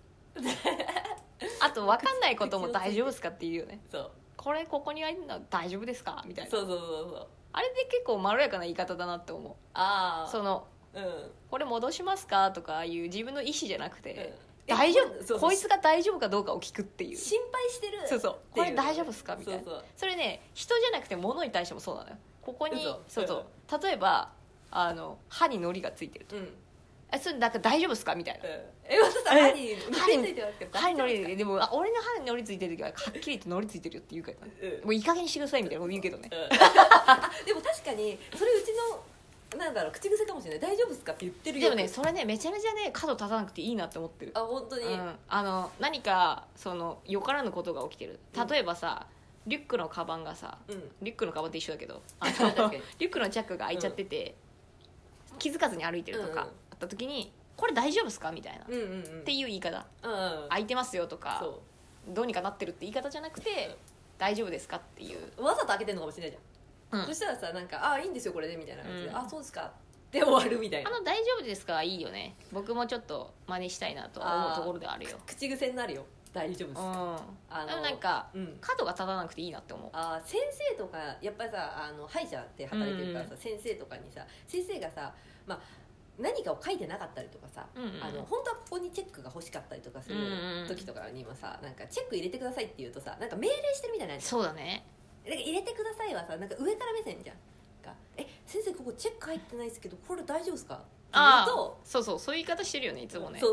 あと分かんないことも大丈夫っすかって言うよね。 そうここにあるの大丈夫ですかみたいな。 そうあれで結構まろやかな言い方だなって思う。そのこれ戻しますかとかいう自分の意思じゃなくて、大丈夫こいつが大丈夫かどうかを聞くっていう、 心配してるこれ大丈夫っすかみたいな。それね人じゃなくて物に対してもそうなのよ。ここに例えば歯に糊がついてると、それだから大丈夫っすかみたいな。 私さ歯に糊ついてますけど、 歯に糊でも俺の歯に糊ついてる時ははっきり言って糊ついてるよって言うから、もういい加減にしてくださいみたいなこと言うけどね、 でも確かにそれうちの口癖かもしれない。大丈夫っすかって言ってるよ。 でもねそれねめちゃめちゃね角立たなくていいなって思ってる。 本当に、 何かよからぬことが起きてる。例えばさ、リュックのカバンがさ、リュックのカバンって一緒だけどリュックのチャックが開いちゃってて、気づかずに歩いてるとかあった時に、これ大丈夫っすかみたいな、っていう言い方、開いてますよとかどうにかなってるって言い方じゃなくて、大丈夫ですかっていう。 わざと開けてるのかもしれないじゃん、そしたらさなんかいいんですよこれでみたいな感じで、そうですかって終わるみたいな。 大丈夫ですかいいよね。僕もちょっと真似したいなと思うところであるよ。 口癖になるよ大丈夫ですか。 でもなんか、角が立たなくていいなって思う。 先生とかやっぱりさ歯医者って働いてるからさ、先生とかにさ先生がさ、何かを書いてなかったりとかさ、本当はここにチェックが欲しかったりとかする時とかにもさ、なんかチェック入れてくださいって言うとさ、なんか命令してるみたいな。 そうだね。 なんか入れてくださいはさ、なんか上から目線じゃん。先生ここチェック入ってないですけどこれ大丈夫ですかって言うと、 そういう言い方してるよねいつもね。 そう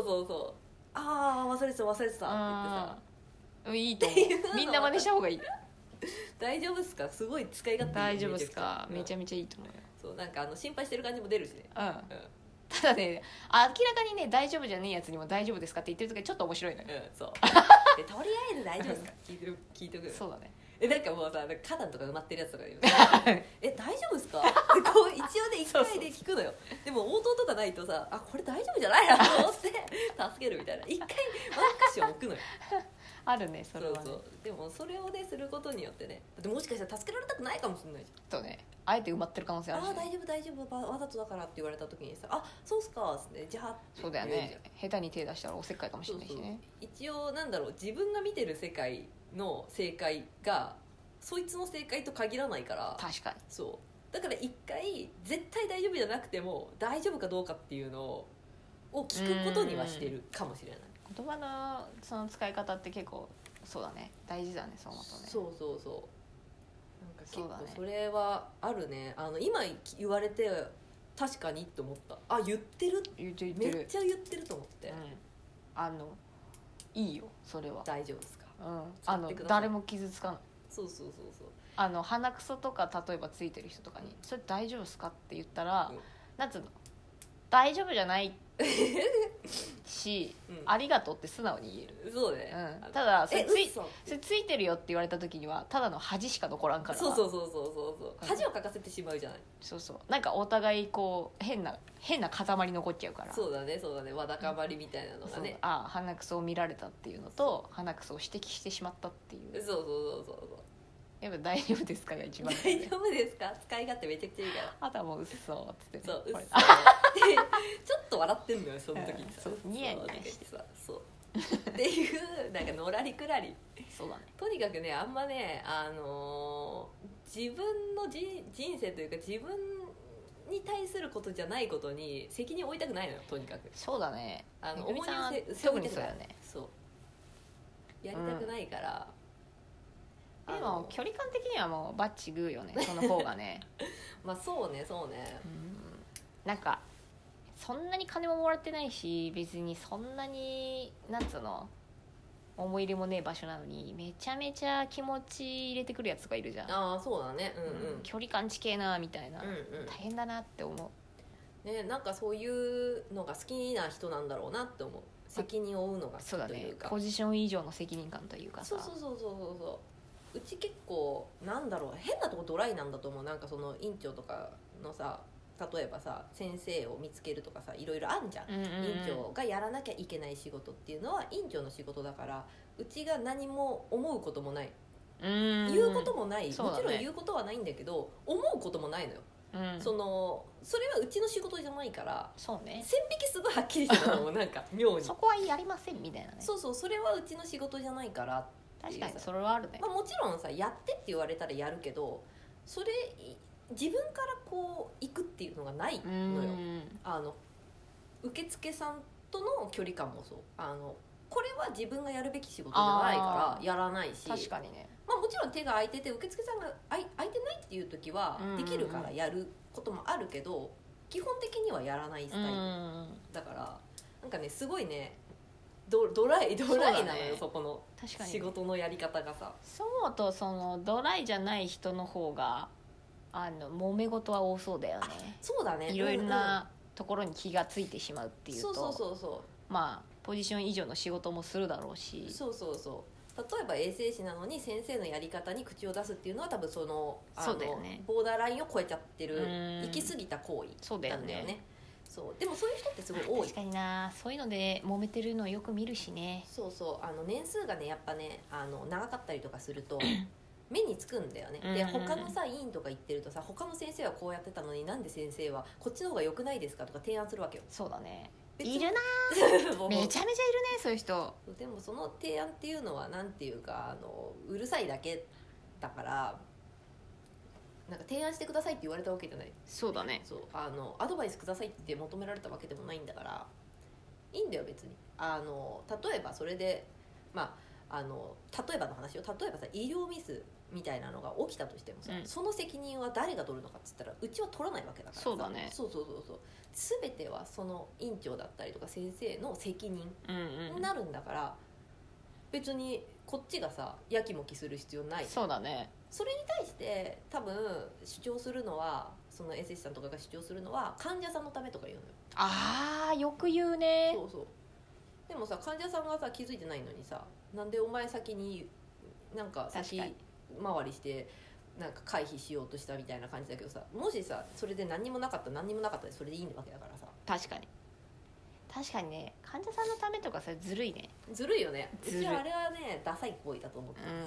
忘れてたって言ってさ、 いいと思うみんな真似した方がいい。 大丈夫っすか、すごい使い勝手いい。 大丈夫っすか、めちゃめちゃいいと思うよ。 そうなんか心配してる感じも出るしね。 うん、ただね、明らかにね大丈夫じゃねえやつにも大丈夫ですかって言ってる時はちょっと面白いのよ。 そうでとりあえず大丈夫ですか聞いとく。 そうだね。 なんかもうさ、花壇とか埋まってるやつとか言う大丈夫ですかってこう一応ね一回で聞くのよ。でも応答とかないとさ、これ大丈夫じゃないなと思って助けるみたいな、一回ワンクッション置くのよ。 あるね、それはね。 そうでもそれをねすることによってね、だってもしかしたら助けられたくないかもしれないじゃん。 とね、あえて埋まってる可能性あるし、ね、 大丈夫大丈夫、わざとだからって言われた時にさ、そうっすかっつって、じゃあそうだよね、下手に手出したらおせっかいかもしれないしね。 そう一応なんだろう、自分が見てる世界の正解がそいつの正解と限らないから。 確かに。 そうだから一回絶対大丈夫じゃなくても大丈夫かどうかっていうのを聞くことにはしてるかもしれない。 言葉のその使い方って結構そうだね、大事だね、そう思うとね。 そうなんか結構それはあるね。今言われて確かにって思った。言ってるめっちゃ言ってると思って、 いいよそれは。 大丈夫ですか、 誰も傷つかない。 そう鼻くそとか例えばついてる人とかにそれ大丈夫ですかって言ったら、なんつうの、大丈夫じゃないし、ありがとうって素直に言える。 そうね、 ただそれついてるよって言われた時にはただの恥しか残らんから。 そう恥をかかせてしまうじゃない。 なんかお互いこう変な塊残っちゃうから。 そうだねわだかまりみたいなのがね、 鼻くそを見られたっていうのと鼻くそを指摘してしまったっていう。 そうやっぱ大丈夫ですかが一番、 ね、大丈夫ですか、使い勝手めちゃくちゃいいから。 あとはもう嘘っつって、ね、 そう嘘ちょっと笑ってんのよその時にさ、 ニヤニヤしてさ、そうっていうなんかのらりくらり。 そうだね。 とにかくね、あんまね、自分の人生というか自分に対することじゃないことに責任を負いたくないのよ、とにかく。 そうだね。 重荷を特にそうだよね。 そうやりたくないから、 でも距離感的にはもうバッチグーよね、その方がね。 まあそうね、 なんかそんなに金ももらってないし、別にそんなになんつうの思い入れもねえ場所なのにめちゃめちゃ気持ち入れてくるやつとかいるじゃん。 そうだね、 距離感近えなみたいな、大変だなって思うね。なんかそういうのが好きな人なんだろうなって思う。責任を負うのが好きというか。そうだね、 ポジション以上の責任感というかさ。 そううち結構なんだろう、変なとこドライなんだと思う。なんかその院長とかのさ、例えばさ先生を見つけるとかさ、いろいろあんじゃん、院長がやらなきゃいけない仕事っていうのは院長の仕事だから、うちが何も思うこともない、言うこともない、もちろん言うことはないんだけど思うこともないのよ。それはうちの仕事じゃないから、 そうね、 線引きすごいはっきりしてたのもなんか妙にそこはやりませんみたいなね。 それはうちの仕事じゃないからっていう。 確かにそれはあるね。 もちろんさ、やってって言われたらやるけど、それ自分からこう行くっていうのがないのよ。受付さんとの距離感もそう、これは自分がやるべき仕事じゃないからやらないし。 確かにね。 もちろん手が空いてて受付さんが空いてないっていう時はできるからやることもあるけど、基本的にはやらないスタイルだから、なんかねすごいねドライなのよ、そこの仕事のやり方がさ。 そう思うとそのドライじゃない人の方が揉め事は多そうだよね。 そうだね、 いろいろなところに気がついてしまうっていうと、 そうまあポジション以上の仕事もするだろうし。 例えば衛生士なのに先生のやり方に口を出すっていうのは多分そうだよね、 ボーダーラインを超えちゃってる行き過ぎた行為なんだよね。でもそういう人ってすごい多い。 確かにな、そういうので揉めてるのをよく見るしね。 年数がねやっぱね長かったりとかすると目につくんだよね。で他のさ委員とか行ってるとさ、他の先生はこうやってたのになんで先生はこっちの方が良くないですかとか提案するわけよ。 そうだね、いるなめちゃめちゃいるね、そういう人。 でもその提案っていうのはなんていうかうるさいだけだから、なんか提案してくださいって言われたわけじゃない。 そうだね、 アドバイスくださいって求められたわけでもないんだからいいんだよ別に。例えばそれで例えばの話を、例えばさ医療ミスみたいなのが起きたとしてもさ、その責任は誰が取るのかっつったらうちは取らないわけだからさ。 そうだね、 全てはその院長だったりとか先生の責任になるんだから、 別にこっちがさやきもきする必要ない。 そうだね。 それに対して多分主張するのは、その衛生士さんとかが主張するのは患者さんのためとか言うのよ。 あーよく言うね。 そうそう。でもさ患者さんがさ気づいてないのにさ、なんでお前先になんか先回りしてなんか回避しようとしたみたいな感じだけどさ、もしさそれで何にもなかったでそれでいいわけだからさ。 確かにね、患者さんのためとかそれずるいね。 ずるいよね。うちはあれはねダサい行為だと思ってます。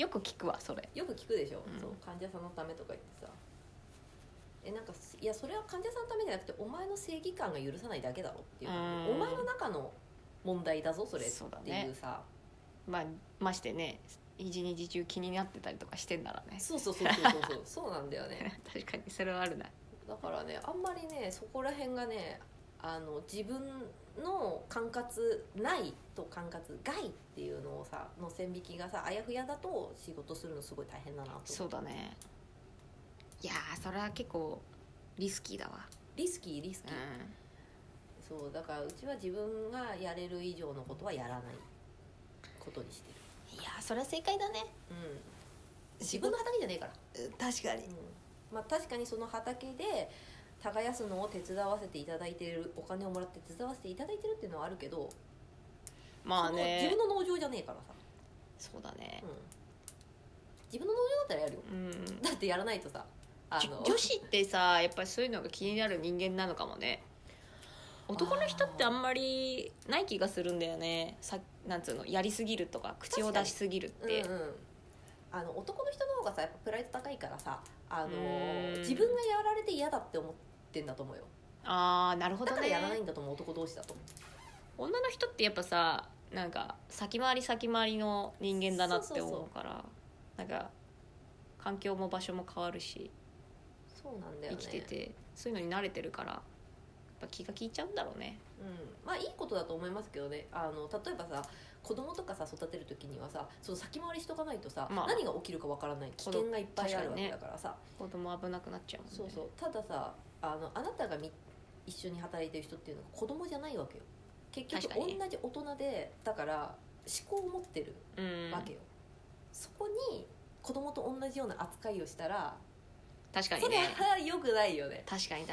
よく聞くわそれ。 よく聞くでしょ、そう患者さんのためとか言ってさ、なんかいやそれは患者さんのためじゃなくてお前の正義感が許さないだけだろっていう、お前の中の問題だぞそれっていうさ、 まあましてね一日中気になってたりとかしてんならね。 そうそうなんだよね確かにそれはあるな。 だからねあんまりねそこら辺がね自分の管轄内と管轄外っていうのをさの線引きがさあやふやだと仕事するのすごい大変だなと。 そうだね。いやそれは結構リスキーだわ。 リスキー、そうだからうちは自分がやれる以上のことはやらないことにしてる。 いやそれは正解だね。 自分の畑じゃねえから。 確かに、 まあ確かにその畑で耕すのを手伝わせていただいている、お金をもらって手伝わせていただいてるっていうのはあるけど、 まあね自分の農場じゃねえからさ。 そうだね、 自分の農場だったらやるよ、だってやらないとさ女子ってさやっぱりそういうのが気になる人間なのかもね。男の人ってあんまりない気がするんだよね。なんつうの、やりすぎるとか口を出しすぎるって、 男の人の方がさやっぱプライド高いからさ、自分がやられて嫌だって思ってんだと思うよ。 ああなるほどね。 だからやらないんだと思う、男同士だと思う。 女の人ってやっぱさなんか先回りの人間だなって思うから、なんか環境も場所も変わるし、 そうなんだよね、 生きててそういうのに慣れてるからやっぱ気が利いちゃうんだろうね。 まあいいことだと思いますけどね。例えばさ子供とかさ育てる時にはさその先回りしとかないとさ、何が起きるかわからない危険がいっぱいあるわけだからさ、 子供危なくなっちゃうもんね。 そうたださあなたが一緒に働いてる人っていうのは子供じゃないわけよ。結局同じ大人でだから思考を持ってるわけよ、そこに子供と同じような扱いをしたら確かにねそれは良くないよね。 確かに、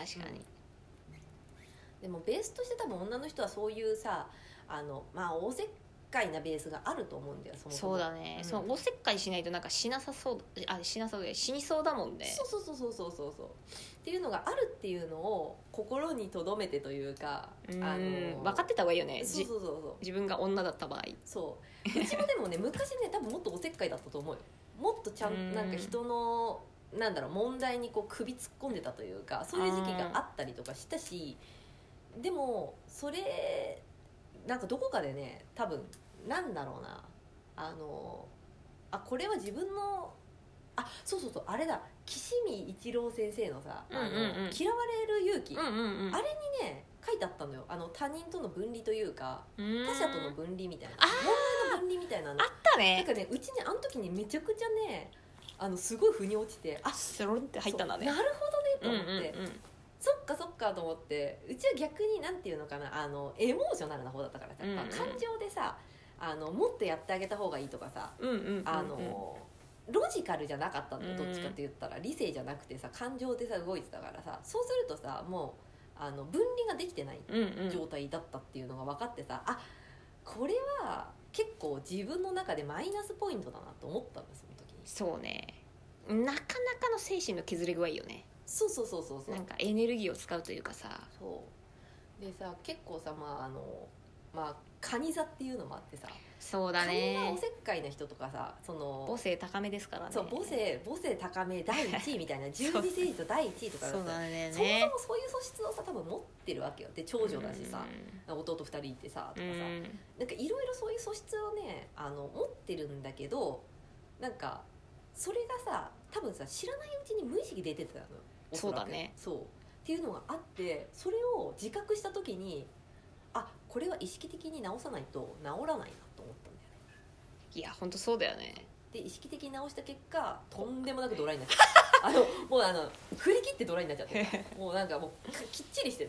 でもベースとして多分女の人はそういうさまあおせっかいなベースがあると思うんだよ。 そうだね、そのおせっかいしないとなんか死にそうだもんね。 そうっていうのがあるっていうのを心に留めてというか分かってた方がいいよね。 そう自分が女だった場合。 そううちもでもね昔ね多分もっとおせっかいだったと思うよ。もっとなんか人のなんだろう問題にこう首突っ込んでたというかそういう時期があったりとかしたし、でもそれなんかどこかでね多分なんだろうなこれは自分のそうあれだ岸見一郎先生のさ嫌われる勇気、あれにね書いてあったのよ。他人との分離というか他者との分離みたいな、問題の分離みたいなのあったね。 なんかねうちねあの時にめちゃくちゃねすごい腑に落ちてスロンって入ったんだね。 なるほどねと思って、そっかと思って、うちは逆になんていうのかなエモーショナルな方だったからさ、やっぱ感情でさもっとやってあげた方がいいとかさ、ロジカルじゃなかったんだよ。どっちかって言ったら理性じゃなくてさ感情でさ動いてたからさ、そうするとさもう分離ができてない状態だったっていうのが分かってさ、これは結構自分の中でマイナスポイントだなと思ったんですその時に。 そうね、なかなかの精神の削れ具合よね。 そうなんかエネルギーを使うというかさ。 そうでさ結構さカニ座っていうのもあってさ、 そうだね、 カニがおせっかいな人とかさ母性高めですからね。 そう母性高め第1位みたいな十字星人第1位とかだったらそうだね、 そもそもそういう素質をさ多分持ってるわけよ。で長女だしさ、弟2人いてさとかさ、なんかいろいろそういう素質をね持ってるんだけど、なんかそれがさ多分さ知らないうちに無意識で出てたのよ。 そうだね。 そうっていうのがあって、それを自覚した時にこれは意識的に直さないと治らないなと思ったんだよね。 いや本当そうだよね。 で意識的に直した結果とんでもなくドライになっちゃったもう振り切ってドライになっちゃってもうなんかもうきっちりしてるんだよ。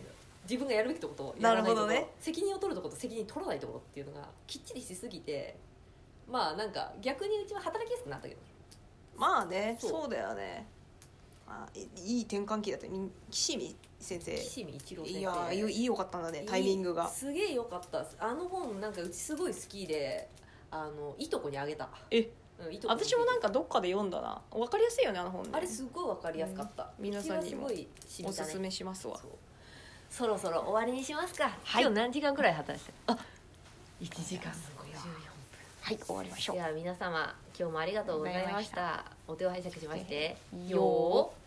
自分がやるべきとことをやらないとこ、ね、責任を取るとこと責任取らないところっていうのがきっちりしすぎて、まあなんか逆にうちは働きやすくなったけどね。 まあね、そうだよね。まあ、いい転換期だった岸見先生、 岸見一郎先生、 いやよかったんだね、タイミングがすげえよかった。あの本なんかうちすごい好きで、いとこにあげた。 私もなんかどっかで読んだな。分かりやすいよね、あの本ね。 あれすごい分かりやすかった、 皆さんにもおすすめしますわ。 そろそろ終わりにしますか、はい、今日何時間くらい働いてる？1時間54分。 はい、終わりましょう。 では皆様今日もありがとうございました。お手を拝借しましてよー